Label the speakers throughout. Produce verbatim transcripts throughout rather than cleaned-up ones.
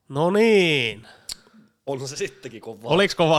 Speaker 1: No niin.
Speaker 2: On se sittenkin kovaa.
Speaker 1: Oliks kova?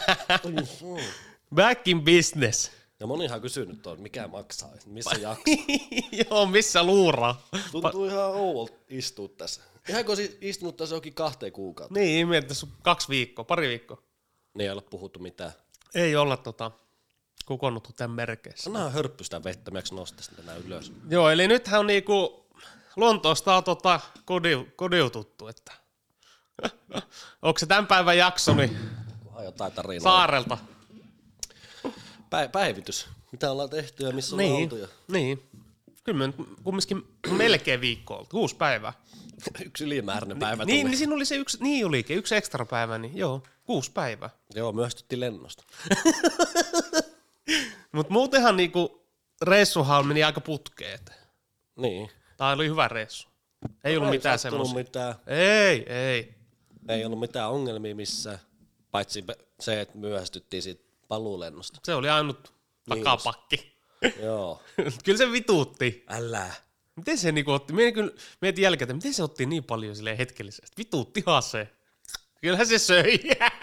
Speaker 1: Back in business.
Speaker 2: Ja monihan on kysynyt tuon, mikä maksaa, missä jaksaa.
Speaker 1: Joo, missä luuraa.
Speaker 2: Tuntuu ihan ouolta istua tässä. Ihan kun olisi istunut tässä jokin kahteen kuukautta.
Speaker 1: Niin, mietin tässä kaksi viikkoa, pari viikkoa.
Speaker 2: Niin ei ole puhuttu mitään.
Speaker 1: Ei olla tota, kokonnuttu tämän merkeissä.
Speaker 2: Annahan hörppystä vettä, miksi nostaisin tänä ylös.
Speaker 1: Joo, eli nythän on niinku Lontoosta on tota kodi, kodiututtu, että onko se tämän päivän jakso, niin
Speaker 2: Kunhan jotain tarinaa.
Speaker 1: saarelta.
Speaker 2: Pä- päivitys. Mitä ollaan tehty ja missä
Speaker 1: Niin,
Speaker 2: ollaan oltu. Ja
Speaker 1: niin. Kyllä me nyt kumminkin melkein viikko oltu, kuusi päivää.
Speaker 2: yksi ylimääräinen päivä
Speaker 1: Niin,
Speaker 2: tuli.
Speaker 1: niin siinä oli se yksi, niin olikin, yksi ekstra päivä, niin joo, kuusi päivää.
Speaker 2: Joo, myöhästyttiin lennosta.
Speaker 1: Mutta muutenhan niinku reissuhan meni aika putkeet.
Speaker 2: Niin.
Speaker 1: Tää oli hyvä reissu. Ei ollut mitään
Speaker 2: sattunut
Speaker 1: semmoisia.
Speaker 2: mitään.
Speaker 1: Ei, ei.
Speaker 2: Ei ollut mitään ongelmia missään. Paitsi se, että myöhästyttiin siitä paluulennosta.
Speaker 1: Se oli ainut
Speaker 2: Niin
Speaker 1: takapakki.
Speaker 2: Joo.
Speaker 1: Kyllä se vituutti.
Speaker 2: Älä.
Speaker 1: Miten se niinku otti, mietin, kyllä, mietin jälkeen, miten se otti niin paljon silleen hetkellisesti. Vituuttihan se. Kyllähän se söi.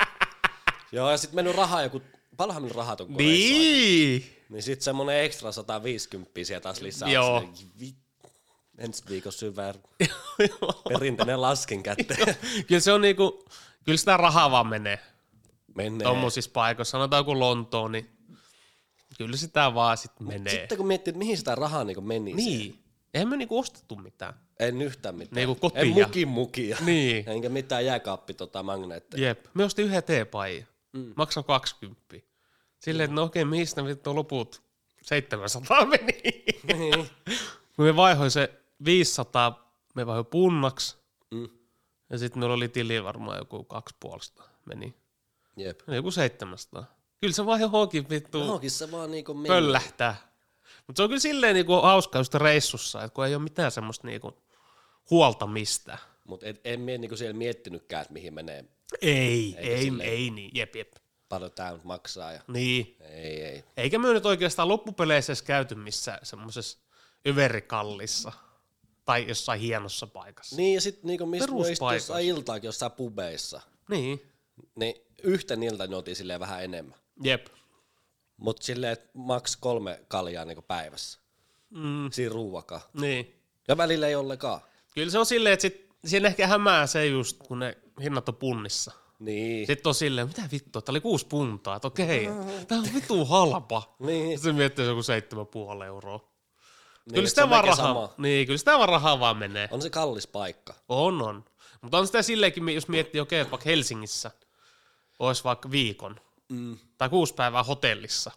Speaker 2: Joo, ja sitten mennyt rahaa joku, paljonhan mennyt rahat on koreissa.
Speaker 1: Niin.
Speaker 2: Niin sit semmonen ekstra sata viisikymmentä siellä taas lisää.
Speaker 1: Joo.
Speaker 2: Silleen, vi- ensi viikon syvää perinteinen laskin kätteen.
Speaker 1: Kyllä se on niinku, kyllä sitä rahaa vaan menee.
Speaker 2: Menee.
Speaker 1: Tommosissa paikoissa, sanotaan kuin Lontoon, niin kyllä sitä vaan sit menee.
Speaker 2: Sitten kun miettii, että mihin sitä rahaa niinku meni.
Speaker 1: Niin. Eihän me niinku ostettu mitään.
Speaker 2: En yhtään mitään.
Speaker 1: Niinku kotia.
Speaker 2: En mukin mukia.
Speaker 1: Niin.
Speaker 2: Enkä mitään jääkaappi tota magneetteja.
Speaker 1: Jep. Me ostin yhden teepaijan. Mm. Maksaa kaksikymmentä. Silleen, että no okei, mihin ne vittu loput seitsemänsataa meni.
Speaker 2: Niin.
Speaker 1: Kun me vaihoin se viisisataa, me vaihoin punnaksi.
Speaker 2: Mm.
Speaker 1: Ja sitten meillä oli tili varmaan joku kaksi puolesta meni.
Speaker 2: Jep.
Speaker 1: Joku seitsemänsataa. Kyllä se vaan johonkin vittu
Speaker 2: Johonkin se vaan niinku meni.
Speaker 1: pöllähtää. Mutta se on kyllä silleen niinku hauska just reissussa, että kun ei ole mitään semmoista niinku huolta mistään.
Speaker 2: Mut en, en mie niinku siellä miettinytkään, että mihin menee.
Speaker 1: Ei,
Speaker 2: Eikä
Speaker 1: ei,
Speaker 2: silleen-
Speaker 1: ei niin, jep, jep.
Speaker 2: Paljon tää nyt maksaa. Ja...
Speaker 1: Niin.
Speaker 2: Ei, ei.
Speaker 1: Eikä me nyt oikeastaan loppupeleissä edes käyty missään semmoisessa överikallissa tai jossain hienossa paikassa.
Speaker 2: Niin ja sit niinku mistä voi istua
Speaker 1: Peruspaikoissa.
Speaker 2: jossain iltaakin jossain pubeissa.
Speaker 1: Niin,
Speaker 2: Niin yhten ilta ne otin silleen vähän enemmän.
Speaker 1: jep.
Speaker 2: Mut silleen, että maks kolme kaljaa niinku päivässä.
Speaker 1: Mm,
Speaker 2: Siinä ruuakaan.
Speaker 1: niin.
Speaker 2: Ja välillä ei ollenkaan.
Speaker 1: Kyllä se on silleen, että sit, siinä ehkä hämää se just, kun ne hinnat on punnissa.
Speaker 2: Niin.
Speaker 1: Sitten on silleen, mitä vittua, tää oli kuusi puntaa, että okei, tää on vitu halpa.
Speaker 2: Niin.
Speaker 1: Se miettii joku seitsemän puoli euroa.
Speaker 2: Niin,
Speaker 1: Kyllä
Speaker 2: et
Speaker 1: sitä
Speaker 2: se on
Speaker 1: vaan
Speaker 2: melkein
Speaker 1: rahaa,
Speaker 2: sama.
Speaker 1: niin, kyllä sitä vaan rahaa vaan menee.
Speaker 2: On se kallis paikka.
Speaker 1: On, on. Mutta on sitä silleenkin, jos miettii, okei, että vaikka Helsingissä olisi vaikka viikon
Speaker 2: Mm.
Speaker 1: tai kuusi päivää hotellissa.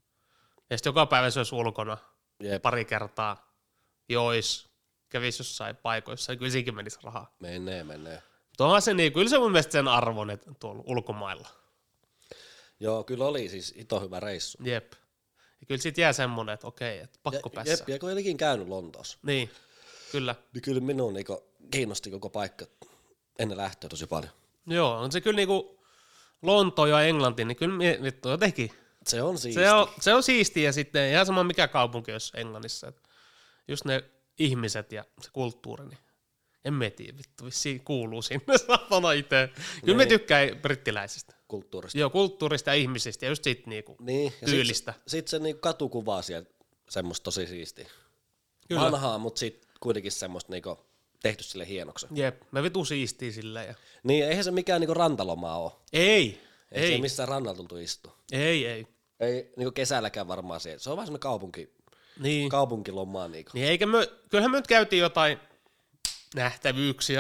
Speaker 1: Ja sitten joka päivä se olisi ulkona
Speaker 2: Jep.
Speaker 1: pari kertaa, jois, kävisi jossain paikoissa, ja kyllä siinkin menisi rahaa.
Speaker 2: Menee, menee.
Speaker 1: Mutta onhan se niin, kyllä se mun mielestä sen arvon, että tuolla ulkomailla.
Speaker 2: Joo, kyllä oli siis ito hyvä reissu.
Speaker 1: Jep. Ja kyllä sit jää semmonen, että okei, että pakko
Speaker 2: Ja-
Speaker 1: päässä.
Speaker 2: Jep, ja kun ei ikin käynyt Lontoossa,
Speaker 1: Niin, kyllä.
Speaker 2: niin kyllä minun niinku kiinnosti koko paikka ennen lähtöä tosi paljon.
Speaker 1: Joo, on se kyllä niinku Lonto ja Englanti, niin kyllä mie- vittu jotenkin.
Speaker 2: Se on siistiä.
Speaker 1: Se on, se on siistiä ja sitten ihan sama mikä kaupunki olisi Englannissa. Että just ne ihmiset ja se kulttuuri, niin en mä tiedä, vittu vissiin kuuluu sinne satana itse. Kyllä me
Speaker 2: Niin.
Speaker 1: tykkään brittiläisistä.
Speaker 2: kulttuurista.
Speaker 1: Joo, kulttuurista ja ihmisistä ja just siitä niinku
Speaker 2: Niin, ja
Speaker 1: tyylistä.
Speaker 2: Sitten sit se niinku katukuvaa siellä semmoista tosi siistiä.
Speaker 1: Kyllä.
Speaker 2: Vanhaa, mutta sitten kuitenkin semmoista niinku tehty sille hienoksi.
Speaker 1: Jep, me vitu siistiä sillä ja...
Speaker 2: Niin, eihän se mikään niinku rantalomaa ole.
Speaker 1: Ei,
Speaker 2: Ei,
Speaker 1: ei,
Speaker 2: se missään rannalla tultu istua.
Speaker 1: ei, ei.
Speaker 2: Ei niinku kesälläkään varmaan siellä. Se on vähän semmoinen kaupunki,
Speaker 1: Niin.
Speaker 2: kaupunkilomaa. Niinku.
Speaker 1: Niin eikä me, kyllähän me nyt käytiin jotain nähtävyyksiä,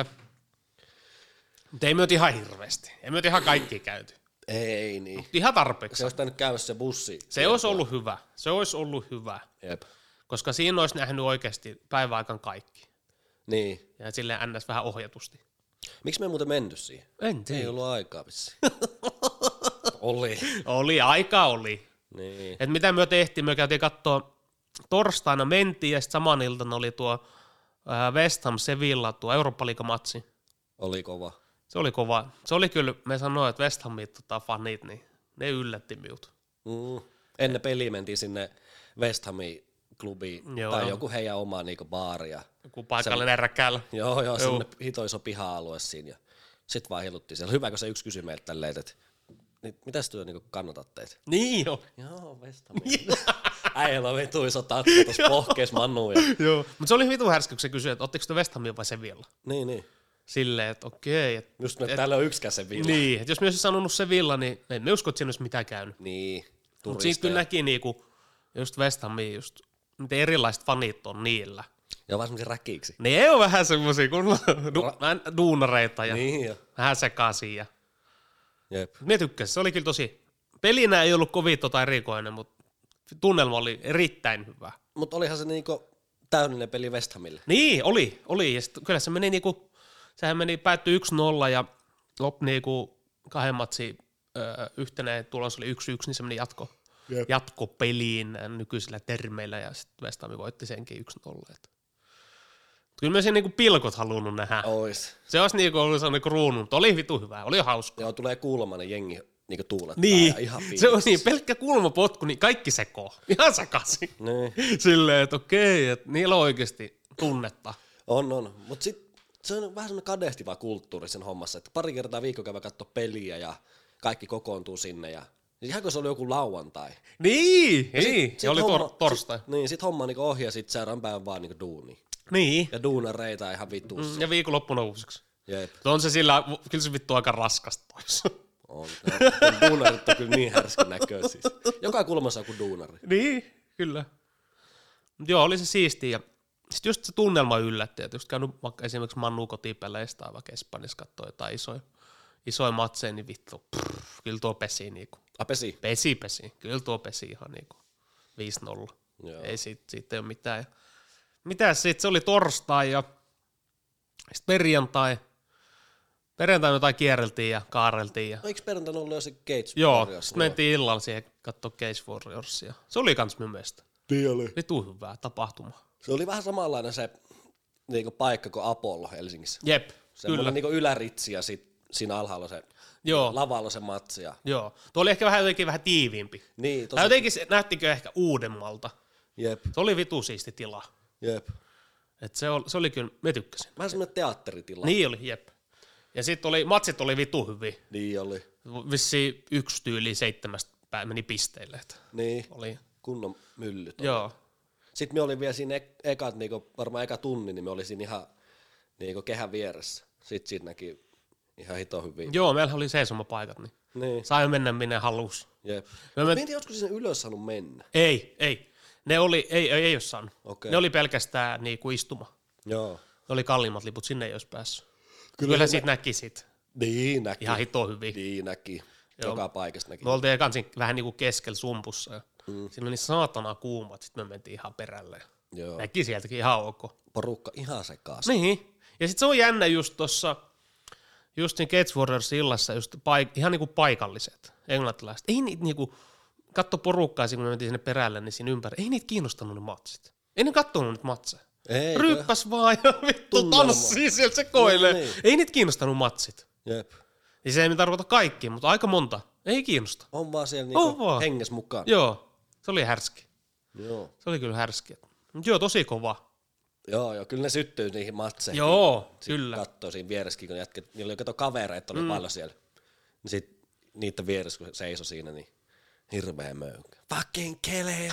Speaker 1: mutta ei me nyt ihan hirveästi. Ei me nyt ihan kaikki käyty.
Speaker 2: Ei niin.
Speaker 1: Ihan tarpeeksi.
Speaker 2: Se olisi pitänyt käydä se bussi.
Speaker 1: Se olisi ollut hyvä. Se olisi ollut hyvä.
Speaker 2: Jep.
Speaker 1: Koska siinä olisi nähnyt oikeasti päiväaikaan kaikki.
Speaker 2: Niin.
Speaker 1: Ja silleen ns. Vähän ohjatusti.
Speaker 2: Miksi me ei muuten menty siihen?
Speaker 1: En tiedä.
Speaker 2: Ei ollut aikaa vissiin. Oli.
Speaker 1: Oli, aika oli.
Speaker 2: Niin.
Speaker 1: Et mitä me tehtiin, me käytiin katsoa, torstaina mentiin ja sitten saman iltana oli tuo ää, West Ham Sevilla, tuo Eurooppa-liigamatsi.
Speaker 2: Oli kova.
Speaker 1: Se oli kova. Se oli kyllä, me sanoin, että West Hamin tota, fanit, niin ne yllätti minut.
Speaker 2: Mm. Ennen peliä mentiin sinne West Hamin klubiin,
Speaker 1: Joo.
Speaker 2: tai joku heidän oma niinku baari. Ja
Speaker 1: Joku paikallinen räkäällä.
Speaker 2: joo, joo,
Speaker 1: Joo.
Speaker 2: sinne hito iso piha-alue siinä. Ja Sitten vaan hiluttiin siellä. Hyvä, kun se yksi kysyi meiltä tälleen, että niin, mitäs työ niinku kannatatte?
Speaker 1: Niin jo.
Speaker 2: Joo, West Hamia. Äijällä on vitu iso tattu tuossa pohkeessa Manu. Ja...
Speaker 1: Joo, mutta se oli vitu härskä, kun se kysyi, että ottiko te West Hamia vai Sevilla?
Speaker 2: Niin, niin.
Speaker 1: Silleen, että okei. Et,
Speaker 2: Just me,
Speaker 1: et,
Speaker 2: täällä on yksikään Sevilla.
Speaker 1: niin, että jos me olisi sanonut Sevilla, niin emme usko, että siinä olisi mitään käynyt.
Speaker 2: Niin,
Speaker 1: Mutta siitä kyllä näki niinku, just West Hamia, just miten erilaiset fanit on niillä.
Speaker 2: Ja vaan semmosia räkiksi.
Speaker 1: Ne ei ole vähän semmosia kun du- duunareita ja
Speaker 2: Niin jo.
Speaker 1: vähän sekaisin. Ja...
Speaker 2: Jep.
Speaker 1: Me tykkäsin, se oli kyllä tosi, pelinä ei ollut kovin tota erikoinen, mutta tunnelma oli erittäin hyvä.
Speaker 2: Mut olihan se niinku täydellinen peli West Hamille.
Speaker 1: Niin, oli, oli. Ja sit, kyllä se meni niinku, sehän meni, päättyi yksi nolla ja lop niinku kahden matsin öö, yhtenä tulos oli yksi yksi, niin se meni jatko, jatkopeliin nykyisillä termeillä ja sitten West Ham voitti senkin yksi nolla. Kyllä mä sen niinku pilkot halunnut nähdä.
Speaker 2: Ois.
Speaker 1: Se olisi niinku ollut sellainen kruunu, mutta oli vitu hyvä, oli hauska.
Speaker 2: Joo, tulee kuulomainen jengi niinku tuulettaa.
Speaker 1: Niin,
Speaker 2: ja ihan
Speaker 1: se on niin, pelkkä kulmapotku, niin kaikki sekoo. Ihan sekaisin.
Speaker 2: Niin.
Speaker 1: Silleen, että okei, että niillä on oikeasti tunnetta.
Speaker 2: On, on. Mut sit se on vähän semmoinen kadehtiva kulttuuri sen hommassa, että pari kertaa viikko käydä katsoa peliä ja kaikki kokoontuu sinne ja ihan kun se oli joku lauantai.
Speaker 1: Niin,
Speaker 2: Ja sit-
Speaker 1: niin.
Speaker 2: sit
Speaker 1: Ja oli
Speaker 2: homma-
Speaker 1: tor- torstai.
Speaker 2: Sit, niin, sit homma niinku ohi ja sit seuraavan päivän vaan niinku duuni.
Speaker 1: Niin.
Speaker 2: Ja duunareita ihan vitussa.
Speaker 1: Mm, ja viikonloppuna uusiksi.
Speaker 2: Jep.
Speaker 1: On se sillä, kyllä se vittu aika raskasta tois.
Speaker 2: On. No, duunarit on kyllä niin härskin näköisiä. Joka kulmassa on kuin duunari.
Speaker 1: Niin, kyllä. Mut joo, oli se siistiä. Ja sitten just se tunnelma yllätti, että just käynyt vaikka esimerkiksi Manu kotipeleistä tai vaikka Espanjassa katsoi jotain isoja, isoja matseja, niin vittu, pff, kyllä tuo pesi niinku.
Speaker 2: A, pesi.
Speaker 1: Pesi, pesi. Kyllä tuo pesi ihan niinku viisi nolla.
Speaker 2: Joo.
Speaker 1: Ei siitä, siitä ei ole mitään. Mitäs sitten, se oli torstai ja sitten perjantai. Perjantaina jotain kierreltiin ja kaareltiin. Ja...
Speaker 2: No, eikö perjantaina ollut jo se Cage
Speaker 1: Joo,
Speaker 2: Warriors?
Speaker 1: sitten mentiin illalla siihen katsoa Cage Warriorsia. Se oli kans minun mielestä.
Speaker 2: Niin oli.
Speaker 1: Vitu hyvää tapahtuma.
Speaker 2: Se oli vähän samanlainen se niinku paikka kuin Apollo Helsingissä.
Speaker 1: Jep,
Speaker 2: Semmoinen
Speaker 1: kyllä.
Speaker 2: niinku yläritsi ja sit siinä alhaalla se
Speaker 1: Joo.
Speaker 2: lavalla se matsi. Ja...
Speaker 1: Joo, tuo oli ehkä vähän jotenkin vähän tiiviimpi.
Speaker 2: Niin,
Speaker 1: Tai
Speaker 2: tosi.
Speaker 1: jotenkin se, näyttikö ehkä uudemmalta.
Speaker 2: Jep,
Speaker 1: Se oli vitu siisti tila.
Speaker 2: jep.
Speaker 1: Et se, oli, se oli kyllä, me tykkäsin.
Speaker 2: Vähän semmoinen teatteritila.
Speaker 1: Niin oli, jep. Ja sitten oli, matsit oli vitu hyvin.
Speaker 2: Niin oli.
Speaker 1: Vissiin yksi tyyli seitsemästä pää meni pisteille. Että
Speaker 2: Niin,
Speaker 1: oli.
Speaker 2: kunnon myllyt.
Speaker 1: Joo.
Speaker 2: Sitten me olin vielä siinä ek- ekat, niinku, varmaan eka tunni, niin me olin siinä ihan niinku kehän vieressä. Sitten siitä näki ihan hito hyvin.
Speaker 1: Joo, meillä oli seisomapaikat, niin
Speaker 2: Niin,
Speaker 1: sai mennä minne halus.
Speaker 2: jep.
Speaker 1: Me
Speaker 2: Me
Speaker 1: men-
Speaker 2: en tiedä, olisiko sinne ylös saanut mennä.
Speaker 1: Ei, ei. Ne oli, ei, ei, ei ole saanut.
Speaker 2: Okei.
Speaker 1: Ne oli pelkästään niinku istuma.
Speaker 2: Joo.
Speaker 1: Ne oli kalliimmat liput, sinne ei olisi päässyt.
Speaker 2: Kyllä
Speaker 1: Kyllä
Speaker 2: se
Speaker 1: siitä näki sit.
Speaker 2: Niin näki.
Speaker 1: Ihan hito hyvin.
Speaker 2: Niin näki.
Speaker 1: Joo.
Speaker 2: Joka paikasta näki.
Speaker 1: Me oltiin kansin vähän niinku keskellä sumpussa. Ja mm. Siinä oli niin saatana kuumat, sitten me mentiin ihan perälle.
Speaker 2: Joo.
Speaker 1: Näki sieltäkin ihan ok.
Speaker 2: Porukka ihan sekas.
Speaker 1: Niin. Ja sitten se on jännä just tossa, just siinä Cage Warriors illassa, just paik- ihan niinku paikalliset, englantilaiset. Ei niitä niinku, katso porukkaa, kun me mentiin sinne perälle, niin siinä ympäri, ei niitä kiinnostanut ne matsit. Ei ne kattonut niitä matseja.
Speaker 2: Ei,
Speaker 1: Ryppäs vaan ja vittu
Speaker 2: Tunnelma.
Speaker 1: tanssii sieltä sekoilee.
Speaker 2: Niin, niin.
Speaker 1: Ei niitä kiinnostanut matsit.
Speaker 2: Jep.
Speaker 1: Niin se ei tarkoita kaikki, mutta aika monta. Ei kiinnosta.
Speaker 2: On vaan siellä
Speaker 1: On
Speaker 2: niinku
Speaker 1: vaan.
Speaker 2: henges mukaan.
Speaker 1: Joo, se oli härski.
Speaker 2: Joo.
Speaker 1: Se oli kyllä härski. Mut joo, tosi kova.
Speaker 2: Joo, joo, kyllä ne syttyy niihin matseihin.
Speaker 1: Joo, kyllä.
Speaker 2: Kattoo siinä vieressäkin, kun jätket, niillä oli kato kavereita oli mm. paljon siellä. Niin sit niitä vieressä, kun seisoi siinä, niin hirveä möykkä. Fucking Kelen!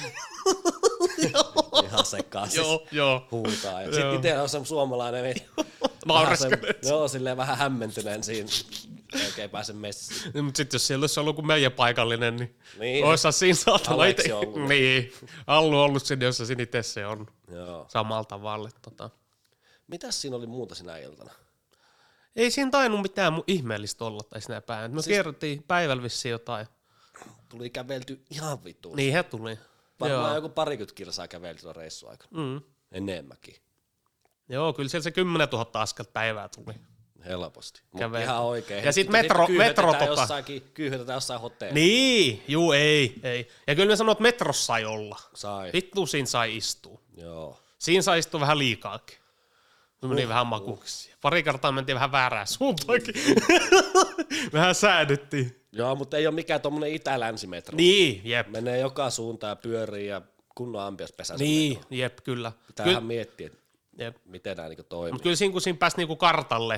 Speaker 2: Ihan sekaisin.
Speaker 1: Joo, joo.
Speaker 2: Huutaa. Ja
Speaker 1: Joo.
Speaker 2: sit itse on se suomalainen, niin
Speaker 1: Naureskelee.
Speaker 2: vähän se- Joo, silleen vähän hämmentyneen siinä. Ei oikein pääse messiin.
Speaker 1: Niin, mutta sitten jos siellä olisi ollut kuin meidän paikallinen, niin,
Speaker 2: Niin.
Speaker 1: oissa siinä saatana
Speaker 2: Aleksi
Speaker 1: ite.
Speaker 2: ollut.
Speaker 1: Niin, Allu ollut sinne, jossa siinä itse se on
Speaker 2: Joo.
Speaker 1: samalla tavalla. Tota.
Speaker 2: Mitäs siinä oli muuta sinä iltana?
Speaker 1: Ei siinä tainnut mitään mu- ihmeellistä olla tai sinä päivänä. Me siis... kierrettiin päivällä vissiin jotain.
Speaker 2: Tuli kävelty ihan vittuun.
Speaker 1: Niin he tuli.
Speaker 2: Varmaan
Speaker 1: Joo.
Speaker 2: joku parikymmentä kilsaa kävelty tuon reissun aikana.
Speaker 1: Mm.
Speaker 2: Enemmänkin.
Speaker 1: Joo, kyllä siellä se kymmenentuhatta askelta päivää tuli.
Speaker 2: Helposti. Mut
Speaker 1: Kävely.
Speaker 2: ihan oikein.
Speaker 1: Ja sit
Speaker 2: Sitten
Speaker 1: metro-
Speaker 2: kyyhdytetään
Speaker 1: metro tota-
Speaker 2: Jossakin, kyyhdytetään jossain hotellissa.
Speaker 1: Niin, juu ei, ei. Ja kyllä ne sanoo, että metrossa sai olla.
Speaker 2: Sai.
Speaker 1: Vittu siinä sai istua.
Speaker 2: Joo.
Speaker 1: Siinä sai istua vähän liikaakin. Me meni uh, vähän makuuksi. Pari kertaa mentiin vähän väärään suuntaankin. vähän säädyttiin.
Speaker 2: Joo, mutta ei ole mikään tommonen itä-länsimetro.
Speaker 1: Niin, jep.
Speaker 2: Menee joka suuntaan ja pyörii ja kunnon ampiaspesä.
Speaker 1: Niin, jep, kyllä.
Speaker 2: Pitää
Speaker 1: Kyllä,
Speaker 2: ihan miettiä, että
Speaker 1: jep.
Speaker 2: miten nämä niinku toimii.
Speaker 1: Mutta kyllä siinä, kun siinä pääsi niinku kartalle,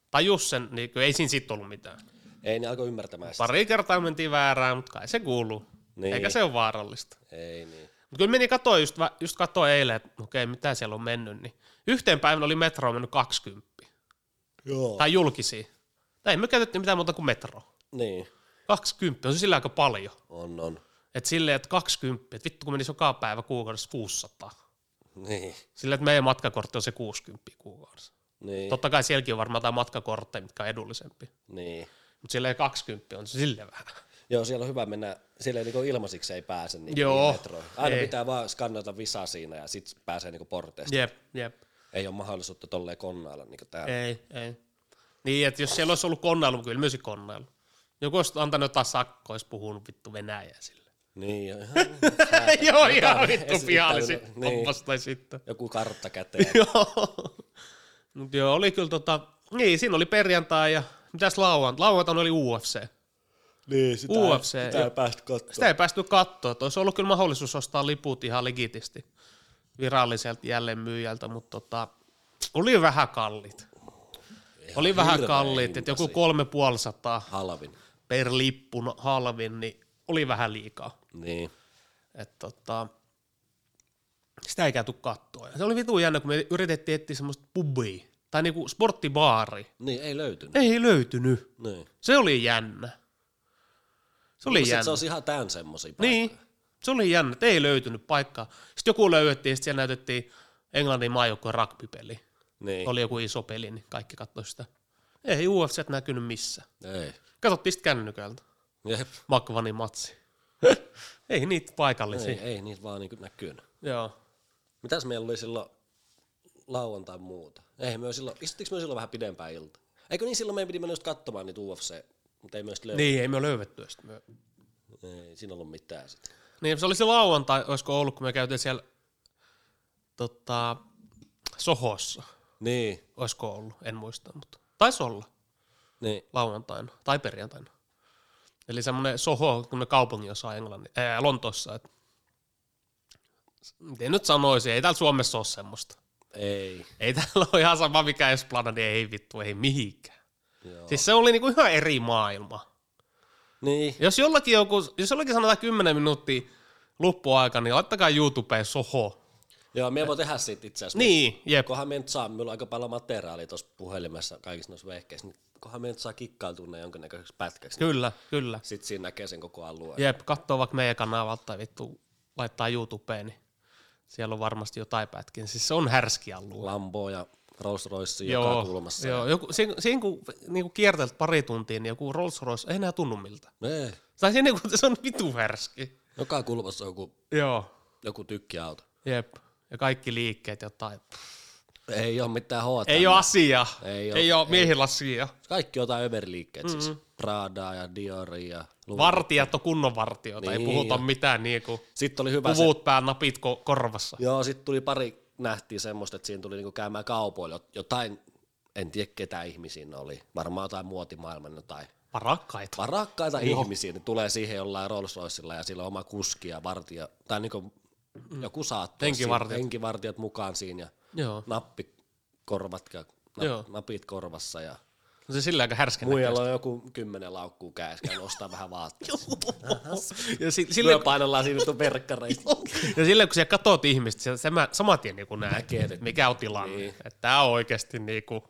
Speaker 1: tajus sen, niin ei siinä sit ollut mitään.
Speaker 2: Ei, ne alkoi ymmärtämään sitä.
Speaker 1: Pari kertaa mentiin väärään, mutta kai se kuuluu.
Speaker 2: Niin.
Speaker 1: Eikä se ole vaarallista.
Speaker 2: Ei niin.
Speaker 1: Mutta kyllä meni katsoa just, just katsoa eilen, että okei, mitä siellä on mennyt, niin yhteen päivänä oli metroon mennyt kaksikymmentä.
Speaker 2: Joo.
Speaker 1: Tai julkisia. Tai ei me käytetty mitään muuta kuin metro.
Speaker 2: Niin.
Speaker 1: kaksikymmentä, on se sillä aika paljon.
Speaker 2: On, on.
Speaker 1: Että silleen, että kaksikymmentä, että vittu kun menisi joka päivä kuukaudessa kuusisataa.
Speaker 2: Niin.
Speaker 1: Silleen, että meidän matkakortti on se kuusikymmentä kuukaudessa.
Speaker 2: Niin.
Speaker 1: Totta kai sielläkin on varmaan jotain matkakortteja, mitkä on edullisempi.
Speaker 2: Niin.
Speaker 1: Mutta silleen kaksikymmentä on se silleen vähän.
Speaker 2: Joo, siellä on hyvä mennä, siellä niinku ilmaisiksi ei pääse niinku
Speaker 1: Joo,
Speaker 2: metroihin. Aina
Speaker 1: ei.
Speaker 2: pitää vaan skannata visa siinä ja sit pääsee niinku porteista.
Speaker 1: Jep, jep.
Speaker 2: Ei ole mahdollisuutta tolleen konnailla niinku täällä.
Speaker 1: Ei, ei. Niin, että jos siellä olisi ollut konnailu, kyllä myös konnailu. Joku olisi antanut jotain sakkoa, olisi puhunut vittu Venäjää sille.
Speaker 2: Niin, joo.
Speaker 1: Joo, ihan vittu
Speaker 2: esittää-
Speaker 1: pihallisin
Speaker 2: niin.
Speaker 1: oppas tai sitten.
Speaker 2: Joku kartta käteen.
Speaker 1: Joo. Mut joo, oli kyllä tota, niin, siinä oli perjantai ja mitäs lauantai? Lauantaina oli U F C.
Speaker 2: Niin, sitä,
Speaker 1: U F C,
Speaker 2: ei, sitä
Speaker 1: joo.
Speaker 2: ei päästy katsomaan.
Speaker 1: Sitä ei päästy katsoa, että olisi ollut kyllä mahdollisuus ostaa liput ihan legitisti viralliselta jälleenmyyjältä, mutta tota, oli vähän kallit.
Speaker 2: Ihan
Speaker 1: Oli vähän
Speaker 2: hirveä
Speaker 1: kallit, että joku
Speaker 2: hintaisia.
Speaker 1: kolme puoli sataa
Speaker 2: Halvin.
Speaker 1: per lippu no, halvin, niin oli vähän liikaa.
Speaker 2: Niin.
Speaker 1: Et tota, sitä ei käyty kattoa. Ja se oli vitu jännä, kun me yritettiin etsiä semmoista pubia tai niinku sporttibaari.
Speaker 2: Niin, ei löytynyt.
Speaker 1: Ei löytynyt.
Speaker 2: Niin.
Speaker 1: Se oli jännä. Se oli
Speaker 2: Mutta sit
Speaker 1: jännä.
Speaker 2: se olisi ihan tämän semmosia paikkoja.
Speaker 1: Niin, se oli jännä, että ei löytynyt paikkaa. Sitten joku löydettiin, sitten siellä näytettiin Englannin maajoukkueen rugbypeli.
Speaker 2: Niin.
Speaker 1: Oli joku iso peli, niin kaikki katsoi sitä. Ei U F C näkynyt missään.
Speaker 2: Ei.
Speaker 1: Katsottiin sitten kännykältä.
Speaker 2: Jep.
Speaker 1: Makvanin matsi. Ei niitä paikallisia.
Speaker 2: Ei, ei niitä vaan niinku näkynyt.
Speaker 1: Joo.
Speaker 2: Mitäs meillä oli silloin lauantai muuta? Ei me silloin, istuttiinko me silloin vähän pidempään ilta? Eikö niin silloin meidän piti mennä just katsomaan niitä U F C, mutta ei myös löydy.
Speaker 1: Niin, ei me ole löydetty sitä. Me...
Speaker 2: Ei siinä ollut mitään sitten.
Speaker 1: Niin, se oli se lauantai, olisiko ollut, kun me käytiin siellä tota, Sohossa.
Speaker 2: Niin,
Speaker 1: Olisiko ollut, en muista, mutta taisi olla
Speaker 2: niin,
Speaker 1: lauantaina tai perjantaina. Eli semmoinen Soho, semmoinen kaupungin osa Englannin, ää, Lontoossa. Et, miten nyt sanoisin, ei täällä Suomessa ole semmoista.
Speaker 2: ei.
Speaker 1: Ei täällä ole ihan sama mikä Esplana, niin ei vittu, ei mihinkään.
Speaker 2: Joo.
Speaker 1: Siis se oli niinku ihan eri maailma.
Speaker 2: Niin,
Speaker 1: Jos jollakin, joku, jos jollakin sanotaan kymmenen minuuttia loppuaika, niin laittakaa YouTubeen Soho.
Speaker 2: joo, me voi tehdä siitä itse asiassa.
Speaker 1: Niin, jep.
Speaker 2: Kohan me nyt saa, meillä on aika paljon materiaalia tuossa puhelimessa kaikissa noissa vehkeissä, niin kohan me nyt saa kikkailtua ne jonkinnäköiseksi pätkäksi. Niin
Speaker 1: Kyllä, kyllä.
Speaker 2: sitten siinä näkee sen koko alueen.
Speaker 1: Jep, katsoo vaikka meidän kanavalta tai vittu laittaa YouTubeen, niin siellä on varmasti jotain pätkiä. Siis se on härski alue.
Speaker 2: Lambo ja Rolls Royce joka kulmassa.
Speaker 1: Joo, joku, siinä, siinä kun niinku kiertelet pari tuntia, niin joku Rolls Royce ei enää tunnu miltä.
Speaker 2: Ei.
Speaker 1: Tai siinä niinku, se on vitu härski.
Speaker 2: Joka kulmassa on joku,
Speaker 1: Joo,
Speaker 2: joku tykkiauto.
Speaker 1: jep. Ja kaikki liikkeet jotain.
Speaker 2: Ei ole mitään H and M.
Speaker 1: Ei ole asiaa.
Speaker 2: Ei
Speaker 1: Ei,
Speaker 2: oo,
Speaker 1: ei ole
Speaker 2: ei.
Speaker 1: miehillä asiaa.
Speaker 2: Kaikki on jotain överliikkeet, mm-hmm. siis Pradaa ja Dioria. Ja Louis-
Speaker 1: Vartijat on kunnon vartijoita,
Speaker 2: Niin,
Speaker 1: ei puhuta
Speaker 2: jo. mitään
Speaker 1: mitään niinku
Speaker 2: Sitten oli hyvä se,
Speaker 1: puvut päällä, napit ko- korvassa.
Speaker 2: joo, sitten tuli pari, nähtiin semmoista, että siinä tuli niinku käymään kaupoilla jotain, en tiedä ketä ihmisiä ne oli, varmaan jotain muotimaailman jotain.
Speaker 1: Varakkaita.
Speaker 2: Varakkaita ihmisiä, niin tulee siihen jollain Rolls Roycella ja sillä on oma kuski ja vartija, tai niinku joku saattaa
Speaker 1: Henkivartijat.
Speaker 2: henkivartijat mukaan siinä ja
Speaker 1: Joo.
Speaker 2: nappikorvat ja
Speaker 1: Joo.
Speaker 2: nap, napit korvassa ja
Speaker 1: No se sillä aika härsken
Speaker 2: muijalla on joku kymmenen laukkuu kädessä, käy ostaa vähän vaatteita.
Speaker 1: Ja si- sille,
Speaker 2: Työpainollaan siinä vittu verkkareista.
Speaker 1: ja silleen, kun siellä katot ihmistä, siellä se mä saman tien niin näet,
Speaker 2: Näkee, että-
Speaker 1: mikä on tilanne.
Speaker 2: Niin.
Speaker 1: Että tää on oikeasti niinku...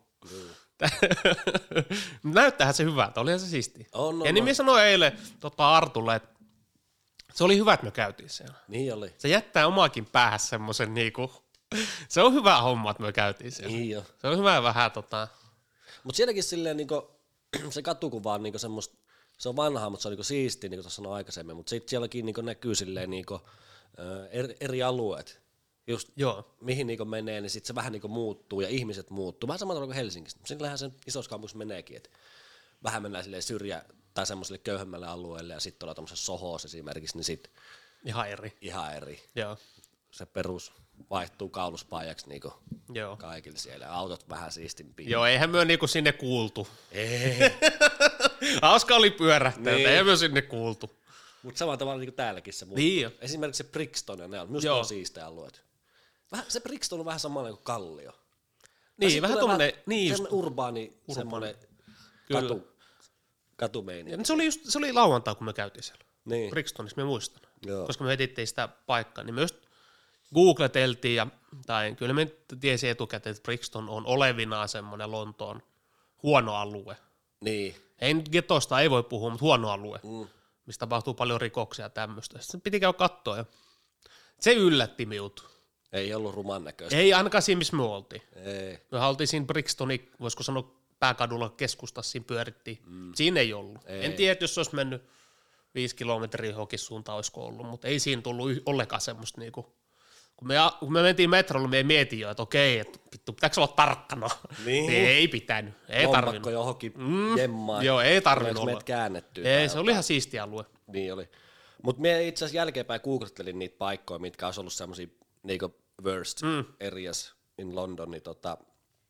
Speaker 1: Näyttäähän se hyvältä, olihan se siistiä.
Speaker 2: On, on,
Speaker 1: ja niin
Speaker 2: on.
Speaker 1: minä sanoin eilen tota Artulle, että se oli hyvä, että me käytiin siellä.
Speaker 2: Niin oli.
Speaker 1: Se jättää omaakin päähän semmoisen niinku... Se on hyvä homma, että me käytiin siellä.
Speaker 2: Niin jo.
Speaker 1: Se on hyvä vähän tota...
Speaker 2: Mutta sielläkin silleen niinku, se katukuva on niinku semmoista, se on vanhaa, mutta se on niinku siistiä, niin kuin tuossa sanoin aikaisemmin, mutta sitten sielläkin niinku näkyy silleen niinku, eri, eri alueet, just
Speaker 1: Joo.
Speaker 2: mihin niinku menee, niin sitten se vähän niinku muuttuu ja ihmiset muuttuu. Vähän samalla tavalla kuin Helsingissä. Sillähän sen isossa kaupungissa meneekin, että vähän mennään silleen syrjä tai semmoiselle köyhemmälle alueelle ja sitten ollaan tuommoisessa Sohossa esimerkiksi, niin sitten
Speaker 1: Ihan eri.
Speaker 2: ihan eri.
Speaker 1: Joo.
Speaker 2: Se perus vaihtuu kauluspaajaksi niinku
Speaker 1: Joo.
Speaker 2: kaikille siellä ja autot vähän siistimpiä.
Speaker 1: Joo, eihän myö niinku sinne kuultu.
Speaker 2: Ei.
Speaker 1: Hauska oli pyörähtää,
Speaker 2: Niin.
Speaker 1: niin. ei myö sinne kuultu.
Speaker 2: Mutta samalla tavalla niin kuin täälläkin se muuttuu.
Speaker 1: Niin jo.
Speaker 2: Esimerkiksi se Brixton ja ne on, myös
Speaker 1: Joo.
Speaker 2: on siistejä alueet. Vähän, se Brixton on vähän samanlainen kuin Kallio.
Speaker 1: Niin, vähän tommonen, niin
Speaker 2: just. urbaani, urbaani. semmoinen katu, katumeininki.
Speaker 1: Ja se oli just, se oli lauantai, kun me käytiin siellä.
Speaker 2: Niin.
Speaker 1: Brixtonissa, me muistan.
Speaker 2: Joo.
Speaker 1: Koska me etittiin sitä paikkaa, niin me just googleteltiin, ja, tai kyllä me tiesi etukäteen, että Brixton on olevinaan semmoinen Lontoon huono alue.
Speaker 2: Niin.
Speaker 1: Ei nyt getosta ei voi puhua, mutta huono alue,
Speaker 2: mm.
Speaker 1: mistä tapahtuu paljon rikoksia ja tämmöistä. Sitten piti käydä katsoa, ja se yllätti minut.
Speaker 2: Ei ollut ruman näköistä.
Speaker 1: Ei ainakaan siinä, missä me oltiin.
Speaker 2: Ei.
Speaker 1: Me oltiin siinä Brixtonin, voisiko sanoa pääkadulla keskustassa, siinä pyörittiin. Mm. Siinä ei ollut. Ei. En tiedä, jos olisi mennyt viisi kilometriä johonkin suuntaan, olisiko ollut, mutta ei siinä tullut ollenkaan semmoista niinku, kun me, kun me mentiin metrolla, me mietin jo, että okei, että vittu, pitääkö olla tarkkana?
Speaker 2: Niin.
Speaker 1: niin ei pitänyt, ei
Speaker 2: Lommakko
Speaker 1: tarvinnut.
Speaker 2: johonkin
Speaker 1: mm.
Speaker 2: jemmaan.
Speaker 1: Joo, ei tarvinnut olla.
Speaker 2: Meidät käännettyä.
Speaker 1: Ei, se oli ihan siisti alue.
Speaker 2: Niin oli. Mutta minä itse asiassa jälkeenpäin googlettelin niitä paikkoja, mitkä olisi ollut semmoisia niinku worst mm. areas in London, niin tota,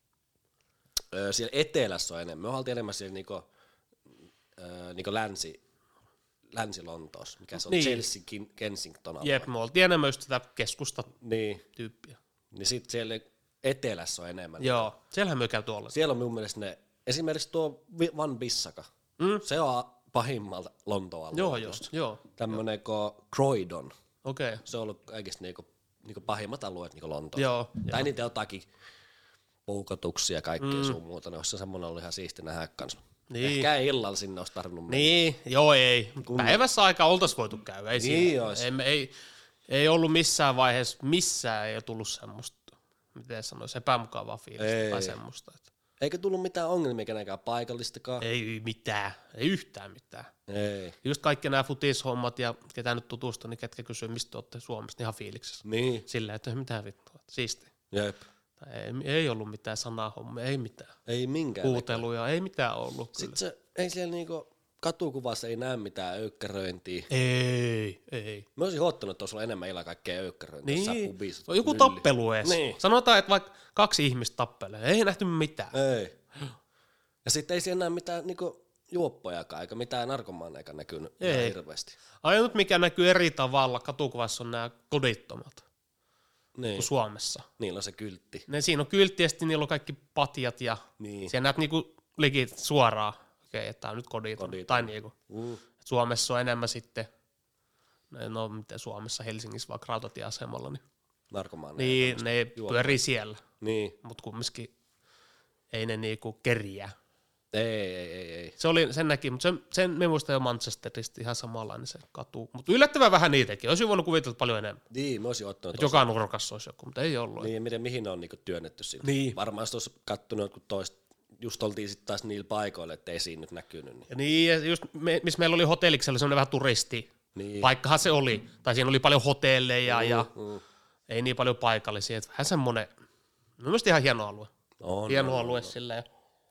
Speaker 2: ö, siellä etelässä on enemmän. Me oltiin enemmän siellä niinku, ö, niinku länsi, Länsi-Lontoossa, mikä se on, niin. Chelsea, Kensington alue.
Speaker 1: Jep, me oltiin enemmän just sitä keskusta-tyyppiä.
Speaker 2: Niin, niin sitten siellä etelässä on enemmän.
Speaker 1: Joo, siellähän me käyty olla.
Speaker 2: Siellä on mun mielestä ne, esimerkiksi tuo Van Bissaka, mm. se on pahimmalta Lontoon alueelta.
Speaker 1: Joo, just, joo.
Speaker 2: Tämmönen kuin Croydon.
Speaker 1: Okei. Okay.
Speaker 2: Se on ollut kaikista niinku, niinku pahimmat alueet niinku Lontoossa.
Speaker 1: Joo.
Speaker 2: Tai
Speaker 1: joo.
Speaker 2: niitä jotakin puukotuksia ja kaikkea mm. sun muuta. Ne olisi semmoinen ollut ihan siisti nähdä kanssa. Niin. Ehkä ei illalla sinne olisi tarvinnut mennä.
Speaker 1: Niin, joo ei. Kun... Päivässä aika oltaisi voitu käydä. Ei,
Speaker 2: niin
Speaker 1: ei, ei, ei ollut missään vaiheessa, missään ei ole tullut semmoista, miten sanoisi, epämukavaa fiilistä ei. Tai semmoista. Että...
Speaker 2: Eikö tullut mitään ongelmia kenenkään paikallistakaan?
Speaker 1: Ei mitään, ei yhtään mitään.
Speaker 2: Ei.
Speaker 1: Just kaikki nämä futishommat ja ketä nyt tutustuu, niin ketkä kysyy, mistä olette Suomesta, niin ihan fiiliksessä.
Speaker 2: Niin.
Speaker 1: Silleen, että mitään vittua, siistiä.
Speaker 2: Jep.
Speaker 1: Ei, ei ollut mitään sanahommia, ei mitään.
Speaker 2: Ei minkään.
Speaker 1: Huuteluja, ei mitään ollut.
Speaker 2: Sitten se, ei siellä niinku katukuvassa ei näe mitään öykkäröintiä.
Speaker 1: Ei, ei.
Speaker 2: Mä olisin huottanut, että olisi ollut enemmän illalla kaikkea öykkäröintiä.
Speaker 1: Niin,
Speaker 2: pubissa,
Speaker 1: joku
Speaker 2: mylli.
Speaker 1: tappelu edes.
Speaker 2: Niin.
Speaker 1: Sanotaan, että vaikka kaksi ihmistä tappelee, ei nähty mitään.
Speaker 2: Ei. Ja sitten ei siellä näe mitään niinku juoppojakaan, eikä mitään narkomaaneja näkynyt ihan hirveästi.
Speaker 1: Ainut mikä näkyy eri tavalla katukuvassa on nämä kodittomat.
Speaker 2: Niin.
Speaker 1: Kuin Suomessa.
Speaker 2: Niillä on se kyltti.
Speaker 1: Ne, siinä on kyltti ja sitten niillä on kaikki patjat ja
Speaker 2: niin.
Speaker 1: siellä näet niinku ligit suoraan, okei, okay, että tää on nyt koditon.
Speaker 2: Koditon.
Speaker 1: Tai niinku.
Speaker 2: Mm.
Speaker 1: Suomessa on enemmän sitten, no miten Suomessa, Helsingissä vaikka rautatieasemalla, niin,
Speaker 2: narkomaaneja.
Speaker 1: niin ne
Speaker 2: juoppa.
Speaker 1: pyörii siellä.
Speaker 2: Niin.
Speaker 1: Mutta kumminkin ei ne niinku kerjää.
Speaker 2: Ei, ei, ei, ei.
Speaker 1: Se oli, sen näki, mutta sen, sen me muistan jo Manchesterista ihan samanlainen se katu. Mutta yllättävän vähän niitäkin. Olisi voinut kuvitella paljon enemmän.
Speaker 2: Niin, mä olisin ottanut.
Speaker 1: Joka nurkassa olisi joku, mutta ei ollut.
Speaker 2: Niin, ja miten, mihin ne on niinku työnnetty siitä.
Speaker 1: Niin.
Speaker 2: Varmaan jos olisi kattonut joku toista, just oltiin sitten taas niillä paikoilla, ettei siinä nyt näkynyt. Niin,
Speaker 1: ja niin, ja just me, missä meillä oli hotelliksella semmoinen vähän turisti.
Speaker 2: Niin.
Speaker 1: Paikkahan se oli. Tai siinä oli paljon hotelleja mm, ja
Speaker 2: mm.
Speaker 1: ei niin paljon paikallisia. Että vähän semmoinen, mielestäni ihan hieno alue.
Speaker 2: On,
Speaker 1: hieno
Speaker 2: on,
Speaker 1: alue
Speaker 2: on.
Speaker 1: silleen.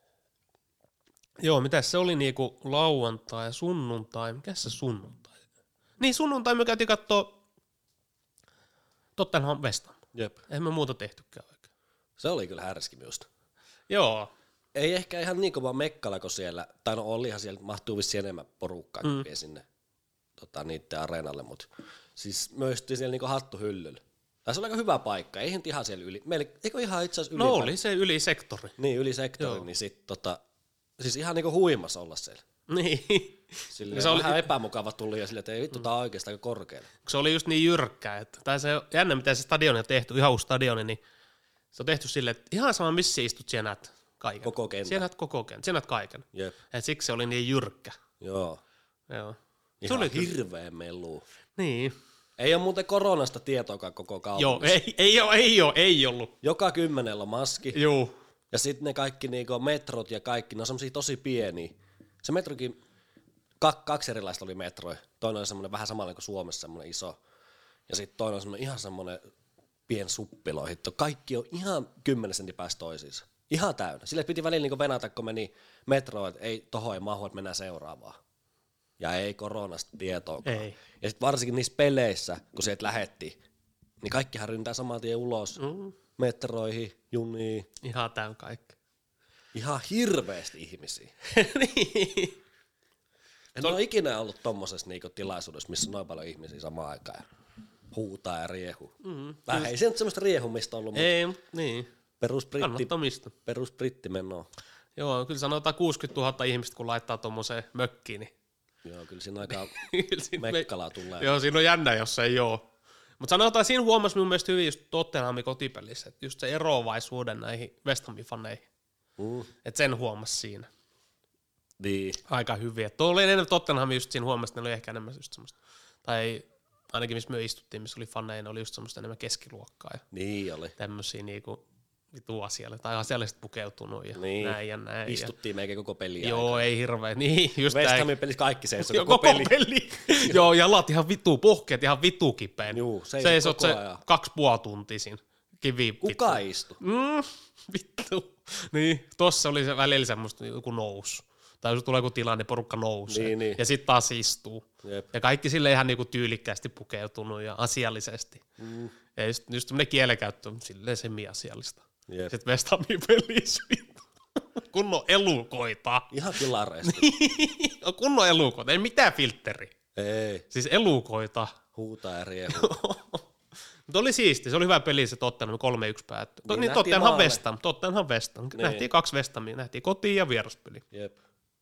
Speaker 1: Joo, mitäs se oli niinku lauantai ja sunnuntai, mikä se sunnuntai? Niin sunnuntai me käytiin kattoo Tottenham West Ham.
Speaker 2: Jep.
Speaker 1: Eihän me muuta tehtykään oikein.
Speaker 2: Se oli kyllä härski minusta.
Speaker 1: Joo.
Speaker 2: Ei ehkä ihan niin kova mekkala kuin siellä, tai no olihan siellä, mahtuu vissiin enemmän porukkaa mm. sinne tota, niiden areenalle, mutta siis myös siellä niinku hattuhyllyllä. Tai se oli aika hyvä paikka, eihän ihan siellä yli, meillä, eikö ihan itse asiassa yli?
Speaker 1: No oli se yli sektori.
Speaker 2: Niin, yli sektori, Joo. niin sit tota, siis ihan niinku huimas olla siellä.
Speaker 1: Niin.
Speaker 2: Silleen se oli vähän epämukava tuli ja silleen, että ei vittu, mm. tää on oikeastaan aika korkealla.
Speaker 1: Se oli just niin jyrkkä, että tai se jännä, miten se stadioni on tehty, ihan uusi stadioni, niin se on tehty silleen, että ihan sama missä istut, siellä näet kaiken.
Speaker 2: Koko kentän.
Speaker 1: Siellä näet koko kentän, siellä näet kaiken.
Speaker 2: Jep.
Speaker 1: Et siksi se oli niin jyrkkä.
Speaker 2: Joo.
Speaker 1: Joo.
Speaker 2: Ihan oli hirveä melu.
Speaker 1: Niin.
Speaker 2: Ei ole muuten koronasta tietoakaan koko kaupungissa.
Speaker 1: Joo, ei, ei ole, ei ole, ei ollut.
Speaker 2: Joka kymmenellä maski.
Speaker 1: Joo.
Speaker 2: Ja sitten ne kaikki niinku metrot ja kaikki, ne on semmosia tosi pieniä. Se metrokin, kak, kaksi erilaista oli metroja. Toinen oli semmoinen vähän samanlainen kuin Suomessa, semmoinen iso. Ja sitten toinen on semmoinen ihan semmoinen pien suppilohitto. Kaikki on ihan kymmenen sentin päästä toisiinsa. Ihan täynnä. Sille piti välillä niinku venata, kun meni metroon, että ei, tohon ei mahu, että mennään seuraavaan. Ja ei koronasta tietoakaan.
Speaker 1: Ei.
Speaker 2: Ja sitten varsinkin niissä peleissä, kun sieltä lähettiin, niin kaikkihan ryntää saman tien ulos. Mm. Metroihin, juniin.
Speaker 1: Ihan täyn kaikki.
Speaker 2: Ihan hirveästi ihmisiä.
Speaker 1: Niin.
Speaker 2: En ole ikinä ollut tommosessa niinku tilaisuudessa, missä on noin paljon ihmisiä samaan aikaan. Huutaa ja riehu. Mm, Vähän ei se nyt semmoista riehumista ollut.
Speaker 1: Ei,
Speaker 2: mutta
Speaker 1: niin.
Speaker 2: Perus britti,
Speaker 1: kannattamista.
Speaker 2: perus brittimenoa.
Speaker 1: Joo, kyllä sanotaan kuusikymmentätuhatta ihmistä, kun laittaa tuommoiseen mökkiin. Niin.
Speaker 2: Joo, kyllä siinä aika
Speaker 1: Siinä
Speaker 2: mekkalaa tulee.
Speaker 1: Joo, siinä on jännä, jos se ei ole. Mutta sanotaan, siinä huomasi mun mielestä hyvin just Tottenhamin kotipelissä, että just se eroavaisuuden näihin West Hamin faneihin.
Speaker 2: Mm.
Speaker 1: Että sen huomasi siinä.
Speaker 2: Niin.
Speaker 1: Aika hyvin. Että tuolla oli enemmän Tottenhamin just siinä huomasi, että ne oli ehkä enemmän just semmoista. Tai ainakin missä me istuttiin, missä oli faneja, ne oli just semmoista enemmän keskiluokkaa. Ja
Speaker 2: Niin oli.
Speaker 1: tämmöisiä niinku vitu asialle. Tai asiallisesti pukeutunut ja
Speaker 2: Niin.
Speaker 1: näin ja näin.
Speaker 2: Istuttiin meikä koko peliä.
Speaker 1: Joo,
Speaker 2: aikaa.
Speaker 1: ei hirveä. Niin, just
Speaker 2: West
Speaker 1: näin.
Speaker 2: Hamin pelissä kaikki seisoo
Speaker 1: Joo,
Speaker 2: koko,
Speaker 1: koko
Speaker 2: peli.
Speaker 1: peli. Joo, jalat ihan vitu, pohkeet ihan vitu kipeän.
Speaker 2: Juu, seisot
Speaker 1: Seisot
Speaker 2: koko
Speaker 1: se
Speaker 2: ajan.
Speaker 1: kaksi puoli tuntia siinä. Kivi
Speaker 2: Kuka
Speaker 1: vittu.
Speaker 2: istu?
Speaker 1: Mm, vittu. Niin, tossa oli se välillä semmoista joku nousu. Tai jos tulee joku tilanne, porukka nousee.
Speaker 2: Niin, niin.
Speaker 1: Ja sitten taas istuu.
Speaker 2: Jep.
Speaker 1: Ja kaikki sille ihan niinku tyylikkäästi pukeutunut ja asiallisesti.
Speaker 2: Mm.
Speaker 1: Ja just, just tämmönen kielenkäyttö on silleen semi-asiallista.
Speaker 2: Jep.
Speaker 1: Sitten West Hamin pelissä vittu. Kunnon elukoita.
Speaker 2: Ihan kilareista.
Speaker 1: Kunnon elukoita, ei mitään filtteri.
Speaker 2: Ei,
Speaker 1: Siis elukoita.
Speaker 2: huutaa ja riehu.
Speaker 1: Mutta oli siisti, se oli hyvä peli se Tottenham kolme yksi päättyi.
Speaker 2: Niin,
Speaker 1: Niin, niin
Speaker 2: nähtiin
Speaker 1: Tottenham
Speaker 2: maaleja.
Speaker 1: West Ham, Tottenham West Ham.
Speaker 2: Niin.
Speaker 1: Nähtiin kaksi West Hamia, nähtiin kotiin ja vieraspeli.
Speaker 2: Jep,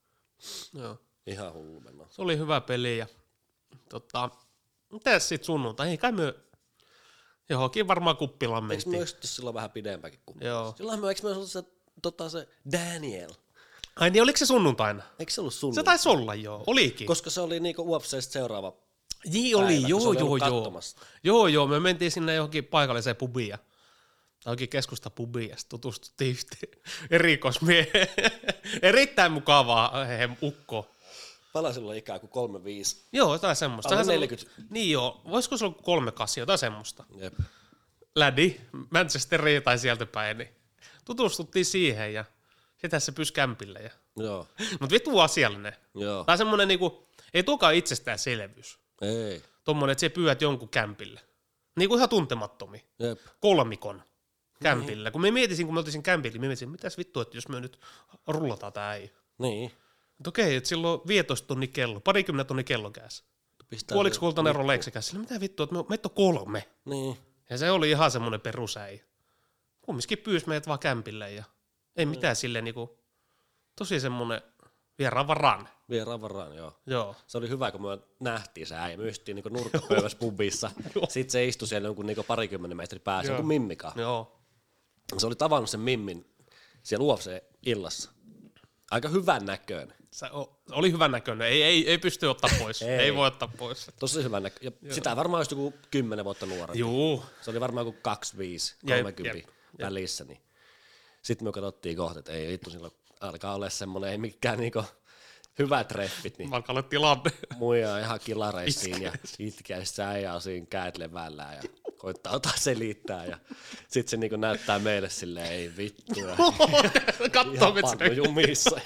Speaker 1: Joo.
Speaker 2: ihan hullu mennä.
Speaker 1: Se oli hyvä peli ja tota, mitäs sit sunnuntai? Ei kai me johonkin varmaan kuppilaan
Speaker 2: Eikö
Speaker 1: mentiin.
Speaker 2: me olisi silloin vähän pidempäkin kuin
Speaker 1: Joo.
Speaker 2: silloin me, eikö me ollut se, tota, se Daniel?
Speaker 1: Ai niin, oliko se sunnuntaina?
Speaker 2: Eikö se ollut sun?
Speaker 1: Se taisi olla joo, olikin.
Speaker 2: Koska se oli niinku U F C:stä seuraava
Speaker 1: Niin oli,
Speaker 2: päivä, kun
Speaker 1: joo,
Speaker 2: se oli
Speaker 1: joo,
Speaker 2: ollut
Speaker 1: joo.
Speaker 2: katsomassa.
Speaker 1: Joo, joo, me mentiin sinne johonkin paikalliseen pubiin ja tai oikein keskusta pubiin ja tutustuttiin yhteen erikoismieheen. Erittäin mukavaa he, ukko.
Speaker 2: Pala silloin ikään kuin kolme viisi.
Speaker 1: Joo, jotain semmoista.
Speaker 2: Alle
Speaker 1: Sehän se-
Speaker 2: neljäkymmentä.
Speaker 1: Niin joo, voisiko se olla kolme kasia, jotain semmoista.
Speaker 2: Jep.
Speaker 1: Lädi, Manchesteriin tai sieltä päin, niin tutustuttiin siihen ja sitä se pysi kämpille. Ja...
Speaker 2: Joo,
Speaker 1: Mutta vittu asiallinen.
Speaker 2: joo.
Speaker 1: Tai semmoinen niinku, ei tuokaan itsestäänselvyys.
Speaker 2: Ei.
Speaker 1: Tommonen, että sä pyydät jonkun kämpille. Niinku ihan tuntemattomia.
Speaker 2: Jep.
Speaker 1: Kolmikon kämpillä. Kun me mietisin, kun me oltiin siinä kämpillä, niin me mietisin, mitäs vittu, että jos me nyt rullataan tää äijä.
Speaker 2: Niin.
Speaker 1: Mutta okei, että silloin viitoista tonni kello, parikymmentä tonni kello käs.
Speaker 2: Pistää
Speaker 1: Puoliksi
Speaker 2: se-
Speaker 1: kultainen Rolex käs. Sillä mitä vittu, että me, meitä on kolme.
Speaker 2: Niin.
Speaker 1: Ja se oli ihan semmoinen perusäijä. Kumminkin pyysi meidät vaan kämpille ja ei mitään silleen niinku, tosi semmoinen vieraan varan.
Speaker 2: Vieraan varaan, joo.
Speaker 1: Joo.
Speaker 2: Se oli hyvä, kun me nähtiin se äijä. Me istettiin niinku nurkkapöydässä pubissa. Sitten se istui siellä jonkun niinku parikymmenen metrin päässä,
Speaker 1: Joo.
Speaker 2: joku Mimmika.
Speaker 1: Joo.
Speaker 2: Se oli tavannut sen Mimmin siellä U F C-illassa. Aika hyvän näköinen.
Speaker 1: Se o- oli hyvän näköinen. Ei, ei, ei pysty ottaa pois. ei.
Speaker 2: Ei.
Speaker 1: ei voi ottaa pois.
Speaker 2: Tosi hyvän näköinen. Ja sitä varmaan olisi joku kymmenen vuotta nuorempi.
Speaker 1: Juu.
Speaker 2: Se oli varmaan joku kaksikymmentäviisi,
Speaker 1: Jep,
Speaker 2: kolmekymmentä
Speaker 1: jep, jep.
Speaker 2: välissä. Niin. Sitten me katsottiin kohta, että ei vittu, silloin alkaa olla semmoinen, ei mikään niinku hyvät treffit. Niin
Speaker 1: Vaikka olet tilanne.
Speaker 2: muija on ihan kilareisiin ja itkee, ja sitten äijä on siinä käät levällään ja koittaa ottaa selittää. Ja sitten se niinku näyttää meille silleen, ei vittu. Ja
Speaker 1: Kattoo,
Speaker 2: ihan
Speaker 1: että
Speaker 2: pannu jumissa.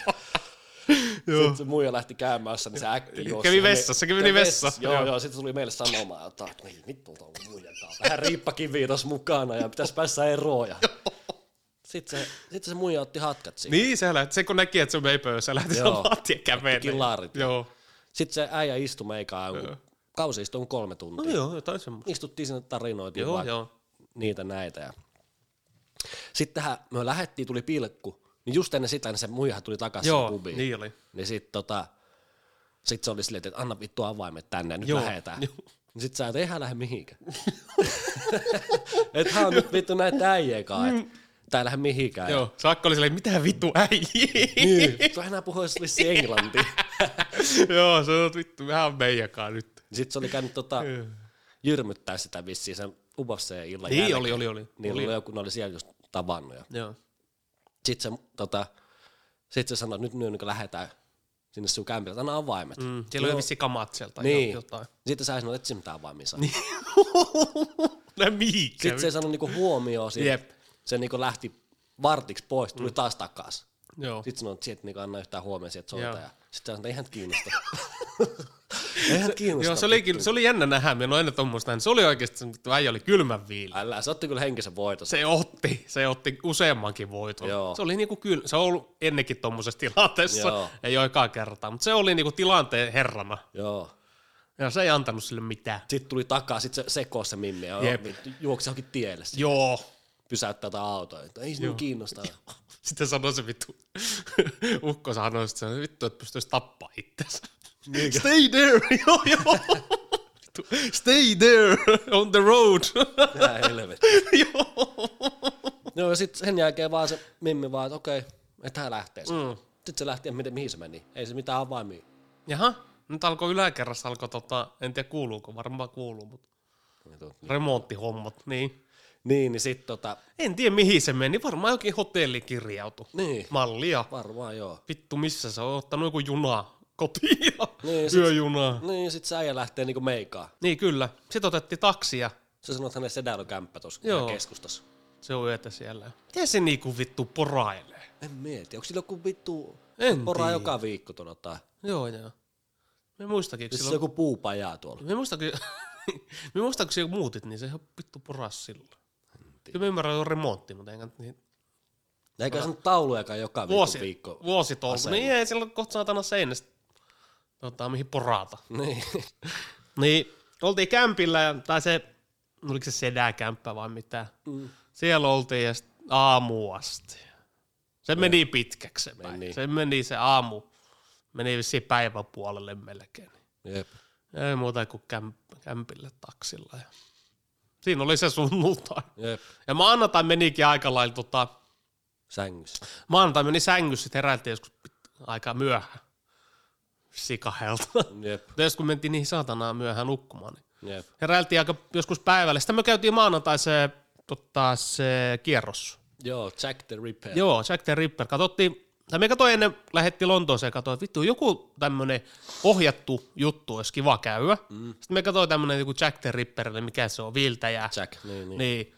Speaker 2: Sitten se muija lähti käymään, niin se äkki juosi.
Speaker 1: Kävi
Speaker 2: Ja me-
Speaker 1: vessassa, kävi meni vessassa.
Speaker 2: Joo,
Speaker 1: Joo.
Speaker 2: joo, sitten tuli meille sanomaan, että niin vittu on muijan kanssa. Vähän riippakiviä tossa mukana ja pitäisi päässä eroon. Ja... Sitten se, sitten se muija otti hatkat siitä.
Speaker 1: Niin, se, lähti, se kun näki, että se on veipöö, se lähti
Speaker 2: Joo.
Speaker 1: samaan tien kävelemään.
Speaker 2: Kilarit.
Speaker 1: Joo.
Speaker 2: Sitten se äijä istui meikaan,
Speaker 1: Joo.
Speaker 2: kausi istui kolme tuntia.
Speaker 1: No joo, jotain semmoista.
Speaker 2: Istuttiin sinne tarinoitiin
Speaker 1: Joo,
Speaker 2: vaan
Speaker 1: joo.
Speaker 2: niitä näitä. Ja... Sitten tähän, me lähdettiin, tuli pilkku, niin just ennen sitä niin se muijahan tuli takaisin
Speaker 1: Joo,
Speaker 2: pubiin.
Speaker 1: niin oli.
Speaker 2: Niin sit tota, sit se oli silleen, että anna vittu avaimet tänne, nyt
Speaker 1: Joo,
Speaker 2: lähetään.
Speaker 1: joo.
Speaker 2: Niin sit sä, et eihän lähde mihinkään. Et hän on nyt vittu näitä äijäkaan, et tää ei lähde mihinkään.
Speaker 1: Joo, Saakka oli silleen, mitä vittu äijii?
Speaker 2: Niin, se enää puhuisi vissiin englantia.
Speaker 1: Joo, se on vittu vähän meijäkaan nyt.
Speaker 2: Sit se oli käynyt tota, jyrmyttää sitä vissiin sen U F C-illan
Speaker 1: Niin,
Speaker 2: jälkeen.
Speaker 1: oli, oli, oli.
Speaker 2: Niin
Speaker 1: Oli.
Speaker 2: oli joku, ne oli siellä just tavannut. Ja
Speaker 1: Joo.
Speaker 2: sitten se, tota, sit se sanoi, että nyt nyt niin lähdetään sinne sun kämpille, että anna avaimet.
Speaker 1: Mm, siellä oli vissi kamat sieltä
Speaker 2: Niin.
Speaker 1: jotain.
Speaker 2: Sitten sä sanoi, että etsi mitään avaimia saa.
Speaker 1: Niin. Nää mihinkään.
Speaker 2: Sitten se ei saanut niinku huomioon siitä.
Speaker 1: Jep.
Speaker 2: Se niinku lähti vartiksi pois, tuli mm. taas takas.
Speaker 1: Joo.
Speaker 2: Sitten sanoi, että sieltä niinku anna yhtään huomioon sieltä
Speaker 1: Joo.
Speaker 2: soita. Ja sitten sanoi, että eihän kiinnosta. eihän kiinnosta.
Speaker 1: Joo, se oli, kyllä- se oli jännä nähdä, minä olen ennen tuommoista nähnyt. Se oli oikeasti, se vittu äijä oli kylmän viili.
Speaker 2: Älä, se otti kyllä henkisen voiton.
Speaker 1: Se otti, se otti useammankin voiton.
Speaker 2: Joo.
Speaker 1: Se oli niinku kyl, se on ollut ennenkin tuommoisessa tilanteessa,
Speaker 2: Joo.
Speaker 1: ei ole ekaa kertaa, mutta se oli niinku tilanteen herrana.
Speaker 2: Joo.
Speaker 1: Ja se ei antanut sille mitään.
Speaker 2: Sitten tuli takaa, sitten se sekoo se mimmi ja
Speaker 1: Jep.
Speaker 2: vittu, juoksi johonkin tielle.
Speaker 1: Joo,
Speaker 2: pysäyttää jotain autoa, että ei sinua kiinnostaa.
Speaker 1: Sitten sanoi se vittu, ukko sanoi, että vittu, että pystyisi tappaa itsensä. Stay there, joo joo. Stay there on the road.
Speaker 2: Tää helvetti.
Speaker 1: Joo.
Speaker 2: Joo, ja sitten sen jälkeen vaan se mimmi vaan, että okei, että hän lähtee.
Speaker 1: Mm.
Speaker 2: Sitten se lähti, että mihin se meni. Ei se mitään avaimia.
Speaker 1: Jaha, nyt alkoi yläkerrassa, alkoi tota, en tiedä kuuluuko, varmaan kuuluu, mutta remonttihommat, niin.
Speaker 2: Niin, niin sit tota...
Speaker 1: En tiedä mihin se meni, varmaan jokin hotelli kirjautui.
Speaker 2: Niin.
Speaker 1: Mallia.
Speaker 2: Varmaan joo.
Speaker 1: Vittu missä se on ottanut joku junaa kotiin ja
Speaker 2: niin,
Speaker 1: yöjunaa.
Speaker 2: Niin, sit se äijä lähtee niinku meikaan.
Speaker 1: Niin kyllä, sit otettiin taksia.
Speaker 2: Se sanoo, että hänen sedän on kämppä tuossa keskustassa.
Speaker 1: Se on yötä siellä. Miten se niinku vittu porailee?
Speaker 2: En mieti, onko sillä joku vittu
Speaker 1: En
Speaker 2: poraa
Speaker 1: tiedä.
Speaker 2: joka viikko tuolla tai?
Speaker 1: Joo joo. Me muistakin,
Speaker 2: Siis
Speaker 1: silloin...
Speaker 2: se on joku puupajaa tuolla.
Speaker 1: Me muistakin, me muistakin, kun siellä muutit, niin se ihan vittu poras silloin. Kyllä mä ymmärrän, että on remontti, mutta enkä niin...
Speaker 2: Eikä se nyt taulujakaan joka
Speaker 1: Vuosi,
Speaker 2: viikko.
Speaker 1: vuositolku. Niin ei, siellä on kohta saatana seinästä. Tota, mihin porata.
Speaker 2: Niin.
Speaker 1: Niin, oltiin kämpillä, ja, tai se, oliko se sedäkämppä vai mitä. Mm. Siellä oltiin ja aamu asti. Se no. meni pitkäksi se päivä. Meni. Se meni se aamu. Meni vissiin päiväpuolelle melkein.
Speaker 2: Jep.
Speaker 1: Ei muuta kuin kämp, kämpille taksilla. Ja siinä oli se sunnuntai.
Speaker 2: Jep.
Speaker 1: Ja maanantai menikin aika lailla tota...
Speaker 2: Sängyssä.
Speaker 1: Maanantai meni sängyssä, sitten heräiltiin joskus aika myöhään. Sikahelta.
Speaker 2: Jep.
Speaker 1: Jos kun mentiin niin saatanaan myöhään nukkumaan, niin
Speaker 2: Jep.
Speaker 1: heräiltiin aika joskus päivällä. Sitten me käytiin maanantai se, tota, se kierros.
Speaker 2: Joo, Jack the Ripper.
Speaker 1: Joo, Jack the Ripper. Katsottiin, tai me katsoin ennen, lähdettiin Lontooseen ja katsoin, että vittu, joku tämmönen ohjattu juttu olisi kiva käydä. Mm. Sitten me katsoin tämmönen joku Jack the Ripper, eli mikä se on, viiltäjä.
Speaker 2: Jack, niin, niin.
Speaker 1: Niin,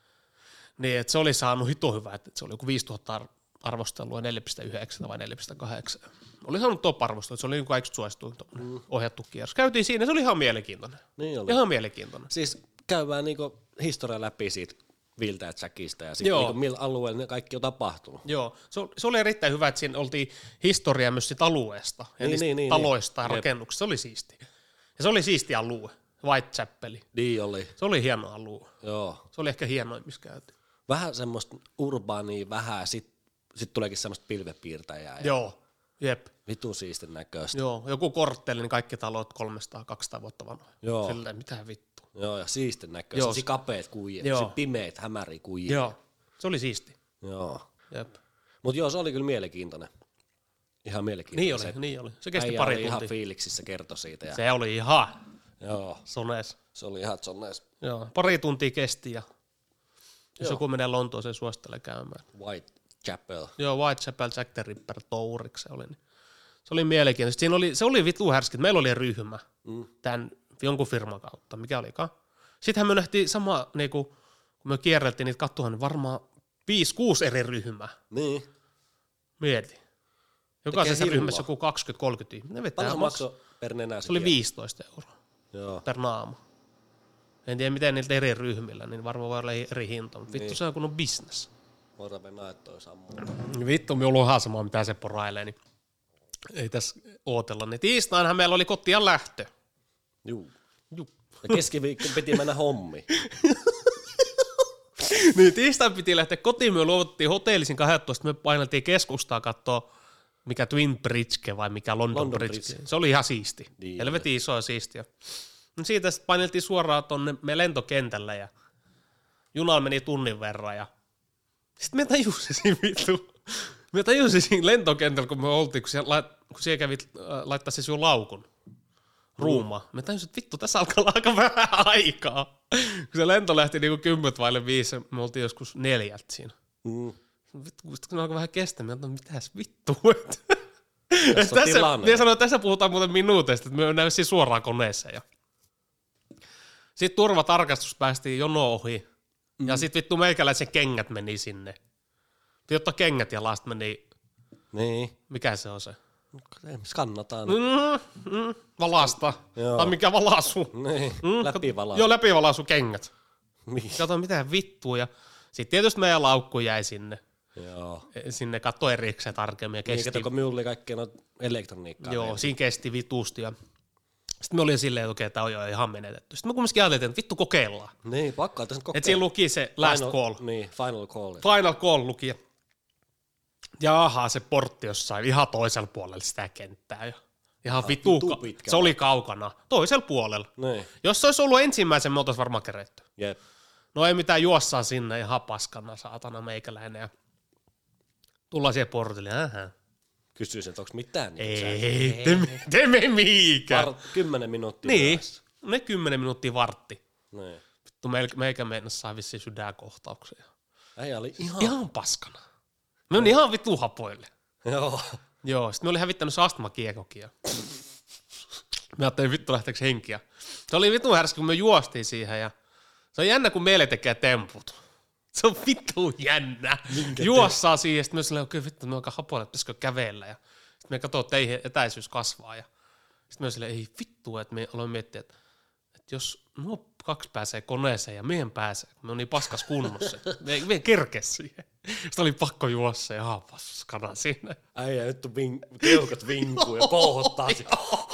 Speaker 1: niin että se oli saanut hito hyvä, että se oli joku viisituhatta arvostelua, neljä pilkku yhdeksän vai neljä pilkku kahdeksan. Oli saanut top-arvostelua, se oli niin kaikista suosituin mm. ohjattu kierros. Käytiin siinä, se oli ihan mielenkiintoinen.
Speaker 2: Niin oli.
Speaker 1: Ihan mielenkiintoinen.
Speaker 2: Siis käydään niinku historia läpi siitä Viiltä ja Jackista ja sitten niinku millä alueella ne kaikki on tapahtunut.
Speaker 1: Joo, se, se oli erittäin hyvä, että siinä oltiin historiaa myös siitä alueesta ja niin, niin, niin, taloista niin. ja rakennuksista. Se oli siisti. Ja se oli siisti alue, Whitechapel.
Speaker 2: Niin oli.
Speaker 1: Se oli hieno alue.
Speaker 2: Joo.
Speaker 1: Se oli ehkä hienoin, missä käytiin.
Speaker 2: Vähän semmoista urbaania, vähän, sit, sit tuleekin semmoista pilvepiirtäjää.
Speaker 1: Joo, jep.
Speaker 2: Vitu siistin näköistä.
Speaker 1: Joo, joku kortteli, niin kaikki talot kolmesataa kaksisataa vuotta vanhoja.
Speaker 2: Joo.
Speaker 1: Silleen, mitä vittu.
Speaker 2: Joo, ja siistin näköistä. Joo. Kapeat kuijat, pimeät, hämäriä kuijat.
Speaker 1: Joo, se oli siisti.
Speaker 2: Joo.
Speaker 1: Jep.
Speaker 2: Mut joo, se oli kyllä mielenkiintoinen. Ihan mielenkiintoinen.
Speaker 1: Niin oli,
Speaker 2: se,
Speaker 1: niin oli. Se kesti
Speaker 2: äijä
Speaker 1: pari
Speaker 2: oli
Speaker 1: tuntia.
Speaker 2: ihan fiiliksissä kertoi siitä. Ja...
Speaker 1: Se oli ihan
Speaker 2: joo.
Speaker 1: sones.
Speaker 2: Se oli ihan sones.
Speaker 1: Joo, pari tuntia kesti ja jos joku menee Lontooseen, suosittelee käymään.
Speaker 2: Whitechapel.
Speaker 1: Joo, Whitechapel, Jack the Ripper, Touriksi se oli. Niin. Se oli mielenkiintoista. Siinä oli, se oli vittu härski. Meillä oli ryhmä mm. tämän jonkun firman kautta, mikä olikaan. Sittenhän me nähtiin sama, niin kun, kun me kierreltiin niitä katsomaan, niin varmaan viisi, kuusi eri ryhmää.
Speaker 2: Niin.
Speaker 1: Mieti. Jokaisessa ryhmässä joku kaksikymmentä kolmekymmentä ihmisiä.
Speaker 2: Paljon se maksoi per nenä?
Speaker 1: Se oli viisitoista euroa
Speaker 2: Joo.
Speaker 1: per naama. En tiedä miten niiltä eri ryhmillä, niin varmaan voi olla eri hinta, mutta vittu niin. Se on kun on business.
Speaker 2: Voidaan mennä, että toi sammuu.
Speaker 1: Vittu, me on ihan sama, mitä se porailee, niin ei tässä ootella. Niin tiistainahan meillä oli kotiin lähtö.
Speaker 2: Juu.
Speaker 1: Juu.
Speaker 2: Ja keskiviikko piti mennä hommiin.
Speaker 1: Niin tiistain piti lähteä kotiin, me luovuttiin hotellisin kaksitoista, me paineltiin keskustaa katsoa, mikä Twin Bridge vai mikä London, London Bridge. Bridge. Se oli ihan siisti. Niin, helvetin iso ja siistiä. No siitä sitten paineltiin suoraan tuonne me lentokentällä ja junalla meni tunnin verran ja sitten me tajusin vittu. Me tajusin siinä lentokentällä, kun me oltiin, kun siellä, kun siellä kävi äh, laittaa se sinun laukun ruumaan. Me tajusin, että vittu, tässä alkaa olla aika vähän aikaa. Kun se lento lähti niinku kymmentä vaille viisi, me oltiin joskus neljältä siinä. Mm. Vittu, kun se alkoi vähän kestämään, että mitäs vittu. Tässä, tässä, ne sanoo, että tässä puhutaan muuten minuuteista, että me mennään siis suoraan koneessa. Ja. Sitten turvatarkastus päästiin jono ohi. Mm. Ja sitten vittu meikäläisen kengät meni sinne. Jotta kengät ja last meni.
Speaker 2: Niin.
Speaker 1: Mikä se on se?
Speaker 2: Skannataan.
Speaker 1: Mm, mm, valasta. Joo. Tai mikä valaasu.
Speaker 2: Niin. Mm, läpivalaasu.
Speaker 1: Joo, läpivalaasu kengät.
Speaker 2: Niin.
Speaker 1: Kato, mitä vittua. Ja sitten tietysti meidän laukku jäi sinne.
Speaker 2: Joo.
Speaker 1: Sinne katso erikseen tarkemmin. Ja kesti.
Speaker 2: Niin, kato, kun minulla oli kaikkea noita elektroniikkaa.
Speaker 1: Joo,
Speaker 2: meillä.
Speaker 1: Siinä kesti vitusti. Ja Sitten me olin silleen, että okei, tää on jo ihan menetetty. Sitten me kumminkin ajattelin, että vittu kokeillaan.
Speaker 2: Niin, pakkaa tässä nyt kokeilla.
Speaker 1: Että siinä luki se last
Speaker 2: final,
Speaker 1: call.
Speaker 2: Niin, final call.
Speaker 1: Final call luki. Jaha, se portti jossain ihan toisella puolella sitä kenttää jo. Ihan
Speaker 2: Ah,
Speaker 1: vitu,
Speaker 2: vitu
Speaker 1: ka-
Speaker 2: pitkä.
Speaker 1: se oli kaukana. Toisella puolella.
Speaker 2: Niin,
Speaker 1: Jos se olisi ollut ensimmäisen, me oltaisiin varmaan keretty.
Speaker 2: jep.
Speaker 1: No ei mitään, juossaa sinne ihan paskana, saatana meikäläinen. Ja tullaan siihen portille, ähä.
Speaker 2: Kysyisin, että onko mitään. Niin
Speaker 1: Ei, te, me- te me mihinkään.
Speaker 2: Var, kymmenen minuuttia.
Speaker 1: Niin,
Speaker 2: myöhässä.
Speaker 1: ne kymmenen minuuttia vartti.
Speaker 2: Niin.
Speaker 1: Vittu, meikä, meikä mennessä saa vissiin sydänkohtauksia.
Speaker 2: Äijä oli ihan...
Speaker 1: Ihan paskana. Me on ihan vittu hapoille.
Speaker 2: Joo.
Speaker 1: Joo, sitten me oli hävittänyt se astmakiekokin. ja Me ajattelin vittu lähteekö henkiä. Se oli vittu härski, kun me juostiin siihen ja se on jännä, kun meille tekee temput. Se on vittu jännä.
Speaker 2: Minkä
Speaker 1: Juossaa siihen, sitten me silleen, okei vittu, me on aika hapoille, pitäisikö kävellä. Ja sitten me katsoo, että ei etäisyys kasvaa. Ja sitten me silleen, ei vittu, että me aloin miettiä, että, että jos nuo kaksi pääsee koneeseen ja meidän pääsee, me on niin paskas kunnossa, että me ei, me ei kerkeä siihen. Sitten oli pakko juossa ja ihan paskana siinä.
Speaker 2: Äijä nyt vin- keuhkot vinkuu ja kouhottaa sit.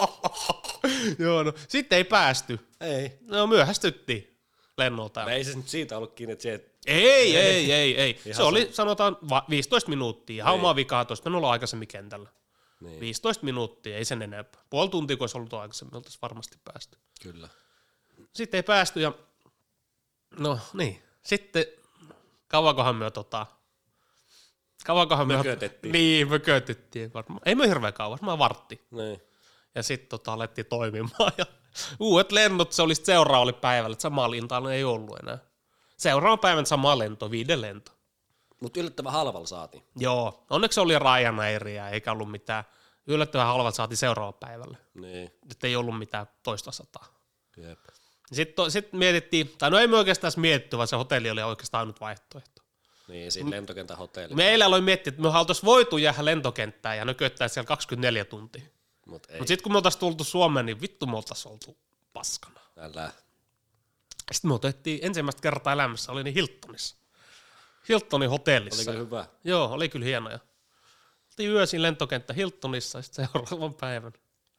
Speaker 1: Joo, no sitten ei päästy.
Speaker 2: Ei.
Speaker 1: No myöhästyttiin lennolta.
Speaker 2: Me ei se nyt siitä ollut kiinni, että se, että
Speaker 1: Ei, ei, ei, ei.
Speaker 2: Ihan
Speaker 1: Se oli
Speaker 2: sama.
Speaker 1: sanotaan va- viisitoista minuuttia. Ihan
Speaker 2: Niin.
Speaker 1: omaa vikaa tuosta. Me ollaan aikaisemmin kentällä.
Speaker 2: niin,
Speaker 1: viisitoista minuuttia, ei sen enempää. Puoli tuntia, kun olisi ollut aikaisemmin, oltaisiin varmasti päästy.
Speaker 2: kyllä.
Speaker 1: Sitten ei päästy ja no niin. Sitten kauankohan me tota... Kauankohan me...
Speaker 2: Mökötettiin.
Speaker 1: Niin, mökötettiin. Varmaan. Ei me hirveän kauan, varmaan vartti.
Speaker 2: Niin.
Speaker 1: Ja sitten tota, alettiin toimimaan ja uudet lennot, se oli sit seuraavalle päivälle, että samaa lintaa ei ollut enää. Seuraavan päivän sama lento, viiden lento.
Speaker 2: Mutta yllättävän halvalla saatiin.
Speaker 1: Joo, onneksi oli Ryanairia eikä ollut mitään, yllättävän halvalla saatiin seuraavalle päivälle,
Speaker 2: Niin.
Speaker 1: että ei ollut mitään toista sataa.
Speaker 2: Jep.
Speaker 1: Sitten sit mietittiin, tai no ei me oikeastaan mietitty, vaan se hotelli oli oikeastaan ainut vaihtoehto.
Speaker 2: Niin, siinä lentokentän hotelli.
Speaker 1: Me eilen aloin miettiä, että me oltaisiin voitu jäädä lentokenttään ja nököttää siellä kaksikymmentäneljä tuntia.
Speaker 2: Mut ei.
Speaker 1: Mutta sitten kun me oltaisiin tultu Suomeen, niin vittu me oltaisiin oltu paskana.
Speaker 2: Älä.
Speaker 1: Sitten me otettiin ensimmäistä kertaa elämässä, oli niin Hiltonissa. Hiltonin hotellissa.
Speaker 2: Oliko hyvä?
Speaker 1: Joo, oli kyllä hienoja. Oltiin yösin lentokenttä Hiltonissa ja sitten seuraavan päivän.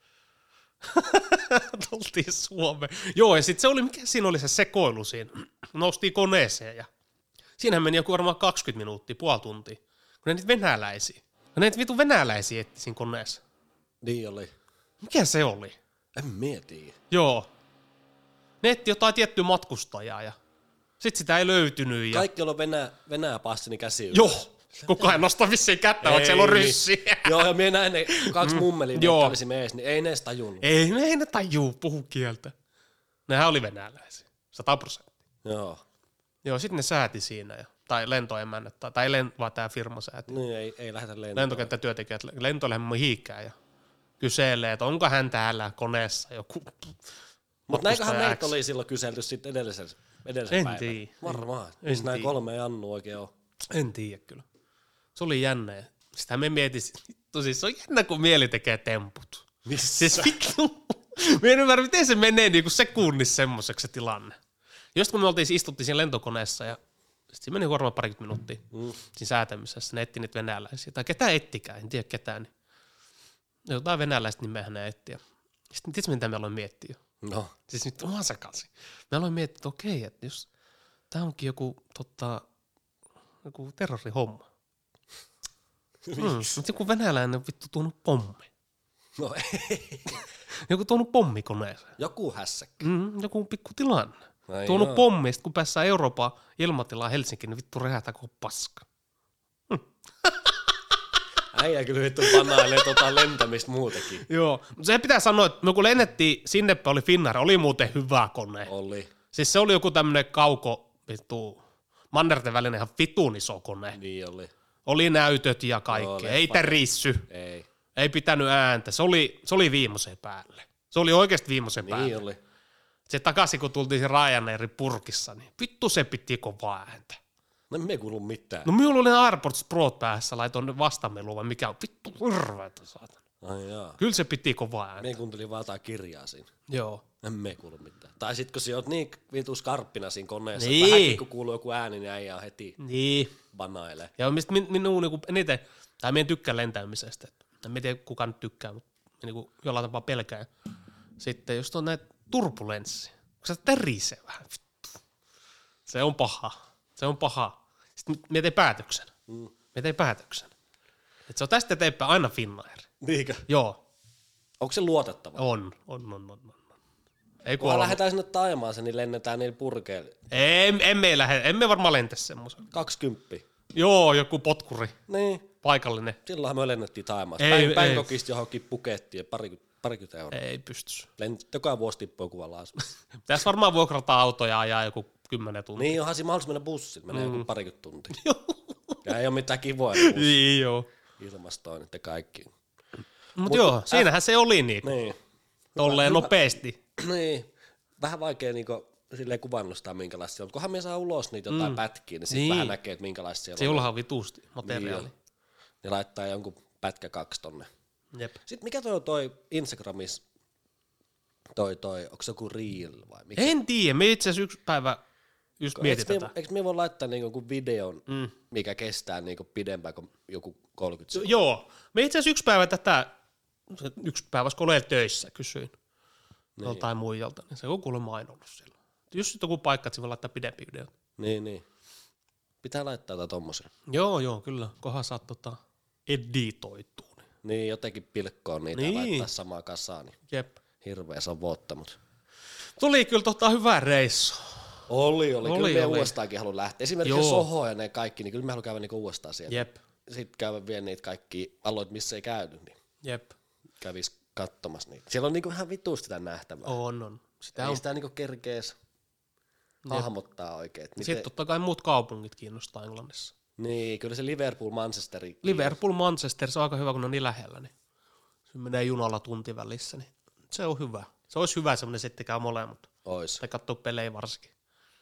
Speaker 1: Tultiin Suomeen. Joo, ja sitten se oli, mikä siinä oli se sekoilu siinä. Noustiin koneeseen ja siinähän meni joku varmaan kaksikymmentä minuuttia, puoli tuntia. Kun ne niitä venäläisiä. Ja ne vitu venäläisiä etti siinä koneessa.
Speaker 2: Niin oli.
Speaker 1: Mikä se oli?
Speaker 2: En mieti.
Speaker 1: Joo. Ne etti jotain tiettyä matkustajaa ja sit sitä ei löytynyt. Ja...
Speaker 2: Kaikki on Venäjä, Venäjä passini käsi ylös.
Speaker 1: Joo. Kukaan ei nosta vissiin kättä, vaikka siellä on ryssi.
Speaker 2: Joo, ja minä näin ne kaksi mummeliä,
Speaker 1: Joo.
Speaker 2: jotka olisi mees, niin ei ne edes tajunnut.
Speaker 1: Ei, ne ei ne tajuu puhu kieltä. Nehän oli venäläisiä. Sata prosenttia.
Speaker 2: Joo.
Speaker 1: Joo, sitten ne sääti siinä. Ja, tai lentoemännät, tai, tai lent, vaan tämä firma sääti.
Speaker 2: Niin, ei, ei lähdetä lentoon.
Speaker 1: Lentokenttätyöntekijät lentoille hiikkää ja kyselee, että onko hän täällä koneessa joku.
Speaker 2: Mutta näinköhän
Speaker 1: matkustaja
Speaker 2: meitä
Speaker 1: X.
Speaker 2: oli silloin kyselty sitten edellisen, edellisen
Speaker 1: En
Speaker 2: päivän.
Speaker 1: tiedä.
Speaker 2: Varmaan.
Speaker 1: En
Speaker 2: Missä nämä
Speaker 1: tiedä.
Speaker 2: kolme Jannu oikein on.
Speaker 1: En tiedä kyllä. Se oli jännä. Sitä me mietin, tosi se on jännä, kun mieli tekee temput.
Speaker 2: Missä?
Speaker 1: Siis vittu. Mä en ymmärrä, miten se menee niin kuin sekunnissa semmoiseksi se tilanne. Just kun me oltiin, istuttiin siinä lentokoneessa ja sitten siinä meni varmaan parikymmentä minuuttia
Speaker 2: Mm.
Speaker 1: siinä säätämisessä. Ne etti niitä venäläisiä. Tai ketään ettikään, en tiedä ketään. Niin. Jotain venäläistä nimeähän ne etti. Sitten tiedätkö, mitä me aloin miettiä?
Speaker 2: No.
Speaker 1: Siis nyt oman sekaisin. Me aloin miettiä, että okei, että jos tämä onkin joku, tota, joku terrorihomma. Mm, mutta joku venäläinen on vittu tuonut pommi.
Speaker 2: No ei.
Speaker 1: Joku tuonut pommi koneeseen.
Speaker 2: Joku hässäkkä.
Speaker 1: Mm, joku pikku tilanne.
Speaker 2: Ai
Speaker 1: Tuonut
Speaker 2: joo.
Speaker 1: pommi, sit kun päässään Euroopan ilmatilaan Helsinkiin, niin vittu räjähtää koko paska.
Speaker 2: Äijä kyllä vittu panailee tota lentämistä muutenkin.
Speaker 1: Joo, mutta se pitää sanoa, että me kun lennettiin sinne, oli Finnair, oli muuten hyvä kone.
Speaker 2: Oli.
Speaker 1: Siis se oli joku tämmönen kauko, vittu, mannerten välinen ihan vitun iso kone.
Speaker 2: Niin oli.
Speaker 1: Oli näytöt ja kaikkea,
Speaker 2: Joo,
Speaker 1: ei
Speaker 2: leppa.
Speaker 1: tärissy,
Speaker 2: Ei.
Speaker 1: ei pitänyt ääntä, se oli, se oli viimeisen päälle. Se oli oikeasti viimeisen
Speaker 2: Niin
Speaker 1: päälle.
Speaker 2: oli.
Speaker 1: Se takaisin, kun tultiin se Ryanairin purkissa, niin vittu se piti kovaa ääntä.
Speaker 2: No me ei kuulu mitään.
Speaker 1: No minulla oli ne AirPods Prot päässä, laitoin ne vastameluun, vai mikä on vittu hirveetä saatana.
Speaker 2: Ai jaa.
Speaker 1: Kyllä se piti kovaa ääntä.
Speaker 2: Me kuuntelin vaan jotain kirjaa siinä.
Speaker 1: Joo.
Speaker 2: En me kuulu mitään. Tai sit kun sä oot niin vitu skarppina siinä koneessa,
Speaker 1: Niin.
Speaker 2: niin. vähänkin kun kuuluu joku ääni, niin äijä on heti
Speaker 1: Niin.
Speaker 2: banailee.
Speaker 1: Ja mistä min, minun niinku eniten, tai minä en tykkää lentämisestä. En tiedä kuka nyt tykkää, mutta minä niinku jollain tapaa pelkään. sitten just on näitä turbulenssia, kun se tärisee vähän, vittu. Se on paha, se on paha. Sitten me tein päätöksen, mm. me tein päätöksen. Että se on tästä eteenpäin aina Finnair.
Speaker 2: Niinkö?
Speaker 1: Joo.
Speaker 2: Onko se luotettava?
Speaker 1: On, on, on, on. on. Ei
Speaker 2: kun lähdetään sinne Taimaaseen, niin lennetään niillä purkeilla.
Speaker 1: Ei, emme lähde, emme varmaan lentä semmoisen.
Speaker 2: Kaksikymppiä.
Speaker 1: Joo, joku potkuri.
Speaker 2: Niin.
Speaker 1: Paikallinen.
Speaker 2: Silloinhan me lennettiin Taimaaseen. Bangkokista johonkin Pukettiin parikymmentä parikymmentä euroa.
Speaker 1: Ei pystys.
Speaker 2: Lent, joka vuosi tippuu kuvan laasu.
Speaker 1: Tässä varmaan vuokrata autoja ajaa joku kymmenen tuntia.
Speaker 2: Niin, onhan siinä mahdollista mennä bussilla, menee mm. joku parikymmentä tuntia. ja ei ole mitään kivoa.
Speaker 1: Niin joo.
Speaker 2: Ilmastoinnit ja kaikki.
Speaker 1: Mut, Mut joo, äh, siinähän se oli niinku.
Speaker 2: Niin.
Speaker 1: Tolleen hyvä, nopeasti.
Speaker 2: Niin. Vähän vaikea niinku silleen kuvannustaa minkälaista se on. Kunhan me saa ulos niitä jotain mm. pätkiä, niin sitten niin. vähän näkee, että minkälaista siellä
Speaker 1: se
Speaker 2: on.
Speaker 1: Se on vitusti materiaali. Niin
Speaker 2: ne laittaa jonkun pätkä kaksi tonne.
Speaker 1: Jep.
Speaker 2: Sitten mikä toi on toi Instagramissa, toi toi, onko se joku reel vai mikä?
Speaker 1: En tiedä, me itse asiassa yksi päivä just mietin tätä.
Speaker 2: Me, eikö me voi laittaa niinku joku videon, mm. mikä kestää niinku pidempään kuin joku kolmekymmentä sekuntia?
Speaker 1: Joo, me itse asiassa yksi päivä tätä, yksi päivä kun olen töissä, kysyin niin. joltain muijalta, niin se on kuulemma mainonnut silloin. Just joku paikka, että se voi laittaa pidempi video.
Speaker 2: Niin, niin. Pitää laittaa jotain tommosia.
Speaker 1: Joo, joo, kyllä. Kohan saat tota editoitua.
Speaker 2: Niin, jotenkin pilkkoa niitä niin. ja laittaa samaa kasaan. Niin
Speaker 1: jep.
Speaker 2: Hirveä savotta, mut.
Speaker 1: Tuli kyllä tota hyvä reissu.
Speaker 2: Oli, oli. oli kyllä me uudestaankin haluan lähteä. Esimerkiksi Soho ja ne kaikki, niin kyllä me haluan käydä niinku uudestaan siellä.
Speaker 1: Jep.
Speaker 2: Sitten käydä vielä niitä kaikki aloit, missä ei käynyt. Niin
Speaker 1: jep.
Speaker 2: Kävis katsomassa niitä. Siellä on niinku vähän vitusti sitä nähtävää.
Speaker 1: On, on.
Speaker 2: Sitä ei on. Sitä niinku kerkees hahmottaa oikein.
Speaker 1: Miten... Sitten totta kai muut kaupungit kiinnostaa Englannissa.
Speaker 2: Niin, kyllä se Liverpool, Manchester.
Speaker 1: Liverpool, Manchester, se on aika hyvä, kun ne on niin lähellä. Niin se menee junalla tunti välissä, niin se on hyvä. Se olisi hyvä semmoinen, että sitten käy molemmat.
Speaker 2: Ois.
Speaker 1: Tai katsoo pelejä varsinkin.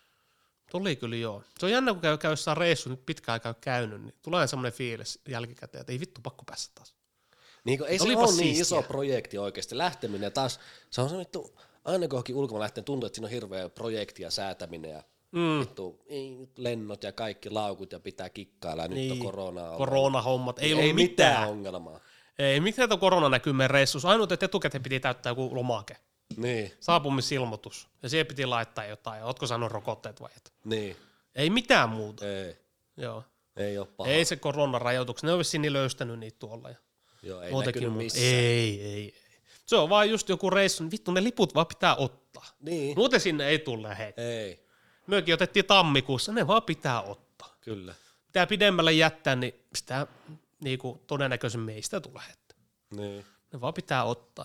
Speaker 1: Tuli kyllä joo. Se on jännä, kun käy, käy jossain reissu, nyt pitkään aikaa käynyt, niin tulee semmoinen fiilis jälkikäteen, että ei vittu, pakko päästä taas.
Speaker 2: Niin, ei se ole niin siistiä. Iso projekti oikeasti. Lähteminen taas, se on se vittu, aina kun johonkin ulkomaan lähtee, tuntuu, että siinä on hirveä projekti ja säätäminen ja mm. vittu, lennot ja kaikki laukut ja pitää kikkailla ja niin, nyt on koronaa.
Speaker 1: Koronahommat, ei, ei ollut
Speaker 2: mitään.
Speaker 1: mitään
Speaker 2: ongelmaa.
Speaker 1: Ei, mitään tuo korona näkyy meidän reissussa. Ainut, että etukäteen piti täyttää joku lomake.
Speaker 2: Niin.
Speaker 1: Saapumisilmoitus. Ja siihen piti laittaa jotain. Ootko saanut rokotteet vai et?
Speaker 2: Niin.
Speaker 1: Ei mitään muuta.
Speaker 2: Ei.
Speaker 1: Joo.
Speaker 2: Ei ole paha.
Speaker 1: Ei se koronarajoituksia. Ne on vissiin niin löystänyt niitä tuolla. Ja
Speaker 2: joo, ei näkynyt missään.
Speaker 1: Ei, ei, ei. Se on vaan just joku reissu. Vittu, ne liput vaan pitää ottaa.
Speaker 2: Niin.
Speaker 1: Muuten sinne ei tule heti.
Speaker 2: Ei.
Speaker 1: Myökin otettiin tammikuussa. Ne vaan pitää ottaa.
Speaker 2: Kyllä.
Speaker 1: Pitää pidemmälle jättää, niin sitä niinku, todennäköisemmin ei sitä tule heti.
Speaker 2: Niin.
Speaker 1: Ne vaan pitää ottaa.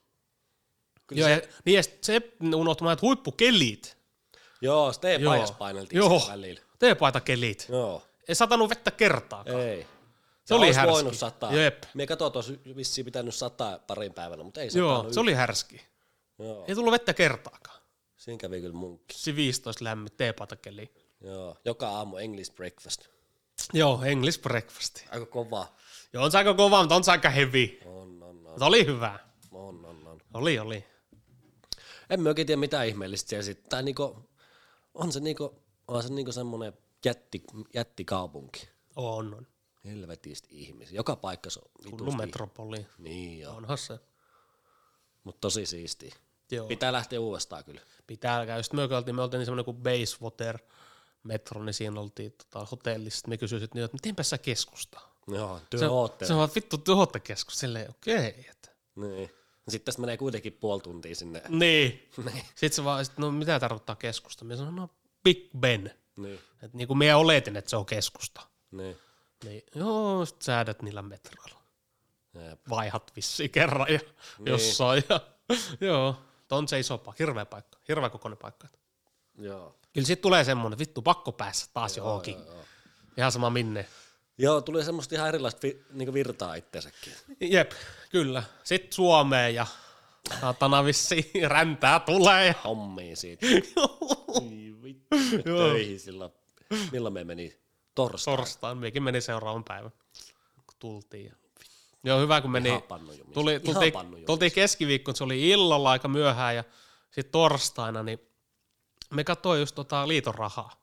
Speaker 2: Joo,
Speaker 1: se... ja, niin ja se unohtumaan, että huippukelit.
Speaker 2: Joo, teepaidas paineltiin sen välillä.
Speaker 1: Teepaitakelit.
Speaker 2: Joo.
Speaker 1: Ei satanut vettä kertaakaan.
Speaker 2: Ei.
Speaker 1: Se, se oli härski.
Speaker 2: voinut sataa.
Speaker 1: Jep.
Speaker 2: Me katsoin tuossa vissiin pitänyt sataa parin päivänä, mutta ei
Speaker 1: Joo,
Speaker 2: satanut.
Speaker 1: se oli härski.
Speaker 2: Joo.
Speaker 1: Ei tullut vettä kertaakaan.
Speaker 2: Siinä kävi kyllä munkki.
Speaker 1: Se viisitoista lämmit teepaitakeli.
Speaker 2: Joo, joka aamu English breakfast.
Speaker 1: Joo, English breakfast.
Speaker 2: Aika kova.
Speaker 1: Joo, on se aika kova, mutta on se aika heavy.
Speaker 2: On, on, on.
Speaker 1: Se oli hyvä.
Speaker 2: On, on, on.
Speaker 1: Oli, oli.
Speaker 2: En mä oikein tiedä mitään ihmeellistä siellä sitten. Tai niinku, on se niinku, on se niinku semmonen jätti, jättikaupunki.
Speaker 1: On, on.
Speaker 2: Helvetisti ihmisiä. Joka paikassa on vitusti.
Speaker 1: Hullu metropoli.
Speaker 2: Niin joo.
Speaker 1: Onhan se.
Speaker 2: Mut tosi siistiä.
Speaker 1: Joo.
Speaker 2: Pitää lähteä uudestaan kyllä.
Speaker 1: Pitää käydä. Sitten me oltiin, me oltiin niin semmoinen kuin Basewater metro, niin siinä oltiin tota, hotellissa. Sitten me kysyisin, että mitenpä sä keskustaa?
Speaker 2: Joo, työhootte.
Speaker 1: Se, se on vittu työhootte keskus. Silleen okei. Okay,
Speaker 2: niin. Sitten tästä menee kuitenkin puoli tuntia sinne.
Speaker 1: Niin. Sitten se vaan, sit, no mitä tarkoittaa keskusta? Minä sanoin, no Big Ben.
Speaker 2: Niin.
Speaker 1: Että niin kuin minä oletin, että se on keskusta.
Speaker 2: Niin.
Speaker 1: Niin, joo, sit säädät niillä metroilla.
Speaker 2: Jep.
Speaker 1: Vaihat vissiin kerran ja
Speaker 2: niin.
Speaker 1: jossain. Ja, joo, on se iso paikka, hirveä paikka, hirveä kokoinen paikka.
Speaker 2: Joo.
Speaker 1: Kyllä sit tulee semmonen, vittu pakko päässä taas
Speaker 2: joo,
Speaker 1: johonkin.
Speaker 2: Joo, joo.
Speaker 1: Ihan sama minne.
Speaker 2: Joo, tuli semmoista ihan erilaista vi, niinku virtaa itsensäkin.
Speaker 1: Jep, kyllä. Sitten Suomeen ja saatana vissiin räntää tulee.
Speaker 2: Hommia siitä. Niin vittu. Töihin silloin. Milloin me meni? Torstain.
Speaker 1: Torstain. Mekin meni seuraavan päivän, kun tultiin. Joo, hyvä kun meni. Tuli, tultiin, tultiin keskiviikkoon, se oli illalla aika myöhään ja sitten torstaina, niin me katsoin just tota liiton rahaa.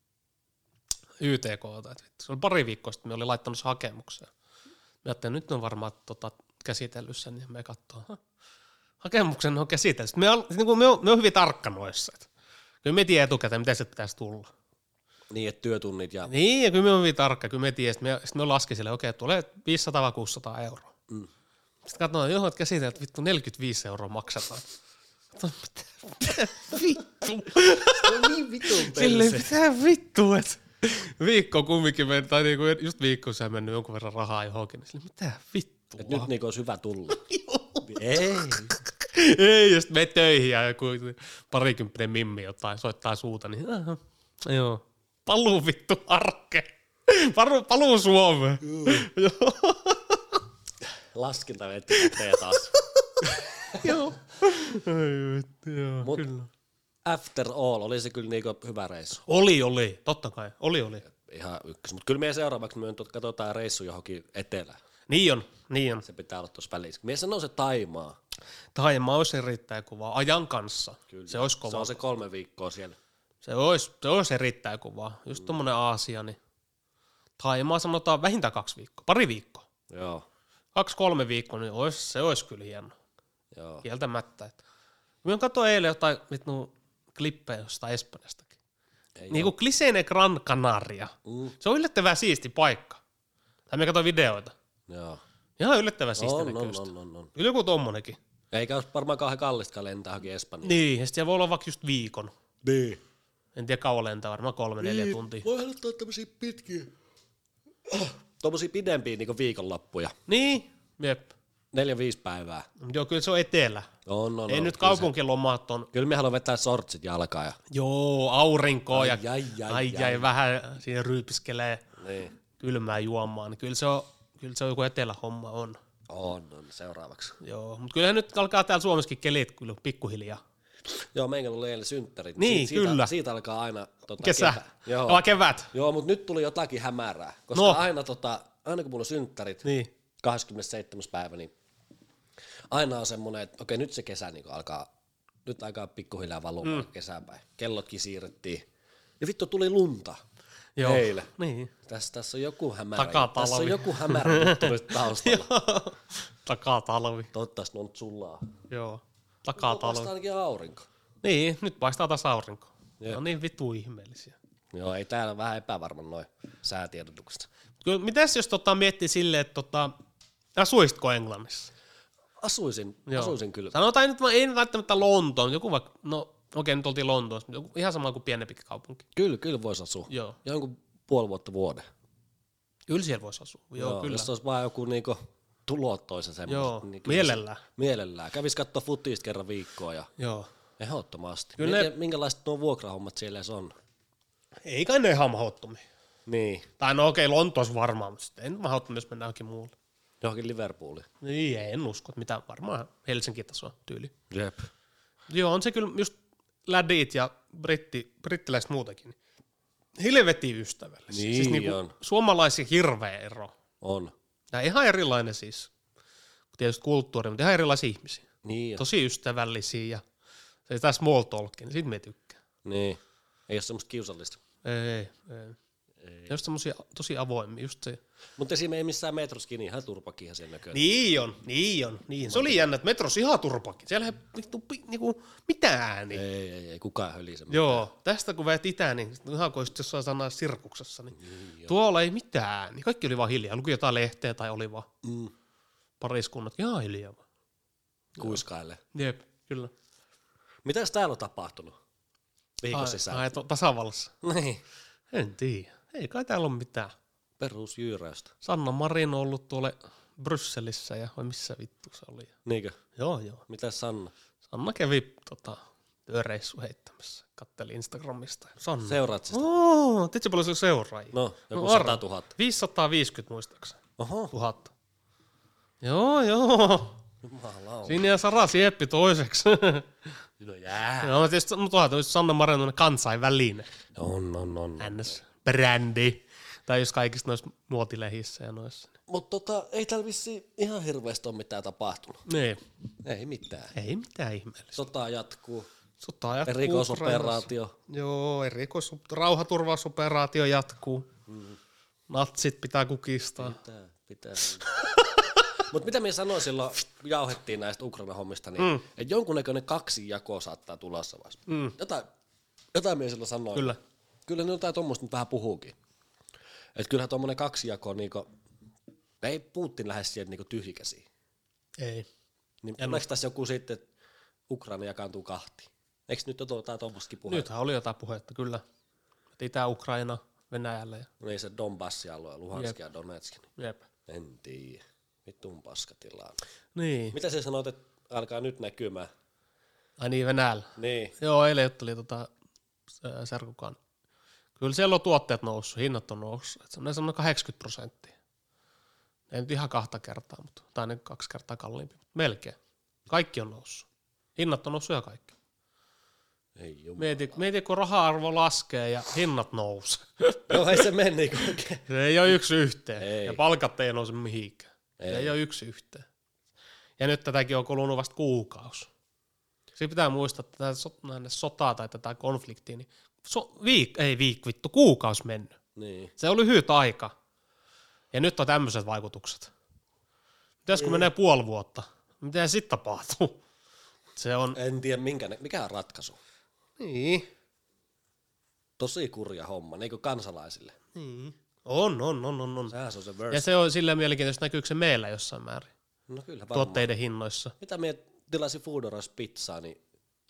Speaker 1: Y T K:ta. Se oli pari viikkoa sitten, me oli laittanut hakemuksen. Me ajattelin, nyt on varmaan tota, käsitellyt sen, ja me katsoin, hakemuksen on käsitelty. Me on, niin kuin me, on, me on hyvin tarkka noissa. Että kyllä me tiedät etukäteen, miten se pitäisi tulla.
Speaker 2: Niin, että työtunnit ja...
Speaker 1: Niin, ja kyllä me on hyvin tarkka. Kyllä me tiedät, sitten me, sit me laskin sille, okei, okay, tulee viisisataa vai kuusisataa euroa. Mm. Sitten katsotaan, johon käsitellään, että vittu neljäkymmentäviisi euroa maksataan. Katsotaan, mitä vittu?
Speaker 2: No niin vitun pelse.
Speaker 1: Silleen, mitä vittu, että viikko kumminkin mennyt, tai niinku just viikko sä mennyt jonkun verran rahaa johonkin. Silleen, mitä vittua?
Speaker 2: Et nyt niinku olisi hyvä tulla. Ei.
Speaker 1: Ei, jos me töihin ja joku parikymppinen mimmi jotain soittaa suuta, niin aha, joo, paluu vittu arke. Paluu, paluu Suomeen.
Speaker 2: Laskinta vetti käteen taas.
Speaker 1: Joo. Ei vittu, joo,
Speaker 2: Mut
Speaker 1: kyllä.
Speaker 2: after all oli se kyllä niinku hyvä reissu.
Speaker 1: Oli, oli, totta kai, oli, oli.
Speaker 2: Ihan ykkös. Mutta kyllä meidän seuraavaksi me katsotaan reissu johonkin etelään.
Speaker 1: Niin on, niin on.
Speaker 2: Se pitää olla tuossa välissä. Mie sanoo se Taimaa.
Speaker 1: Taimaa olisi erittäin kova, ajan kanssa.
Speaker 2: Kyllä.
Speaker 1: Se olisi kova.
Speaker 2: Se on se kolme viikkoa siellä.
Speaker 1: Se olisi, se olisi erittäin kova. Just mm. tommonen Aasia, niin Taimaa sanotaan vähintään kaksi viikkoa, pari viikkoa.
Speaker 2: Joo.
Speaker 1: Kaksi, kolme viikkoa, niin olisi, se olisi kyllä hieno.
Speaker 2: Joo.
Speaker 1: Kieltämättä. Että. Mä katsoin eilen jotain vittu klippejä jostain Espanjastakin.
Speaker 2: Ei
Speaker 1: niin kuin Clisene Gran Canaria.
Speaker 2: Mm.
Speaker 1: Se on yllättävän siisti paikka. Tai mä katsoin videoita.
Speaker 2: Joo.
Speaker 1: Ihan yllättävän siisti
Speaker 2: On, on,
Speaker 1: näköistä.
Speaker 2: on, on, on.
Speaker 1: Yli joku tommonenkin.
Speaker 2: Eikä olisi varmaan kauhean kallistakaan lentää johonkin Espanjaan.
Speaker 1: Niin, ja sitten voi olla vaikka just viikon.
Speaker 2: Niin.
Speaker 1: En tiedä kauan lentää, varmaan kolme, neljä
Speaker 2: Niin,
Speaker 1: tuntia.
Speaker 2: Voihan ottaa tämmösiä pitkiä. Tuommoisia pidempiä niinku viikonloppuja.
Speaker 1: Niin, jep.
Speaker 2: Neljä, viisi päivää.
Speaker 1: Joo, kyllä se on etelä.
Speaker 2: On, on,
Speaker 1: Ei
Speaker 2: on.
Speaker 1: nyt
Speaker 2: Kyllä
Speaker 1: kaupunkilomat on.
Speaker 2: se- Kyllä me haluan vetää sortsit jalkaan. Ja...
Speaker 1: Joo, aurinkoa ja
Speaker 2: Ai, ai, ai,
Speaker 1: ai,
Speaker 2: ai.
Speaker 1: ai, vähän siinä ryypiskelee
Speaker 2: Niin.
Speaker 1: kylmää juomaan. Niin kyllä se on, kyllä se on joku etelähomma on.
Speaker 2: On, on seuraavaksi.
Speaker 1: Joo, mutta kyllähän nyt alkaa täällä Suomessakin kelit kyllä pikkuhiljaa.
Speaker 2: Joo, meikä oli eilen synttärit.
Speaker 1: Niin,
Speaker 2: siitä,
Speaker 1: kyllä.
Speaker 2: Siitä alkaa aina tota,
Speaker 1: Kesä.
Speaker 2: kevät. Joo.
Speaker 1: Joo, kevät.
Speaker 2: Joo, mutta nyt tuli jotakin hämärää. Koska
Speaker 1: No.
Speaker 2: aina, tota, aina kun mulla on synttärit,
Speaker 1: Niin.
Speaker 2: kahdeskymmenesseitsemäs päivä, niin aina on semmoinen, että okei, nyt se kesä niin alkaa, nyt alkaa pikkuhiljaa valumaan mm. kesään päin. Kellotkin siirrettiin. Ja vittu tuli lunta.
Speaker 1: Joo.
Speaker 2: Eilen.
Speaker 1: Niin.
Speaker 2: Tässä, tässä on joku hämärä.
Speaker 1: Takatalvi.
Speaker 2: Tässä on joku hämärä juttu nyt taustalla.
Speaker 1: Joo. Takatalvi.
Speaker 2: Toivottavasti ne on sulaa.
Speaker 1: Joo.
Speaker 2: Vasta
Speaker 1: Takatalvi.
Speaker 2: ainakin aurinko.
Speaker 1: Niin, nyt paistaa taas aurinko.
Speaker 2: Jep.
Speaker 1: Ne on niin vitu ihmeellisiä.
Speaker 2: Joo, ei täällä vähän epävarman noin säätiedotukset.
Speaker 1: Kyllä, mitäs jos tota, miettii silleen, että tota, asuisitko Englannissa?
Speaker 2: Asuisin,
Speaker 1: Joo.
Speaker 2: asuisin kyllä.
Speaker 1: Sanotaan nyt, ei välttämättä Lontoon, joku vaikka, no okei, nyt oltiin Lontoossa, joku, ihan sama kuin pienempi kaupunki.
Speaker 2: Kyllä, kyllä voisi asua.
Speaker 1: Joo.
Speaker 2: Jonkun puoli vuotta vuoden.
Speaker 1: Kyllä siellä voisi asua, joo, joo kyllä.
Speaker 2: Jos olisi vaan joku niinku tulottoisa semmoiset.
Speaker 1: Joo,
Speaker 2: niin kyllä
Speaker 1: mielellään.
Speaker 2: se- Mielellään. Kävis kattoo futista kerran viikkoa ja
Speaker 1: Joo.
Speaker 2: ehdottomasti.
Speaker 1: Kyllä
Speaker 2: Kyllä
Speaker 1: ne-
Speaker 2: ne... minkälaiset nuo vuokrahommat siellä edes on.
Speaker 1: Ei kai ne ihan mahdottomia.
Speaker 2: Niin,
Speaker 1: Tai no okei, Lontoossa varmaan, mutta sitten ei nyt mahdottomia, jos mennään johonkin muualle.
Speaker 2: johonkin Liverpooliin.
Speaker 1: Niin, en usko, että mitä varmaan Helsingin tasoa tyyli.
Speaker 2: Jep.
Speaker 1: Joo, on se kyllä just lädit ja britti, brittiläiset muutenkin. Helvetin ystävällisiä.
Speaker 2: Niin
Speaker 1: siis niinku
Speaker 2: on.
Speaker 1: suomalaisia hirveä ero.
Speaker 2: On.
Speaker 1: Ja ihan erilainen siis, tietysti kulttuuri, mutta ihan erilaisia ihmisiä.
Speaker 2: Niin, on.
Speaker 1: Tosi ystävällisiä ja se tää small talk, niin siitä me tykkään.
Speaker 2: niin. Ei ole semmoista kiusallista.
Speaker 1: Ei, ei. ei. Just semmosia tosi avoimia, just se.
Speaker 2: Mutta esim. Ei missään metroskin, niin ihan turpakinhan siellä näköinen.
Speaker 1: Niin on, niin on, niin. Se oli jännä, että metros ihan turpakin. Siellä ei vittu pi- niinku mitään ääniä.
Speaker 2: Ei, ei, ei, kukaan hölise.
Speaker 1: Joo, tästä kun veet itään, niin ihan kuin olisit jossain sanaa sirkuksessa, niin, niin tuolla ei mitään. Niin kaikki oli vaan hiljaa. Luki jotain lehteä tai oli vaan
Speaker 2: Mm.
Speaker 1: pariskunnat. Ihan hiljaa vaan.
Speaker 2: Kuiskaille.
Speaker 1: Jep, kyllä.
Speaker 2: Mitäs täällä on tapahtunut? Viikon
Speaker 1: Ai,
Speaker 2: sisään.
Speaker 1: ai, to- tasavallassa.
Speaker 2: Niin.
Speaker 1: En tiedä. Ei kai täällä ole mitään.
Speaker 2: Perusjyyräystä.
Speaker 1: Sanna Marin on ollut tuolla Brysselissä ja vai missä vittu se oli.
Speaker 2: Niinkö?
Speaker 1: Joo, joo.
Speaker 2: Mitäs Sanna?
Speaker 1: Sanna kävi tota, työreissu heittämässä. Katteli Instagramista. Sanna.
Speaker 2: Seuraat sitä?
Speaker 1: Oo, tiedätkö paljon se seuraajia?
Speaker 2: No, joku
Speaker 1: No, arva.
Speaker 2: sata tuhatta.
Speaker 1: viisisataaviisikymmentä muistaakseni.
Speaker 2: Oho.
Speaker 1: Tuhatta. Joo, joo.
Speaker 2: Jumalauta.
Speaker 1: Siinä ja Sara Sieppi toiseksi.
Speaker 2: No jää.
Speaker 1: Joo, tietysti no, tuhat, olisi Sanna Marin on kansainvälinen.
Speaker 2: On, on, on.
Speaker 1: Ns. Brändi. Tai jos kaikista noissa muotilehissä ja noissa.
Speaker 2: Mutta tota, ei täällä vissiin ihan hirveästi ole mitään tapahtunut.
Speaker 1: Niin.
Speaker 2: Ei mitään.
Speaker 1: Ei mitään ihmeellistä.
Speaker 2: Sota jatkuu.
Speaker 1: Sota jatkuu.
Speaker 2: Erikoisoperaatio.
Speaker 1: Ukrainassa. Joo, erikois rauhaturvausoperaatio jatkuu. Mm. Natsit pitää kukistaa.
Speaker 2: Pitää, pitää. Mutta mitä minä sanoin silloin, kun jauhettiin näistä Ukraina-hommista, niin mm. että jonkunnäköinen kaksi jakoa saattaa tulossa vasta. Mm. Jotain, jotain minä silloin sanoin.
Speaker 1: Kyllä.
Speaker 2: Kyllä ne jotain tuommoista nyt vähän puhuukin. Että kyllähän tuommoinen kaksi jakoa, niinku, ei Putin lähde sieltä niinku tyhjikäsiin.
Speaker 1: Ei.
Speaker 2: Niin tuleeko tässä joku sitten, että Ukraina jakaantuu kahtiin? Eikö nyt ole jotain tuommoistakin puhetta?
Speaker 1: Nythän oli jotain puhetta, kyllä. Itä-Ukraina, Venäjälle. Ja...
Speaker 2: Niin se Donbassin-alue, Luhansk ja Donetsk.
Speaker 1: Jep.
Speaker 2: En tiedä. Vittun paskatilaan.
Speaker 1: Niin.
Speaker 2: Mitä sä sanoit, että alkaa nyt näkymään?
Speaker 1: Ai niin, Venäjällä.
Speaker 2: Niin.
Speaker 1: Joo, eilen jutteli tota Serkukaan. Kyllä siellä on tuotteet noussut, hinnat on noussut. Et se on semmoinen kahdeksankymmentä prosenttia. Ei nyt ihan kahta kertaa, mutta tai ne kaksi kertaa kalliimpi. Melkein. Kaikki on noussut. Hinnat on noussut ja kaikki.
Speaker 2: Ei jumala.
Speaker 1: Mieti, mieti, kun raha-arvo laskee ja hinnat nousee.
Speaker 2: No ei se mene niin oikein.
Speaker 1: Se ei ole yksi yhteen.
Speaker 2: Ei.
Speaker 1: Ja palkat ei nouse mihinkään. Ei. Se ei ole yksi yhteen. Ja nyt tätäkin on kulunut vasta kuukausi. Siinä pitää muistaa, että tätä sotaa tai tätä konfliktia, niin so, viik, ei viik, vittu, kuukausi mennyt.
Speaker 2: Niin.
Speaker 1: Se on lyhyt aika. Ja nyt on tämmöiset vaikutukset. Mitäs kun
Speaker 2: niin.
Speaker 1: menee puoli vuotta? Miten sitten tapahtuu? Se on...
Speaker 2: En tiedä, minkä, mikä on ratkaisu.
Speaker 1: Niin.
Speaker 2: Tosi kurja homma, niin kuin kansalaisille.
Speaker 1: Niin. On, on, on, on. on.
Speaker 2: Sehän se on se verse.
Speaker 1: Ja se on silleen mielenkiintoista, näkyykö se meillä jossain määrin.
Speaker 2: No kyllä varmaan.
Speaker 1: Tuotteiden hinnoissa.
Speaker 2: Mitä mie tilasin Foodoras pizzaa, niin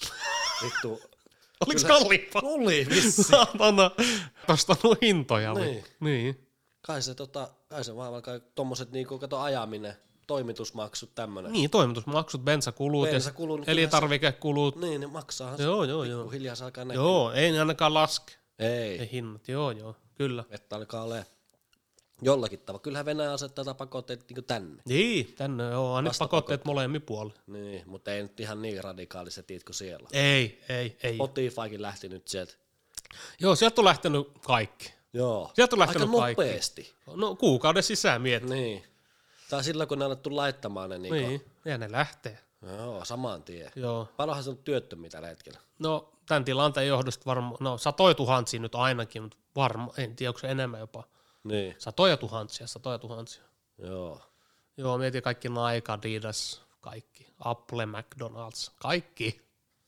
Speaker 2: vittu.
Speaker 1: Oliko kalliimpaa?
Speaker 2: Oli, vissi.
Speaker 1: Saatana. Nostanut hintoja.
Speaker 2: Niin.
Speaker 1: Niin.
Speaker 2: Kai se, tota, kai se vaan vaikka tommoset niinku, kato ajaminen, toimitusmaksut, tämmönen.
Speaker 1: Niin, toimitusmaksut, bensakulut,
Speaker 2: Bensakulut,
Speaker 1: ja elintarvikekulut.
Speaker 2: Niin, ne maksaahan
Speaker 1: Joo,
Speaker 2: se
Speaker 1: joo, joo.
Speaker 2: pikkuhiljaa se alkaa näkyä.
Speaker 1: Joo, ei ne ainakaan laske.
Speaker 2: Ei.
Speaker 1: Ne hinnat, joo, joo, kyllä.
Speaker 2: Että alkaa ole jollakin tavalla. Kyllähän Venäjä asettaa tätä pakotteet niinku tänne.
Speaker 1: Niin, tänne joo, nyt pakotteet molemmin puolin.
Speaker 2: Niin, mutta ei nyt ihan niin radikaaliset tiedätkö siellä.
Speaker 1: Ei, ei, ei.
Speaker 2: Spotifykin lähti nyt sieltä.
Speaker 1: Joo, sieltä on lähtenyt kaikki.
Speaker 2: Joo.
Speaker 1: Sieltä on lähtenyt
Speaker 2: aika
Speaker 1: kaikki.
Speaker 2: nopeasti.
Speaker 1: No kuukauden sisään mietin.
Speaker 2: Niin. Tai silloin kun ne on alettu laittamaan ne niinku.
Speaker 1: Niin, ja ne lähtee.
Speaker 2: Joo, saman tien.
Speaker 1: Joo.
Speaker 2: Paljonhan se on työttömiä tällä hetkellä.
Speaker 1: No tämän tilanteen johdosta varmaan, no satoja tuhansia nyt ainakin, mutta varmaan, en tiedä onko se enemmän jopa.
Speaker 2: Niin.
Speaker 1: Satoja tuhansia, satoja tuhansia.
Speaker 2: Joo.
Speaker 1: Joo, mietin kaikki Nike, Adidas, kaikki. Apple, McDonald's, kaikki.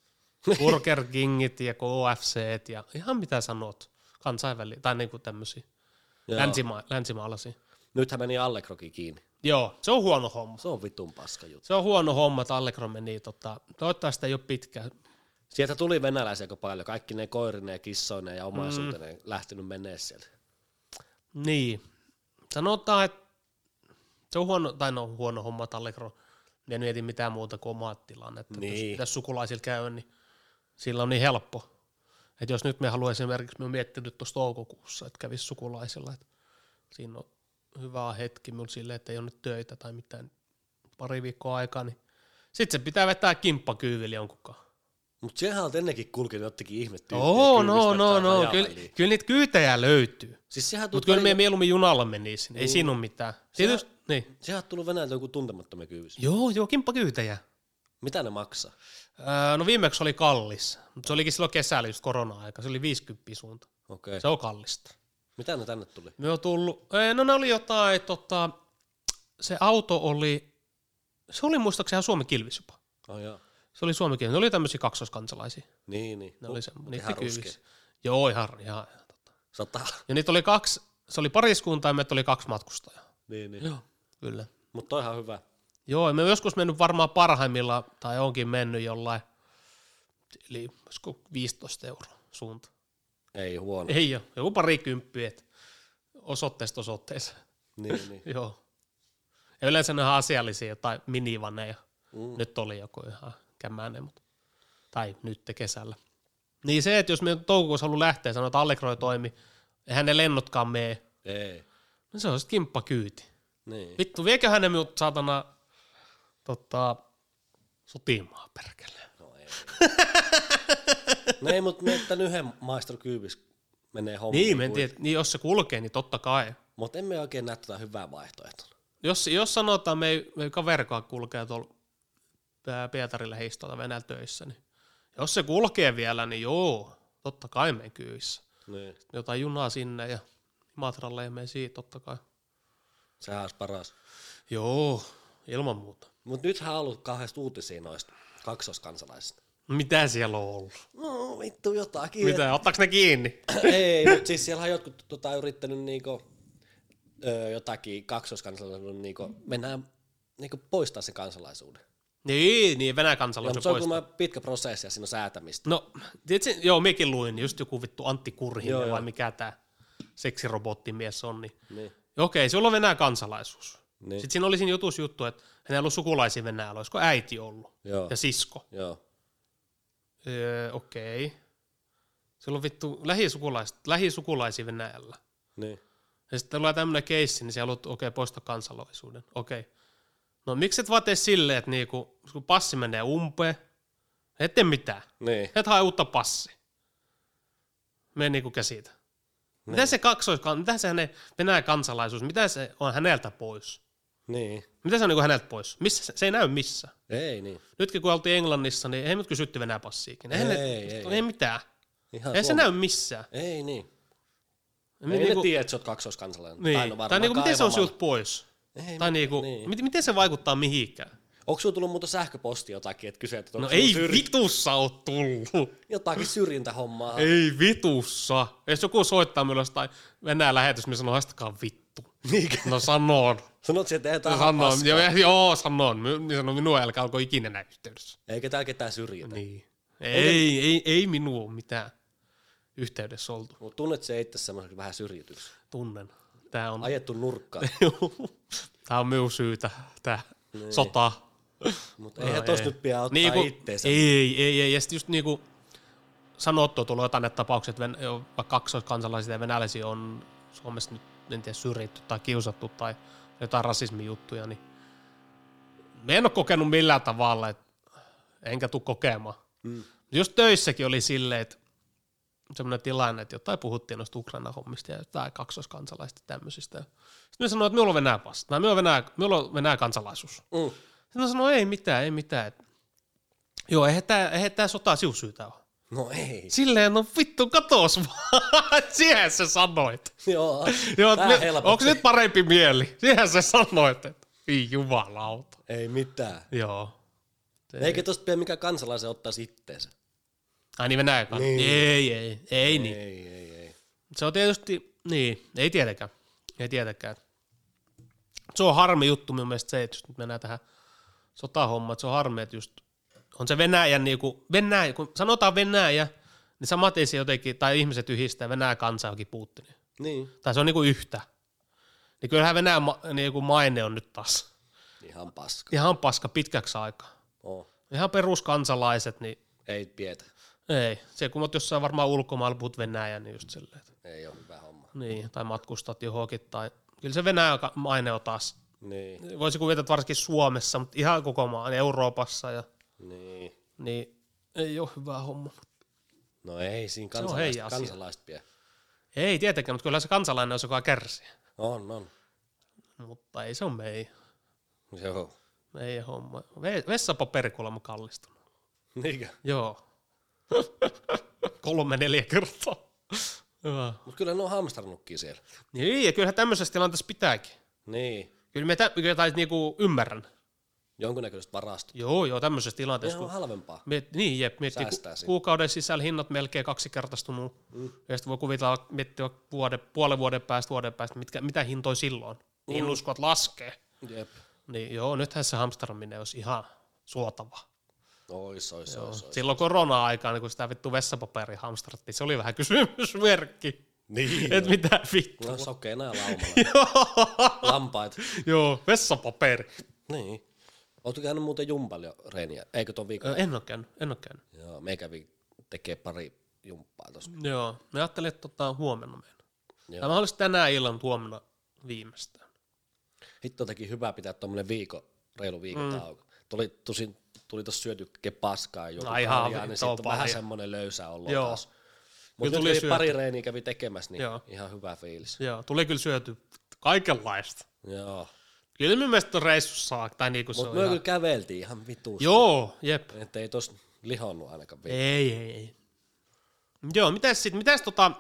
Speaker 1: Burger Kingit ja K F C:t ja ihan mitä sanot. Kansainvälisiä, tai niinku tämmöisiä. Länsima- länsimaalaisia.
Speaker 2: Nythän meni Allegrokin kiinni.
Speaker 1: Joo, se on huono homma.
Speaker 2: Se on vitun paska juttu.
Speaker 1: Se on huono homma, että Allegro meni, tota, toivottavasti ei ole pitkä.
Speaker 2: Sieltä tuli venäläisiä aika paljon. Kaikki ne koirineen ja kissoineen ja omaisuuteneen mm. lähtenyt menee sieltä.
Speaker 1: Niin. Sanotaan, että se on huono, tai no huono homma, että Allegro ei mieti mitään muuta kuin omaa tilannetta.
Speaker 2: Niin.
Speaker 1: Jos pitäisi sukulaisilla käydä, niin sillä on niin helppo. Että jos nyt me haluaisimme esimerkiksi, me on miettinyt tuossa toukokuussa, että kävisi sukulaisilla, että siinä on hyvä hetki minulla silleen, että ei ole nyt töitä tai mitään pari viikkoa aikaa, niin sitten se pitää vetää kimppakyyville jonkunkaan.
Speaker 2: Mutta sehän on ennenkin kulkenut jotenkin ihmettyä.
Speaker 1: Oo, no, no, no, kyllä, kyllä niitä kyytejä löytyy.
Speaker 2: Siis
Speaker 1: mutta kyllä me mieluummin junalla menisin, ei mm. siinä ole mitään.
Speaker 2: Sehän,
Speaker 1: just, niin.
Speaker 2: sehän on tullut Venäjältä joku tuntemattomia kyyvissä.
Speaker 1: Joo, joo, kimppakyytejä.
Speaker 2: Mitä ne maksaa?
Speaker 1: Öö, no viimeksi oli kallis, mutta se olikin silloin kesällä just korona-aika, se oli viisikymmentä suunta.
Speaker 2: Okay.
Speaker 1: Se on kallista.
Speaker 2: Mitä ne tänne tuli?
Speaker 1: Me on tullut, no ne oli jotain, tota, se auto oli, se oli muistaakseni ihan Suomen kilvis jopa.
Speaker 2: Oh, joo.
Speaker 1: Se oli Suomen kilvis, ne oli tämmöisiä kaksoiskansalaisia.
Speaker 2: Niin, niin.
Speaker 1: Ne oli se,
Speaker 2: uh,
Speaker 1: niitä kilvis. Joo, ihan, ihan. Tota.
Speaker 2: Sata.
Speaker 1: Ja niitä oli kaksi, se oli pariskunta ja meitä oli kaksi matkustajaa.
Speaker 2: Niin, niin.
Speaker 1: Joo, kyllä.
Speaker 2: Mutta toi ihan hyvä.
Speaker 1: Joo, me oon joskus mennyt varmaan parhaimmilla, tai onkin mennyt jollain, eli viisitoista euroa suunta.
Speaker 2: Ei huono.
Speaker 1: Ei ole, joku parikymppiä, että osoitteesta osoitteeseen.
Speaker 2: Niin, niin.
Speaker 1: Joo. Ja yleensä ne on asiallisia jotain minivaneja.
Speaker 2: Mm.
Speaker 1: Nyt oli joku ihan kämäinen, mutta tai nyt kesällä. Niin se, että jos me toukokuussa haluaa lähteä, sanoa, että Allegro ei toimi, eihän ne lennotkaan mene.
Speaker 2: Ei.
Speaker 1: No se on sitten kimppakyyti.
Speaker 2: Niin.
Speaker 1: Vittu, vieköhän ne minut saatana tota, sotimaa perkele.
Speaker 2: No ei. No ei, mutta meidän yhden maistorokyyvis menee hommiin.
Speaker 1: Niin, en tiedä, niin jos se kulkee, niin totta kai.
Speaker 2: Mutta emme oikein näe tätä hyvää vaihtoehtoa.
Speaker 1: Jos, jos sanotaan, me ei, me ei kaverikaan kulkee tuolla Pietarille heistolta Venäjällä töissä, niin jos se kulkee vielä, niin joo, totta kai menen kyyvissä.
Speaker 2: Niin.
Speaker 1: Jotain junaa sinne ja Imatralle ja menen siitä, totta kai.
Speaker 2: Sehän olisi paras.
Speaker 1: Joo, ilman muuta.
Speaker 2: Mutta nythän on ollut kauheasti uutisia noista kaksoiskansalaisista.
Speaker 1: Mitä siellä on ollut?
Speaker 2: No vittu jotakin.
Speaker 1: Mitä, ottaako ne kiinni?
Speaker 2: Ei, mutta siis siellä on jotkut tota, yrittänyt niinku, ö, jotakin kaksoiskansalaisuuden niinku, mennään niinku poistaa sen kansalaisuuden.
Speaker 1: Niin, niin Venäjän
Speaker 2: Ja,
Speaker 1: kansalaisuuden
Speaker 2: mutta se on
Speaker 1: poistaa.
Speaker 2: kuulemma pitkä prosessi ja siinä on säätämistä.
Speaker 1: No, tiedätkö, joo, mekin luin, just joku vittu Antti Kurhinen
Speaker 2: Joo,
Speaker 1: vai
Speaker 2: joo.
Speaker 1: mikä tää seksirobottimies on. Niin.
Speaker 2: Niin.
Speaker 1: Okei, sulla on Venäjän kansalaisuus.
Speaker 2: Niin.
Speaker 1: Sitten siinä oli siinä jutussa juttu, että hänellä on ollut sukulaisia Venäjällä, olisiko äiti ollut
Speaker 2: Joo.
Speaker 1: ja sisko.
Speaker 2: Joo.
Speaker 1: Öö, okei. Sillä on vittu lähisukulaisia, lähisukulaisia Venäjällä.
Speaker 2: Niin.
Speaker 1: Ja sitten tulee tämmöinen keissi, niin se haluat okei okay, poistaa kansalaisuuden. Okei. Okay. No miksi et vaan tee silleen, että niinku, kun passi menee umpeen, et tee mitään.
Speaker 2: Niin.
Speaker 1: Et hae uutta passia. Me en niinku käsitä.
Speaker 2: Niin.
Speaker 1: Mitä se kaksois, mitä se hänen Venäjän kansalaisuus, mitä se on häneltä pois?
Speaker 2: Niin.
Speaker 1: Mitä se on niinku häneltä pois? Missä se, se ei näy missään.
Speaker 2: Ei niin.
Speaker 1: Nytkin kun oltiin Englannissa, niin ei mut kysytty Venäjän passiikin. Ei,
Speaker 2: Ei,
Speaker 1: ne,
Speaker 2: ei,
Speaker 1: ei,
Speaker 2: ei.
Speaker 1: ei mitään.
Speaker 2: Ihan
Speaker 1: Ei se
Speaker 2: Suomi-
Speaker 1: näy missään.
Speaker 2: Ei niin.
Speaker 1: Ei
Speaker 2: Ei
Speaker 1: niinku-
Speaker 2: ne tiedä, että sä oot kaksoiskansalainen.
Speaker 1: Niin.
Speaker 2: no
Speaker 1: Tai,
Speaker 2: varmaan
Speaker 1: niinku, miten se on
Speaker 2: kaivamalla.
Speaker 1: sulta pois?
Speaker 2: Ei,
Speaker 1: Tai
Speaker 2: mitään,
Speaker 1: niinku,
Speaker 2: niin.
Speaker 1: miten, miten se vaikuttaa mihinkään?
Speaker 2: Onko sulla tullut muuta sähköpostia jotakin, että kysyt, että
Speaker 1: No
Speaker 2: onko sulla
Speaker 1: ei
Speaker 2: syr...
Speaker 1: vitussa oo tullut.
Speaker 2: jotakin syrjintähommaa?
Speaker 1: Ei vitussa. Jos joku soittaa minulle jostain Venäjän lähetys, niin sanoo, haistakaa vittu.
Speaker 2: Niinkö?
Speaker 1: No sanon.
Speaker 2: Sanot, että ei tää
Speaker 1: sanon. Joo, joo, sanon. Minä sanon, minua älkää alkoi ikinä näin yhteydessä.
Speaker 2: Eikä täällä ketään syrjitä.
Speaker 1: Niin. Ei, ei, ei minua ole mitään yhteydessä oltu.
Speaker 2: Mutta tunnet se itse semmoiseksi vähän syrjityksi.
Speaker 1: Tunnen. Tää on,
Speaker 2: Ajettu nurkkaan.
Speaker 1: tää on minun syytä, tää sota.
Speaker 2: Mutta eihän tosta nyt pidä ottaa
Speaker 1: niinku,
Speaker 2: itteensä.
Speaker 1: Ei, ei, ei. Ja sitten just niinku sanottu, tullut jotain näitä tapauksia, että ven, jo, vaikka kaksoiskansalaisia ja venäläisiä on Suomessa nyt, en tiedä, syrjitty tai kiusattu tai jotain rasismijuttuja, niin me en ole kokenut millään tavalla, et, enkä tule kokemaan.
Speaker 2: Mm.
Speaker 1: Just töissäkin oli silleen, että semmoinen tilanne, että jotain puhuttiin noista Ukraina-hommista ja jotain kaksoiskansalaisista ja tämmöisistä. Sitten me sanoin, että minulla on Venäjä passi, tai minulla on Venäjä, minulla on Venäjä kansalaisuus.
Speaker 2: Mm.
Speaker 1: Sitten mä sanoin, ei mitään, ei mitään. Et, joo, eihän tää, eihän tää sota siun syytä ole.
Speaker 2: No ei.
Speaker 1: Silleen, no vittu, katos vaan. Siihen sä sanoit.
Speaker 2: Joo,
Speaker 1: Joo,
Speaker 2: tää
Speaker 1: me,
Speaker 2: helpotti.
Speaker 1: onko nyt parempi mieli? Siihen sä sanoit, että ei jumalauta.
Speaker 2: Ei mitään.
Speaker 1: Joo. Se,
Speaker 2: Eikä tosta pidä mikään kansalaisen ottaisi itteensä.
Speaker 1: ai niin Venäjä kan-
Speaker 2: Niin.
Speaker 1: Ei, ei, ei niin.
Speaker 2: Ei, ei, ei.
Speaker 1: Se on tietysti, niin, ei tietenkään. Ei tietenkään. Se on harmi juttu minun mielestä se, että just nyt mennään tähän sotahommaan, että se on harmi, että just on se Venäjän, niin kuin, Venäjä, kun sanotaan Venäjä, niin samaten se jotenkin, tai ihmiset yhdistää Venäjä kansa johonkin Putiniin.
Speaker 2: Niin.
Speaker 1: Tai se on niin kuin yhtä. Niin kyllähän Venäjän ma- niin kuin maine on nyt taas
Speaker 2: Ihan paska.
Speaker 1: ihan paska pitkäksi aikaa.
Speaker 2: Oh.
Speaker 1: Ihan peruskansalaiset, niin
Speaker 2: Ei pietä.
Speaker 1: ei. Se kun olet jossain varmaan ulkomailla puhut Venäjää, niin just silleen. Että,
Speaker 2: Ei ole hyvä homma.
Speaker 1: niin, tai matkustat johonkin, tai kyllä se Venäjän ka- maine on taas.
Speaker 2: Niin.
Speaker 1: Voisi kuvitella, että varsinkin Suomessa, mutta ihan koko maan, Euroopassa, ja,
Speaker 2: Niin.
Speaker 1: niin ei ole hyvä homma.
Speaker 2: No ei siinä
Speaker 1: on
Speaker 2: kansalaiset,
Speaker 1: heidän asia.
Speaker 2: kansalaiset pidä.
Speaker 1: Ei tietenkään, mutta kyllä se kansalainen on se, joka kärsii.
Speaker 2: On, on.
Speaker 1: Mutta ei se ole meidän,
Speaker 2: Joo.
Speaker 1: meidän homma. Ve- Vessapaperi kuulemma kallistunut.
Speaker 2: Niinkö?
Speaker 1: Joo. Kolme, neljä kertaa. Hyvä.
Speaker 2: Mut kyllä ne on hamsternutkin siellä.
Speaker 1: Niin, ja kyllähän tämmöisessä tilanteessa pitääkin.
Speaker 2: Niin.
Speaker 1: Kyllä me tä- kyllä tai niinku ymmärrän.
Speaker 2: Jonkunnäköisestä varasta.
Speaker 1: Joo, joo, tämmöisessä tilanteessa.
Speaker 2: Ihan
Speaker 1: Kun
Speaker 2: halvempaa.
Speaker 1: miet, niin, jep, miettii
Speaker 2: Säästää
Speaker 1: ku,
Speaker 2: siinä.
Speaker 1: kuukauden sisällä hinnat melkein kaksinkertaistunut. Mm. Ja sitten voi kuvitella, miettiä vuoden, puolen vuoden päästä, vuoden päästä, mitkä, mitä hintoja silloin. Mm. Niin uskot laskee.
Speaker 2: Jep.
Speaker 1: Niin joo, nythän se hamsteraminen olisi ihan suotava.
Speaker 2: Ois, ois,
Speaker 1: Joo.
Speaker 2: ois, ois.
Speaker 1: Silloin korona-aikaan, niin kun sitä vittu vessapaperia hamstrattiin, se oli vähän kysymysmerkki.
Speaker 2: Niin.
Speaker 1: Et mitä vittu.
Speaker 2: No sokeena ja laumalla.
Speaker 1: Joo.
Speaker 2: Lampaat.
Speaker 1: Joo, vessapaperi.
Speaker 2: Niin. Ootko käynyt muuten jumpalla jo reeniä? Eikö ton viikon?
Speaker 1: Ö, En ole käynyt, en ole käynyt.
Speaker 2: Joo, me kävi tekee pari jumppaa tossa.
Speaker 1: Joo, me ajattelin, että tota, huomenna menen.
Speaker 2: Joo.
Speaker 1: Tai mä olisin tänään illan, mutta huomenna viimeistään.
Speaker 2: Hitto teki hyvä pitää tommonen viikko, reilu viikon mm. tauko. Tuli, tosin, tuli tossa syöty paskaa joku
Speaker 1: No ihan
Speaker 2: kaljaa, niin
Speaker 1: vittu,
Speaker 2: sit on
Speaker 1: on
Speaker 2: vähän
Speaker 1: paljon.
Speaker 2: semmonen löysä olo
Speaker 1: Joo.
Speaker 2: taas.
Speaker 1: Kyllä
Speaker 2: Mutta
Speaker 1: tuli
Speaker 2: nyt kävi
Speaker 1: syöty.
Speaker 2: pari reeniä kävi tekemässä, niin
Speaker 1: Joo.
Speaker 2: ihan hyvä fiilis.
Speaker 1: Joo, tuli kyllä syöty kaikenlaista.
Speaker 2: Joo.
Speaker 1: Kyllä minun mielestä on reissussa saa, tai niinku se
Speaker 2: Mutta
Speaker 1: on
Speaker 2: me
Speaker 1: ihan...
Speaker 2: kyllä käveltiin ihan vitusti.
Speaker 1: Joo, jep.
Speaker 2: Että ei tos lihonnut ainakaan vielä.
Speaker 1: Ei, ei, ei. Joo, mitäs sit, mitäs tota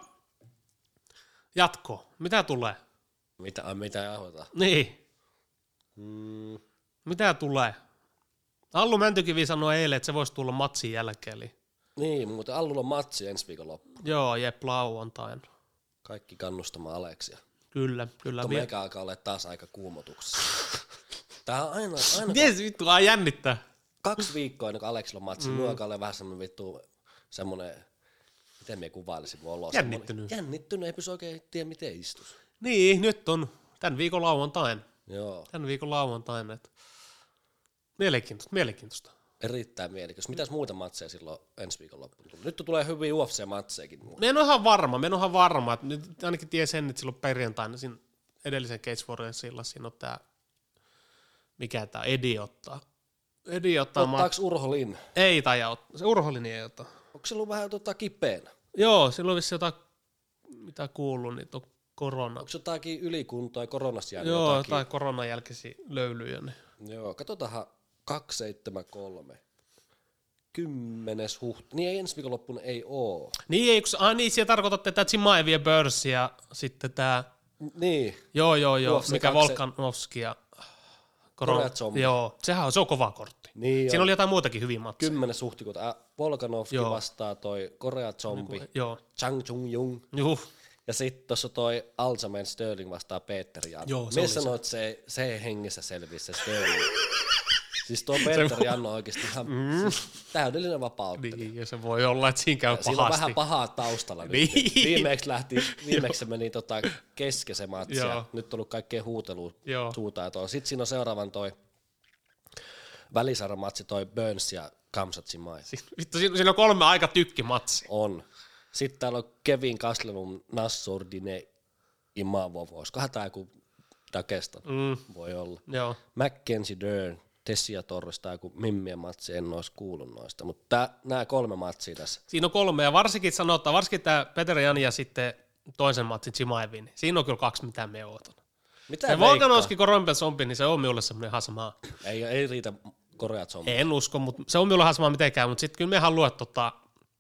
Speaker 1: jatko? Mitä tulee?
Speaker 2: Mitä, ai, mitä jauhotaan?
Speaker 1: Niin.
Speaker 2: Mm,
Speaker 1: Mitä tulee? Allu Mäntykivi sanoi eilen, että se voisi tulla matsin jälkeen. Eli...
Speaker 2: Niin, mutta Allulla on matsi ensi viikon loppu.
Speaker 1: Joo, jep, lauantaina.
Speaker 2: Kaikki kannustamaan Aleksia.
Speaker 1: Kyllä, kyllä.
Speaker 2: Tuo meikä alkaa olla taas aika kuumotuksessa. Tää on aina... aina
Speaker 1: Mies vittu, ai jännittää.
Speaker 2: Kaksi viikkoa ennen kuin Aleksilla on matsi, mm. Mulla alkaa olla vähän semmonen vittu, semmonen, miten minä kuvailisin mun oloa.
Speaker 1: Jännittynyt.
Speaker 2: Jännittynyt, ei pysy oikein tiedä miten istus.
Speaker 1: Niin, nyt on tän viikon lauantain.
Speaker 2: Joo.
Speaker 1: Tän viikon lauantain, että mielenkiintoista, mielenkiintoista.
Speaker 2: Erittäin mielikäs. Mitäs muita matseja silloin ensi viikon loppuun tuli? Nyt tulee hyviä U F C-matsejakin.
Speaker 1: Mä en ole ihan varma, mä en ole ihan varma. Että nyt ainakin tiedän sen, että silloin perjantaina siinä edellisen Cage Warriorsilla siinä on tää, mikä tää Edi ottaa. Edi ottaa.
Speaker 2: Ottaaks mat... Urho Lin?
Speaker 1: Ei taida ottaa, se Urho Lin ei ottaa.
Speaker 2: Onko se ollut vähän tota kipeänä?
Speaker 1: Joo, silloin vissi jotain, mitä kuuluu, niin on korona.
Speaker 2: Onko jotakin ylikuntoa ja koronasta jäänyt
Speaker 1: Joo,
Speaker 2: jotakin?
Speaker 1: jotain koronan jälkeisiä löylyjä. Niin.
Speaker 2: Joo, katsotaanhan kaksi seitsemän kolme. Kymmenes huhti. Niin ei ensi viikonloppuna ei oo.
Speaker 1: Niin, ei, ah, niin siellä tarkoitatte tätä Chimaevien Börs ja sitten tää...
Speaker 2: Niin.
Speaker 1: Joo, joo, joo,
Speaker 2: U F C
Speaker 1: mikä
Speaker 2: kaksi...
Speaker 1: Volkanovski ja...
Speaker 2: Korea Zombi.
Speaker 1: Joo, sehän on, se on kova kortti.
Speaker 2: Niin
Speaker 1: Siinä
Speaker 2: on.
Speaker 1: oli jotain muutakin hyviä matseja.
Speaker 2: Kymmenes huhtikuuta. Äh, Volkanovski joo. vastaa toi Korea Zombi.
Speaker 1: Joo.
Speaker 2: Chang Chung Jung.
Speaker 1: Juh.
Speaker 2: Ja sitten tuossa toi Aljamain Sterling vastaa Peter Jan.
Speaker 1: Joo, se
Speaker 2: Mies
Speaker 1: oli
Speaker 2: sanoi, että se, se ei hengessä selvisi se Sterling. Siis tuo Peter Jan on oikeasti ihan mm. siis täydellinen vapauttelija.
Speaker 1: Niin, ja se voi olla, että siinä käy pahasti.
Speaker 2: Siinä on vähän pahaa taustalla
Speaker 1: niin.
Speaker 2: nyt. Viimeksi lähti, viimeksi se meni tota kesken se matsi. Nyt on ollut kaikkea huutelua suuta ja toi. Sitten siinä on seuraavan toi välisarjamatsi, toi Burns ja Khamzat Chimaev.
Speaker 1: Vittu, siinä on kolme aika tykkimatsi.
Speaker 2: On. Sitten täällä on Kevin Gastelum, Nassourdine, Imavov. Olisikohan tää joku Dagestan? Mm. Voi olla.
Speaker 1: Joo.
Speaker 2: Mackenzie Dern, Tessia Torres tai joku Mimmien matsi, en olisi kuullut noista. Mutta nämä kolme matsia tässä.
Speaker 1: Siinä on kolme, ja varsinkin sanotaan, varsinkin tämä Peter Jan ja sitten toisen matsin Chimaevin, niin siinä on kyllä kaksi, mitä me ootan.
Speaker 2: Mitä
Speaker 1: se Volkanovski Korompel Zombi, niin se on minulle semmoinen ihan sama.
Speaker 2: Ei, ei riitä Korea Zombi.
Speaker 1: En usko, mutta se on minulle ihan sama mitenkään, mutta sitten kyllä me haluat tota,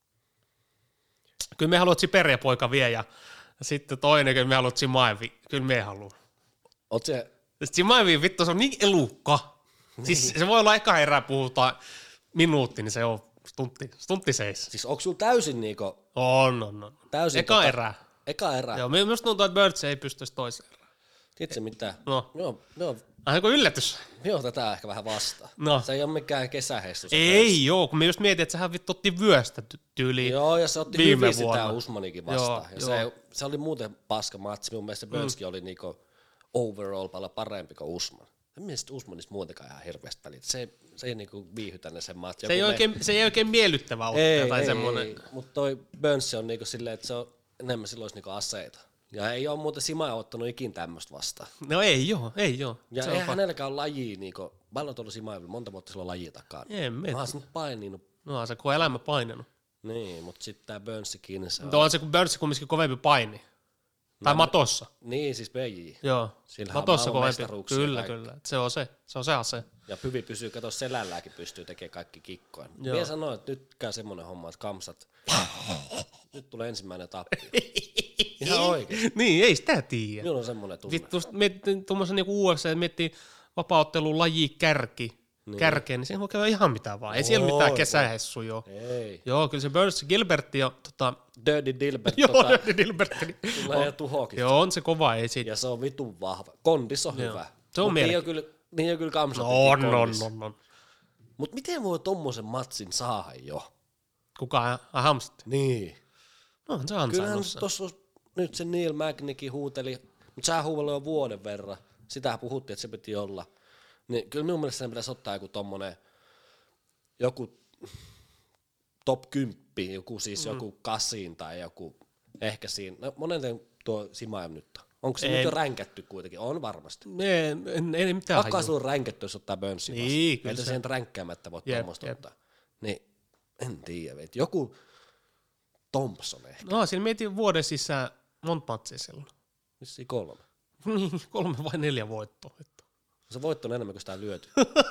Speaker 1: kyllä me haluat Siperia poika vie, ja sitten toinen, kyllä me haluat Chimaevi, kyllä me haluat.
Speaker 2: Oot se...
Speaker 1: Chimaevi, vittu, se on niin elukka. Siis se voi olla eka erää puhutaan minuutti, niin se on stuntti, stuntti seis.
Speaker 2: Siis onko sulla täysin niinku...
Speaker 1: On, on, on.
Speaker 2: Täysin
Speaker 1: eka
Speaker 2: tota,
Speaker 1: erää.
Speaker 2: Eka erää.
Speaker 1: Joo, minusta tuntuu, että Birds ei pystyisi toiseen erään.
Speaker 2: Tiedätkö mitä?
Speaker 1: No.
Speaker 2: Joo, joo.
Speaker 1: Aina kuin yllätys.
Speaker 2: Joo, tätä ehkä vähän vastaan.
Speaker 1: No.
Speaker 2: Se ei ole mikään kesäheistus.
Speaker 1: Ei joo, kun me just mietin, että sehän vittu otti vyöstä tyyliin.
Speaker 2: Joo, ja se otti
Speaker 1: viime
Speaker 2: hyvin
Speaker 1: vuonna.
Speaker 2: sitä Usmanikin vastaan.
Speaker 1: Joo,
Speaker 2: ja se, se oli muuten paska matsi. Mun mielestä se Birdskin mm. oli niinku overall paljon parempi kuin Usman. En mielestä Usmanista muutenkaan ihan hirveästi väliä. Se, se ei niinku viihytä ne sen matsi.
Speaker 1: Se ei, oikein, me... se ei oikein miellyttävä ottaa tai
Speaker 2: ei,
Speaker 1: semmoinen.
Speaker 2: Ei, mutta toi Burns on niinku silleen, että se on enemmän silloin niinku aseita. Ja ei ole muuten Simaev ottanut ikin tämmöistä vastaan.
Speaker 1: No ei joo, ei joo.
Speaker 2: Ja se ei hänelläkään ole lajia, niinku, paljon tuolla Simaevilla, monta vuotta sillä on lajia takaa.
Speaker 1: En miettä.
Speaker 2: Mä oon nyt paininut.
Speaker 1: No se kun elämä painanut.
Speaker 2: Niin, mutta sitten tää Burnsikin. Se on...
Speaker 1: No on se kun Burns kumminkin kovempi paini. Tai no, matossa.
Speaker 2: Niin, siis B J.
Speaker 1: Joo,
Speaker 2: sillähän
Speaker 1: matossa kovempi.
Speaker 2: Kyllä,
Speaker 1: kyllä. Se on se, se on se ase.
Speaker 2: Ja hyvin pysyy, kato selälläkin pystyy tekemään kaikki kikkoja. Minä sanoin, että nyt käy semmoinen homma, että Khamzat, nyt tulee ensimmäinen tappio. Ihan oikein.
Speaker 1: Niin, ei sitä tiedä.
Speaker 2: Minulla on semmoinen tunne.
Speaker 1: Vittu, miettii tuommoisen niinku U F C, että miettii vapauttelun laji kärki, niin. kärkeen, niin siinä voi käydä ihan mitään vaan. Ei siellä
Speaker 2: Oi,
Speaker 1: mitään kesähessu jo.
Speaker 2: Ei.
Speaker 1: Joo, kyllä se Burns Gilbert ja tota...
Speaker 2: Dirty Dilbert.
Speaker 1: Joo,
Speaker 2: tota,
Speaker 1: Dirty Dilbert.
Speaker 2: Tulee jo tuhoakin.
Speaker 1: Joo, on se kova, ei siitä.
Speaker 2: Ja se on vitun vahva. Kondis on
Speaker 1: Joo.
Speaker 2: hyvä.
Speaker 1: Se on
Speaker 2: niin on kyllä, niin on kyllä Khamzat.
Speaker 1: On, on, on, on.
Speaker 2: Mut miten voi tommosen matsin saada jo?
Speaker 1: Kuka Hamsat?
Speaker 2: Niin.
Speaker 1: No on se ansainnut
Speaker 2: Kyllähän
Speaker 1: sen.
Speaker 2: tossa nyt se Neil Magnickin huuteli, mutta sä huuveli jo vuoden verran. Sitä puhuttiin, että se piti olla. Niin kyllä minun mielestä sen pitäisi ottaa joku tommonen, joku top kymppi, joku siis mm. joku kasiin tai joku ehkä siinä. No monen tuo Simaev nyt on. Onko se ei. Nyt jo ränkätty kuitenkin? On varmasti.
Speaker 1: Ei, en, ei mitään
Speaker 2: Pakkaa sulla ränkätty, jos ottaa Burnsin
Speaker 1: niin,
Speaker 2: vastaan. Että sen ränkkäämättä voi tuommoista ottaa. Niin, en tiedä. Joku Thompson ehkä.
Speaker 1: No, siinä mietin vuoden sisään monta matsia silloin.
Speaker 2: Vissiin kolme.
Speaker 1: Niin, kolme vai neljä voittoa.
Speaker 2: Se voitto on enemmän kuin sitä lyöty.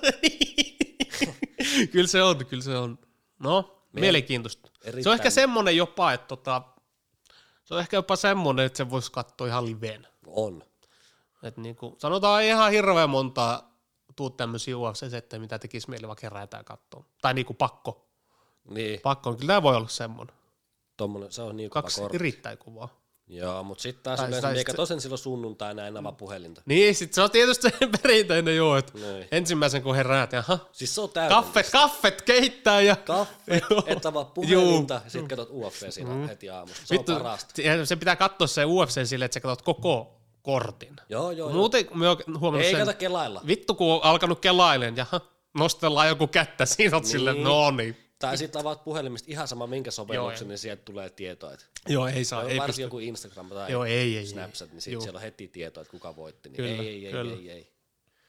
Speaker 1: Kyllä se on, kyllä se on. No, Mie- mielenkiintoista. Erittäin. Se on ehkä semmoinen jopa, että tota, se on ehkä jopa semmoinen, että se voisi katsoa ihan liveen.
Speaker 2: On.
Speaker 1: Et niinku, sanotaan ihan hirveän monta tuu tämmöisiä U F C-settejä, mitä tekisi mieli vaikka kerätään katsoa. Tai niinku pakko.
Speaker 2: Niin.
Speaker 1: Pakko, kyllä tämä voi olla semmoinen.
Speaker 2: Tommonen, se on niin
Speaker 1: Kaksi erittäin kuvaa.
Speaker 2: Joo, mutta sitten taas
Speaker 1: Tai-
Speaker 2: yleensä
Speaker 1: tai
Speaker 2: meikä
Speaker 1: sit-
Speaker 2: tosen silloin sunnuntaina en avaa puhelinta.
Speaker 1: Niin, sit se on tietysti se perinteinen joo, että
Speaker 2: Niin.
Speaker 1: ensimmäisen kun heräät, jaha,
Speaker 2: Siis se on täydellistä.
Speaker 1: kaffet, kaffet keittää ja...
Speaker 2: Kaffet,
Speaker 1: Joo.
Speaker 2: et avaa puhelinta, sit katsot U F C siinä mm. heti aamusta. Se
Speaker 1: Vittu,
Speaker 2: on parasta.
Speaker 1: se- se pitää katsoa se U F C silleen, että sä katsot koko kortin.
Speaker 2: Joo, joo, joo.
Speaker 1: Muuten mä oon huomannut
Speaker 2: Ei
Speaker 1: sen,
Speaker 2: kato kelailla.
Speaker 1: vittu kun on alkanut kelailemaan, jaha, nostellaan joku kättä, siinä oot
Speaker 2: Niin.
Speaker 1: silleen, no niin.
Speaker 2: Tai sitten avaat puhelimista ihan sama minkä sovelluksen,
Speaker 1: Joo,
Speaker 2: niin sieltä tulee tietoa. Että
Speaker 1: Joo, ei saa, ei
Speaker 2: varsinkin
Speaker 1: pysty.
Speaker 2: joku Instagram tai
Speaker 1: Joo, ei, ei,
Speaker 2: Snapchat, niin
Speaker 1: Joo.
Speaker 2: sit siellä on heti tietoa, että kuka voitti. Niin
Speaker 1: Kyllä,
Speaker 2: ei, ei, ei,
Speaker 1: kyllä.
Speaker 2: ei, ei.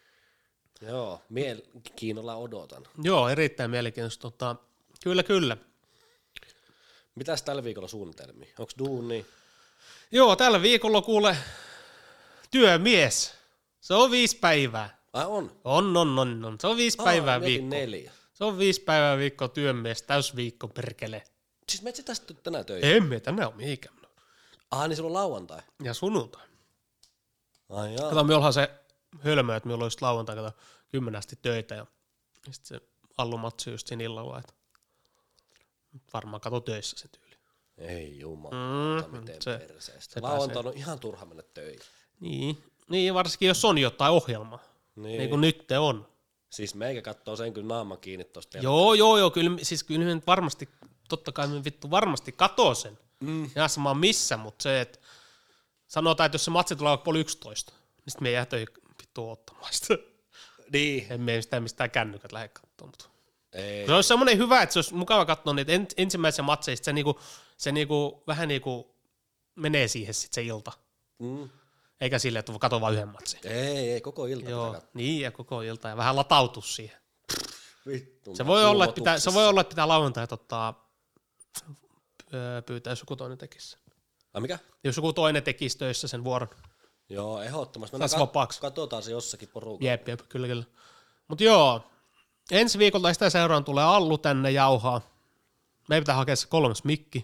Speaker 2: Joo, mielenkiinnolla odotan.
Speaker 1: Joo, erittäin mielenkiintoista. Tota, kyllä, kyllä.
Speaker 2: Mitäs tällä viikolla suunnitelmia? Onks duuni?
Speaker 1: Joo, tällä viikolla kuule työmies. Se on viisi päivää.
Speaker 2: Ai on?
Speaker 1: On, on, on, on. Se on viisi
Speaker 2: Aa,
Speaker 1: päivää
Speaker 2: mietin
Speaker 1: viikko.
Speaker 2: neljä.
Speaker 1: Se on viisi päivää viikko työmies, täysviikko perkele.
Speaker 2: Siis metsi tästä tänään töihin?
Speaker 1: En me tänään ole mihinkään.
Speaker 2: Ah, niin sulla on lauantai.
Speaker 1: Ja sunnuntai.
Speaker 2: Ai jaa.
Speaker 1: Kato, me ollaan se hölmö, että meillä on just lauantai, kato, kymmenen asti töitä ja sitten se allumatsi just siinä illalla, että varmaan kato töissä se tyyli.
Speaker 2: Ei jumala,
Speaker 1: Mm,
Speaker 2: miten
Speaker 1: se-
Speaker 2: perseestä.
Speaker 1: se
Speaker 2: Lauantai on ihan turha mennä töihin.
Speaker 1: Niin, niin varsinkin jos on jotain ohjelmaa,
Speaker 2: Niin.
Speaker 1: niin kuin nyt on.
Speaker 2: Siis meikä kattoo sen kyllä naaman kiinni tosta.
Speaker 1: Joo, joo, joo, kyllä, siis kyllä me nyt varmasti, totta kai me vittu varmasti katoo sen.
Speaker 2: Mm.
Speaker 1: Ihan sama missä, mutta se, että sanotaan, että jos se matsi tulee vaikka puoli yksitoista, niin sitten me ei jää töihin vittu ottamaan sitä.
Speaker 2: Niin.
Speaker 1: En me sitä mistään kännykät lähde katsoa, mutta
Speaker 2: Ei.
Speaker 1: se olisi semmoinen hyvä, että se olisi mukava katsoa niitä en, ensimmäisiä matseja, sit se, niinku, se niinku, vähän niinku menee siihen sit se ilta.
Speaker 2: Mm.
Speaker 1: Eikä silleen, että katso vain yhden matsin.
Speaker 2: Ei, ei, koko ilta
Speaker 1: Joo,
Speaker 2: pitää katsoa.
Speaker 1: niin ja koko ilta ja vähän latautua siihen.
Speaker 2: Vittu.
Speaker 1: Se
Speaker 2: mä
Speaker 1: voi, olla, että pitää, se
Speaker 2: kuumotuksessa.
Speaker 1: voi olla, että pitää lauantai ottaa, öö, pyytää, jos joku toinen tekisi sen.
Speaker 2: Ai mikä?
Speaker 1: Jos joku toinen tekisi töissä sen vuoron.
Speaker 2: Joo, ehdottomasti.
Speaker 1: Saisi
Speaker 2: Mennään
Speaker 1: vapaaksi.
Speaker 2: katsotaan se jossakin porukalla.
Speaker 1: Jep, jep, kyllä, kyllä. Mutta joo, ensi viikolla sitä seuraan tulee Allu tänne jauhaa. Me pitää hakea se kolmas mikki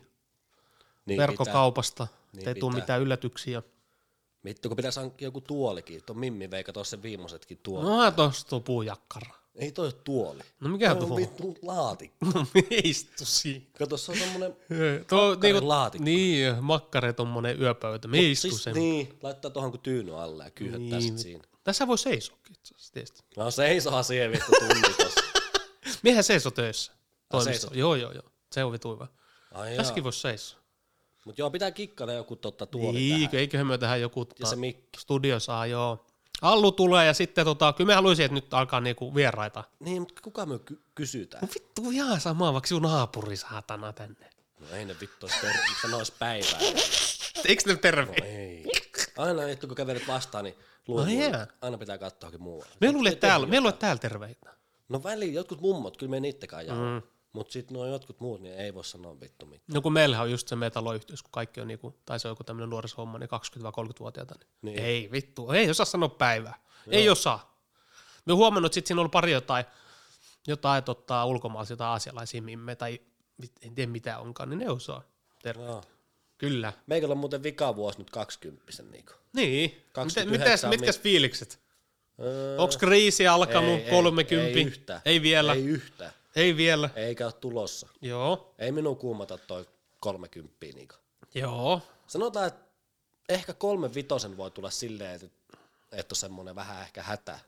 Speaker 2: Niin
Speaker 1: verkkokaupasta.
Speaker 2: Niin
Speaker 1: Ei tule
Speaker 2: pitää.
Speaker 1: mitään yllätyksiä.
Speaker 2: pitää. Vittu, kun pitäisi hankkia joku tuolikin. Tuo Mimmi vei kato sen viimeisetkin tuoli.
Speaker 1: No tossa tuo puujakkara.
Speaker 2: Ei toi ole tuoli.
Speaker 1: No mikä
Speaker 2: Toi
Speaker 1: tuo?
Speaker 2: on vittu laatikko.
Speaker 1: No istu siinä.
Speaker 2: Kato, se on semmonen...
Speaker 1: Tuo
Speaker 2: Makkarin laatikko.
Speaker 1: Niin, makkari tommonen yöpöytä. Me istu
Speaker 2: siis,
Speaker 1: sen.
Speaker 2: niin, laittaa tuohon kuin tyyny alle ja kyyhöttää
Speaker 1: Niin.
Speaker 2: sit siinä.
Speaker 1: Tässä voi seisoakin itse asiassa, tietysti.
Speaker 2: No seisohan siihen vittu tunti tossa.
Speaker 1: Miehän seisoo töissä. Toimisto.
Speaker 2: seisoo?
Speaker 1: Joo, joo, joo. Se on vitu hyvä.
Speaker 2: Ai jaa.
Speaker 1: Tässäkin voisi seisoa.
Speaker 2: Mut joo, pitää kikkailla joku totta tuoli
Speaker 1: Niin,
Speaker 2: tähän.
Speaker 1: eiköhän me tähän joku
Speaker 2: Ja
Speaker 1: tota,
Speaker 2: se mikki.
Speaker 1: studio saa, joo. Allu tulee ja sitten tota, kyllä me haluaisin, että nyt alkaa niinku vieraita.
Speaker 2: Niin, mutta kuka me ky- kysytään?
Speaker 1: No vittu ihan sama, vaikka sinun naapuri saatana tänne.
Speaker 2: No ei ne vittu ter- sanois päivää.
Speaker 1: Eikö ne terve?
Speaker 2: No ei. Aina vittu kun kävelet vastaan, niin luo,
Speaker 1: No
Speaker 2: luo,
Speaker 1: jää.
Speaker 2: aina pitää katsoa johonkin muualle.
Speaker 1: Me luulen,
Speaker 2: Ne
Speaker 1: että täällä,
Speaker 2: tehnyt
Speaker 1: me luulen täällä terveitä.
Speaker 2: No väliin jotkut mummot, kyllä me niittekään jaa. Mm. Mut sit nuo jotkut muut, niin ei voi sanoa vittu mitään.
Speaker 1: No kun meillähän on just se meidän taloyhteys, kun kaikki on niinku, tai se on joku tämmöinen nuorisohomma, niin kaksikymmentä-kolmekymmentävuotiaita. Niin.
Speaker 2: Niin.
Speaker 1: Ei vittu, ei osaa sanoa päivää. Ei osaa. Me oon huomannut, että sit siinä on ollut pari jotain, jotain tota, ulkomaalaisia, jotain aasialaisia mimme, tai en tiedä mitä onkaan, niin ne osaa. Terve.
Speaker 2: Joo.
Speaker 1: Kyllä.
Speaker 2: Meikällä on muuten vikavuosi nyt kaksikymppisen niinku.
Speaker 1: Niin. Miten,
Speaker 2: kaksikymmentäyhdeksän
Speaker 1: mitäs,
Speaker 2: on
Speaker 1: mitkäs fiilikset?
Speaker 2: Öö,
Speaker 1: Onko kriisi alkanut
Speaker 2: ei,
Speaker 1: kolmekymmentä?
Speaker 2: Ei, ei yhtään.
Speaker 1: Ei vielä.
Speaker 2: Ei
Speaker 1: Ei,
Speaker 2: yhtään.
Speaker 1: ei vielä.
Speaker 2: Eikä ole tulossa.
Speaker 1: Joo.
Speaker 2: Ei minun kuumata toi kolmekymppiä niinku.
Speaker 1: Joo.
Speaker 2: Sanotaan, että ehkä kolme vitosen voi tulla silleen, että, että on semmoinen vähän ehkä hätä.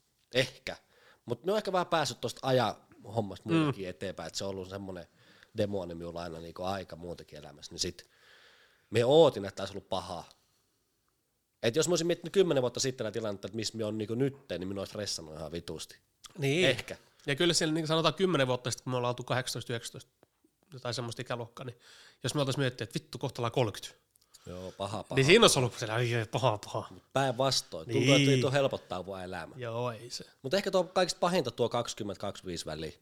Speaker 2: Ehkä. Mutta me on ehkä vähän päässyt tuosta ajan hommasta muutenkin mm. eteenpäin, että se on ollut semmoinen demoni minulla aina niinku aika muutenkin elämässä. Niin sit me ootin, että olisi ollut pahaa. Että jos mä olisin miettinyt kymmenen vuotta sitten tätä tilannetta, että missä me on niinku nyt, niin minua olisi ressannut ihan vitusti.
Speaker 1: Niin.
Speaker 2: Ehkä.
Speaker 1: Ja kyllä siellä niin sanotaan kymmenen vuotta sitten, kun me ollaan oltu kahdeksantoista yhdeksäntoista jotain semmoista ikäluokkaa, niin jos me oltaisiin miettinyt, että vittu kohta ollaan kolmekymmentä,
Speaker 2: Joo, paha, paha.
Speaker 1: niin siinä olisi ollut siellä, ai, ai, paha, paha.
Speaker 2: Päinvastoin. Tuntuu,
Speaker 1: Niin.
Speaker 2: että tuo helpottaa vaan elämää.
Speaker 1: Joo, ei se.
Speaker 2: Mutta ehkä tuo kaikista pahinta tuo kaksikymmentä kaksikymmentäviisi väliin.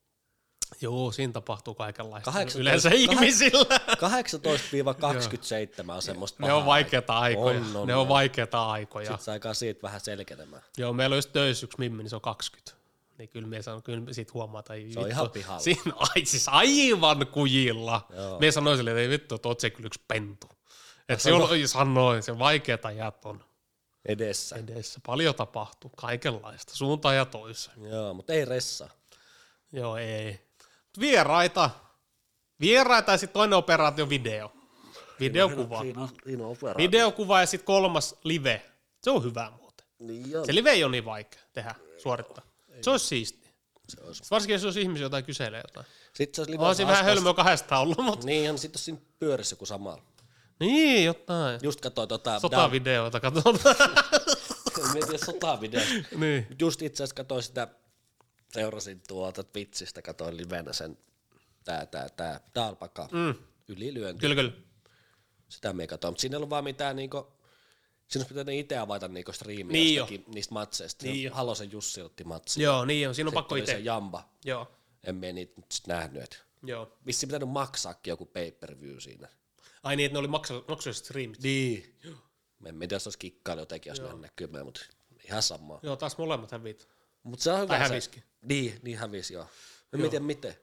Speaker 1: Joo, siinä tapahtuu kaikenlaista
Speaker 2: kahdeksantoista
Speaker 1: yleensä
Speaker 2: kah-
Speaker 1: ihmisillä.
Speaker 2: kahdeksantoista kaksikymmentäseitsemän on semmoista
Speaker 1: Ne
Speaker 2: pahaa.
Speaker 1: on vaikeita aikoja.
Speaker 2: On, on,
Speaker 1: ne on
Speaker 2: on.
Speaker 1: vaikeita aikoja.
Speaker 2: Sitten saa aikaa siitä vähän selkenemään.
Speaker 1: Joo, meillä on just töissä yksi mimmi, niin se on kaksikymmentä. Niin kyllä me sanon, kyllä siitä huomaa, että ei
Speaker 2: Se on
Speaker 1: vittu.
Speaker 2: ihan pihalla.
Speaker 1: Siinä, ai, siis aivan kujilla.
Speaker 2: Joo.
Speaker 1: Me sanoin silleen, että ei vittu, että oot se kyllä yksi pentu. Että se
Speaker 2: sano-
Speaker 1: on, sanoin, se vaikeat ajat on.
Speaker 2: Edessä.
Speaker 1: Edessä. Paljon tapahtuu, kaikenlaista, suuntaan ja toiseen.
Speaker 2: Joo, mutta ei ressa.
Speaker 1: Joo, ei. Vieraita. Vieraita ja sitten toinen operaatio video. Videokuva.
Speaker 2: Siinä on, siinä on operaatio.
Speaker 1: Videokuva ja sitten kolmas live. Se on hyvä muuten.
Speaker 2: Niin on.
Speaker 1: Se live ei ole niin vaikea tehdä, suorittaa. Se olisi siistiä.
Speaker 2: Se olisi.
Speaker 1: Varsinkin jos olisi ihmisiä, jotain kyselee jotain.
Speaker 2: Sitten se olisi
Speaker 1: On siinä vähän hölmöä kahdesta ollut, mutta...
Speaker 2: Niin on, sitten siinä pyörissä joku samalla.
Speaker 1: Niin, jotain.
Speaker 2: Just katsoin tota...
Speaker 1: Sotavideoita katsotaan.
Speaker 2: Mietin sotavideo.
Speaker 1: Niin.
Speaker 2: Just itse asiassa katsoin sitä, seurasin tuolta Twitchistä, katsoin livenä sen, tää, tää, tää, Dalpaka,
Speaker 1: Mm.
Speaker 2: ylilyönti.
Speaker 1: Kyllä, kyllä.
Speaker 2: Sitä me katsoin, mutta siinä ei ollut vaan mitään niinku, siinä olisi pitänyt itse avata niinku striimiä
Speaker 1: Niin
Speaker 2: jostakin niistä matseista.
Speaker 1: Niin jo.
Speaker 2: Halosen Jussi otti matsia.
Speaker 1: Joo, niin on. Siinä on
Speaker 2: Sitten
Speaker 1: pakko
Speaker 2: oli
Speaker 1: itse.
Speaker 2: se Jamba.
Speaker 1: Joo,
Speaker 2: En mene niitä nyt sit nähnyt.
Speaker 1: joo.
Speaker 2: Vissiin pitänyt maksaakin joku pay-per-view siinä.
Speaker 1: Ai niin, että ne oli maksu- maksulliset streamit.
Speaker 2: Niin. Mä en tiedä, jos olisi kikkailu jotenkin, jos näin näkymään, mutta ihan samaa.
Speaker 1: Joo, taas molemmat hävit.
Speaker 2: Mutta se on
Speaker 1: Tai
Speaker 2: hyvä.
Speaker 1: häviskin.
Speaker 2: Niin, niin hävisi joo. Mä en tiedä miten.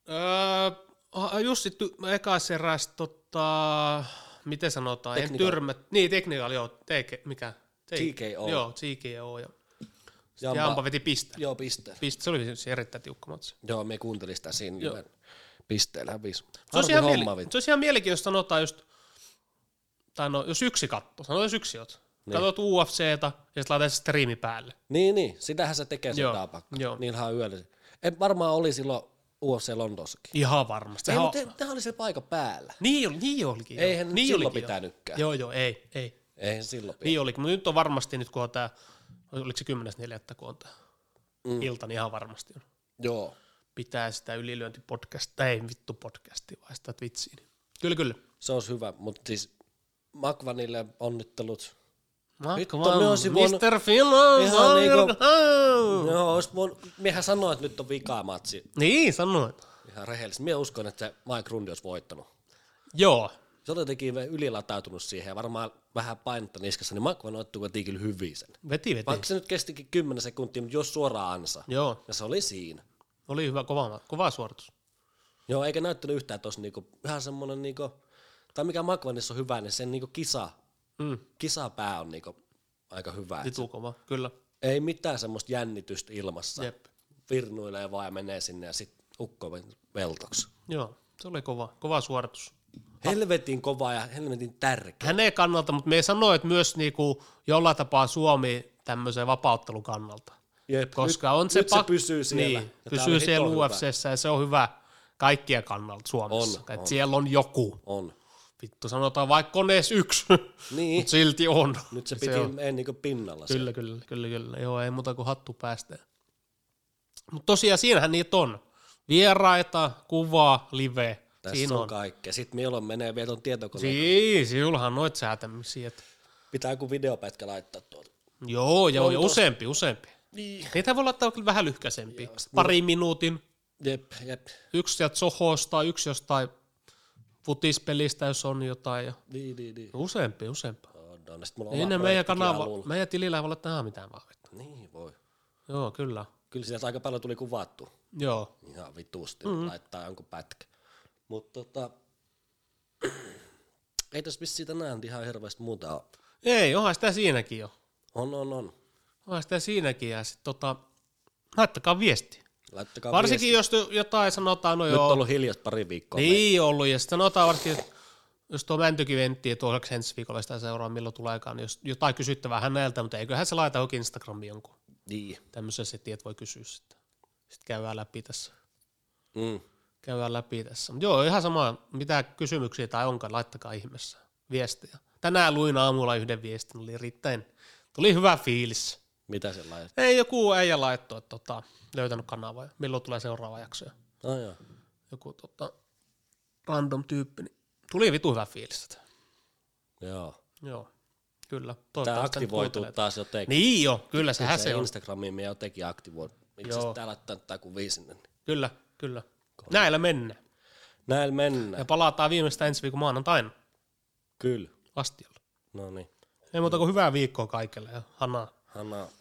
Speaker 1: Öö, Jussi ty- ekas eräs, tota, miten sanotaan,
Speaker 2: Technical.
Speaker 1: en tyrmät, niin Technical, joo, T K, mikä?
Speaker 2: T K O.
Speaker 1: Joo, T K O, ja
Speaker 2: Jamba-
Speaker 1: Jampa veti piste.
Speaker 2: Joo, piste.
Speaker 1: Piste, se oli siis erittäin tiukka matsi.
Speaker 2: Joo, me kuuntelin sitä siinä
Speaker 1: Joo.
Speaker 2: liven pisteellä hävisi.
Speaker 1: Se olisi,
Speaker 2: Harmi
Speaker 1: ihan
Speaker 2: homma,
Speaker 1: miele-
Speaker 2: vittu.
Speaker 1: se olisi ihan mielenkiintoista sanotaan just, tai no, jos yksi katsoo, sanotaan jos yksi oot. Niin. Katsot U F C:tä ja sitten laitat se striimi päälle.
Speaker 2: Niin, niin. Sitähän se tekee se
Speaker 1: Joo,
Speaker 2: Dalpakka.
Speaker 1: joo.
Speaker 2: Niillähän on yöllä. En varmaan oli silloin U F C Londossakin.
Speaker 1: Ihan varmasti.
Speaker 2: Ei,
Speaker 1: Sehän
Speaker 2: mutta
Speaker 1: on-
Speaker 2: tämä oli se paikan päällä.
Speaker 1: Niin, oli, niin olikin.
Speaker 2: Eihän
Speaker 1: joo.
Speaker 2: nyt
Speaker 1: niin
Speaker 2: silloin
Speaker 1: olikin,
Speaker 2: pitänytkään.
Speaker 1: Joo, joo, ei, ei.
Speaker 2: Eihän silloin pitänyt.
Speaker 1: Niin olikin, mutta nyt on varmasti, nyt kun on tämä, oliko se kymmenes neljättä, kun on tämä mm. ilta, niin ihan varmasti on.
Speaker 2: Joo.
Speaker 1: Pitää sitä ylilyöntipodcastia, ei vittu podcastia, vaan sitä Twitchiä. Niin. Kyllä, kyllä.
Speaker 2: Se olisi hyvä, mutta siis Makvanille onnittelut.
Speaker 1: Vittu,
Speaker 2: me olisin voinut-
Speaker 1: mister Finland,
Speaker 2: Ihan niinku-
Speaker 1: niinku...
Speaker 2: Joo, olisi voinut, miehän sanoi, että nyt on vika matsi.
Speaker 1: Niin, sanoin.
Speaker 2: Ihan rehellisesti. Mie uskon, että se Mike Rundi olisi voittanut.
Speaker 1: Joo,
Speaker 2: Se oli jotenkin ylilatautunut siihen ja varmaan vähän painetta niskassa, niin Makvan otti kuitenkin kyllä hyvin sen.
Speaker 1: veti, veti.
Speaker 2: Vaikka se nyt kestikin kymmenen sekuntia, mutta jos suoraan ansa.
Speaker 1: Joo,
Speaker 2: Ja se oli siinä.
Speaker 1: oli hyvä, kova, kova suoritus.
Speaker 2: Joo, eikä näyttänyt yhtään tuossa niinku, ihan semmonen niinku, tai mikä Makvanissa on hyvä, niin sen niinku kisa,
Speaker 1: Mm.
Speaker 2: kisapää on niinku aika hyvä.
Speaker 1: Vitu kova, kyllä.
Speaker 2: Ei mitään semmoista jännitystä ilmassa.
Speaker 1: Jep.
Speaker 2: Virnuilee vaan ja menee sinne ja sit ukko veltoksi.
Speaker 1: Joo, se oli kova, kova suoritus.
Speaker 2: Helvetin kova ja helvetin tärkeä.
Speaker 1: Hänen kannalta, mutta me ei sano, että myös niinku jollain tapaa Suomi tämmöisen vapauttelun kannalta.
Speaker 2: Jep,
Speaker 1: Koska
Speaker 2: nyt,
Speaker 1: on se,
Speaker 2: nyt se
Speaker 1: pak-
Speaker 2: pysyy siellä.
Speaker 1: Niin,
Speaker 2: Ja tää
Speaker 1: pysyy
Speaker 2: oli
Speaker 1: siellä
Speaker 2: hito
Speaker 1: U
Speaker 2: hyvä.
Speaker 1: F C:ssä ja se on hyvä kaikkien kannalta Suomessa.
Speaker 2: On,
Speaker 1: että
Speaker 2: on.
Speaker 1: siellä on joku.
Speaker 2: On.
Speaker 1: Vittu sanotaan vaikka on edes yksi,
Speaker 2: Niin.
Speaker 1: mutta silti on.
Speaker 2: Nyt se
Speaker 1: Se
Speaker 2: piti
Speaker 1: on.
Speaker 2: mennä niinku pinnalla.
Speaker 1: Kyllä, kyllä, kyllä, kyllä. Joo, ei muuta kuin hattu päästä. Mutta tosiaan siinähän niitä on. Vieraita, kuvaa, live.
Speaker 2: Tässä
Speaker 1: Siinä
Speaker 2: on
Speaker 1: on.
Speaker 2: kaikkea. Sitten milloin menee vielä tuon tietokoneen.
Speaker 1: Sii, sinullahan noit säätämisiä. että-
Speaker 2: Pitää joku videopätkä laittaa tuolta.
Speaker 1: Joo, joo,
Speaker 2: On
Speaker 1: ja
Speaker 2: tos-
Speaker 1: useampi, useampi.
Speaker 2: Niin.
Speaker 1: Niitä voi laittaa kyllä vähän lyhkäisempiä. Pari minuutin.
Speaker 2: Jep, jep.
Speaker 1: Yksi sieltä Sohosta, yksi jostain futispelistä, jos on jotain. Ja
Speaker 2: Niin, niin, niin.
Speaker 1: useampi, useampi.
Speaker 2: On, on. Sitten mulla on
Speaker 1: Ei
Speaker 2: oma
Speaker 1: ne meidän
Speaker 2: projektikin
Speaker 1: kanava,
Speaker 2: alulla.
Speaker 1: meidän tilillä ei voi laittaa ihan mitään vaan.
Speaker 2: Niin voi.
Speaker 1: Joo, kyllä.
Speaker 2: Kyllä sieltä aika paljon tuli kuvattu.
Speaker 1: Joo.
Speaker 2: Ihan vitusti, mm-hmm. laittaa jonkun pätkä. Mutta tota, ei tässä vissiin tänään ihan hirveästi muuta ole.
Speaker 1: Ei, onhan sitä siinäkin jo.
Speaker 2: On, on, on.
Speaker 1: Onhan sitä siinäkin ja sit tota, laittakaa viestiä.
Speaker 2: Laittakaa
Speaker 1: Varsinkin
Speaker 2: viestiä.
Speaker 1: jos jotain sanotaan, no
Speaker 2: Nyt
Speaker 1: joo.
Speaker 2: on ollut hiljasta pari viikkoa.
Speaker 1: Niin ollut, ja sitten sanotaan varsinkin, jos tuo Mäntykiventti, että onko ensi viikolla sitä seuraa, milloin tuleekaan, niin jos jotain kysyttävää häneltä, mutta eiköhän se laita jokin Instagramiin jonkun
Speaker 2: Niin.
Speaker 1: tämmöisen setin, että voi kysyä sitten. Sitten käydään läpi tässä.
Speaker 2: Mm.
Speaker 1: Käydään läpi tässä. Mut joo, ihan sama, mitä kysymyksiä tai onkaan, laittakaa ihmeessä viestejä. Tänään luin aamulla yhden viestin, oli erittäin, tuli hyvä fiilis.
Speaker 2: Mitä se laittaa?
Speaker 1: Ei joku äijä laittoi, että tota, löytänyt kanavaa ja milloin tulee seuraava jakso. Ja
Speaker 2: No joo.
Speaker 1: joku tota, random tyyppi, niin tuli vitu hyvä fiilis. Että.
Speaker 2: Joo.
Speaker 1: Joo, kyllä.
Speaker 2: Tämä
Speaker 1: Toivottavasti nyt
Speaker 2: aktivoituu
Speaker 1: kuuntelet.
Speaker 2: taas jotenkin.
Speaker 1: Niin jo, kyllä sehän se on.
Speaker 2: Instagramiin me jotenkin aktivoitu. Miksi
Speaker 1: Joo.
Speaker 2: se tää laittaa nyt tää kuvia sinne? niin
Speaker 1: Kyllä, kyllä. Näillä mennään.
Speaker 2: Näillä mennään.
Speaker 1: Ja palataan viimeistä ensi viikon maanantaina
Speaker 2: Kyllä.
Speaker 1: astialla.
Speaker 2: No niin.
Speaker 1: Ei muuta kuin hyvää viikkoa kaikille ja Hanna.
Speaker 2: Hanna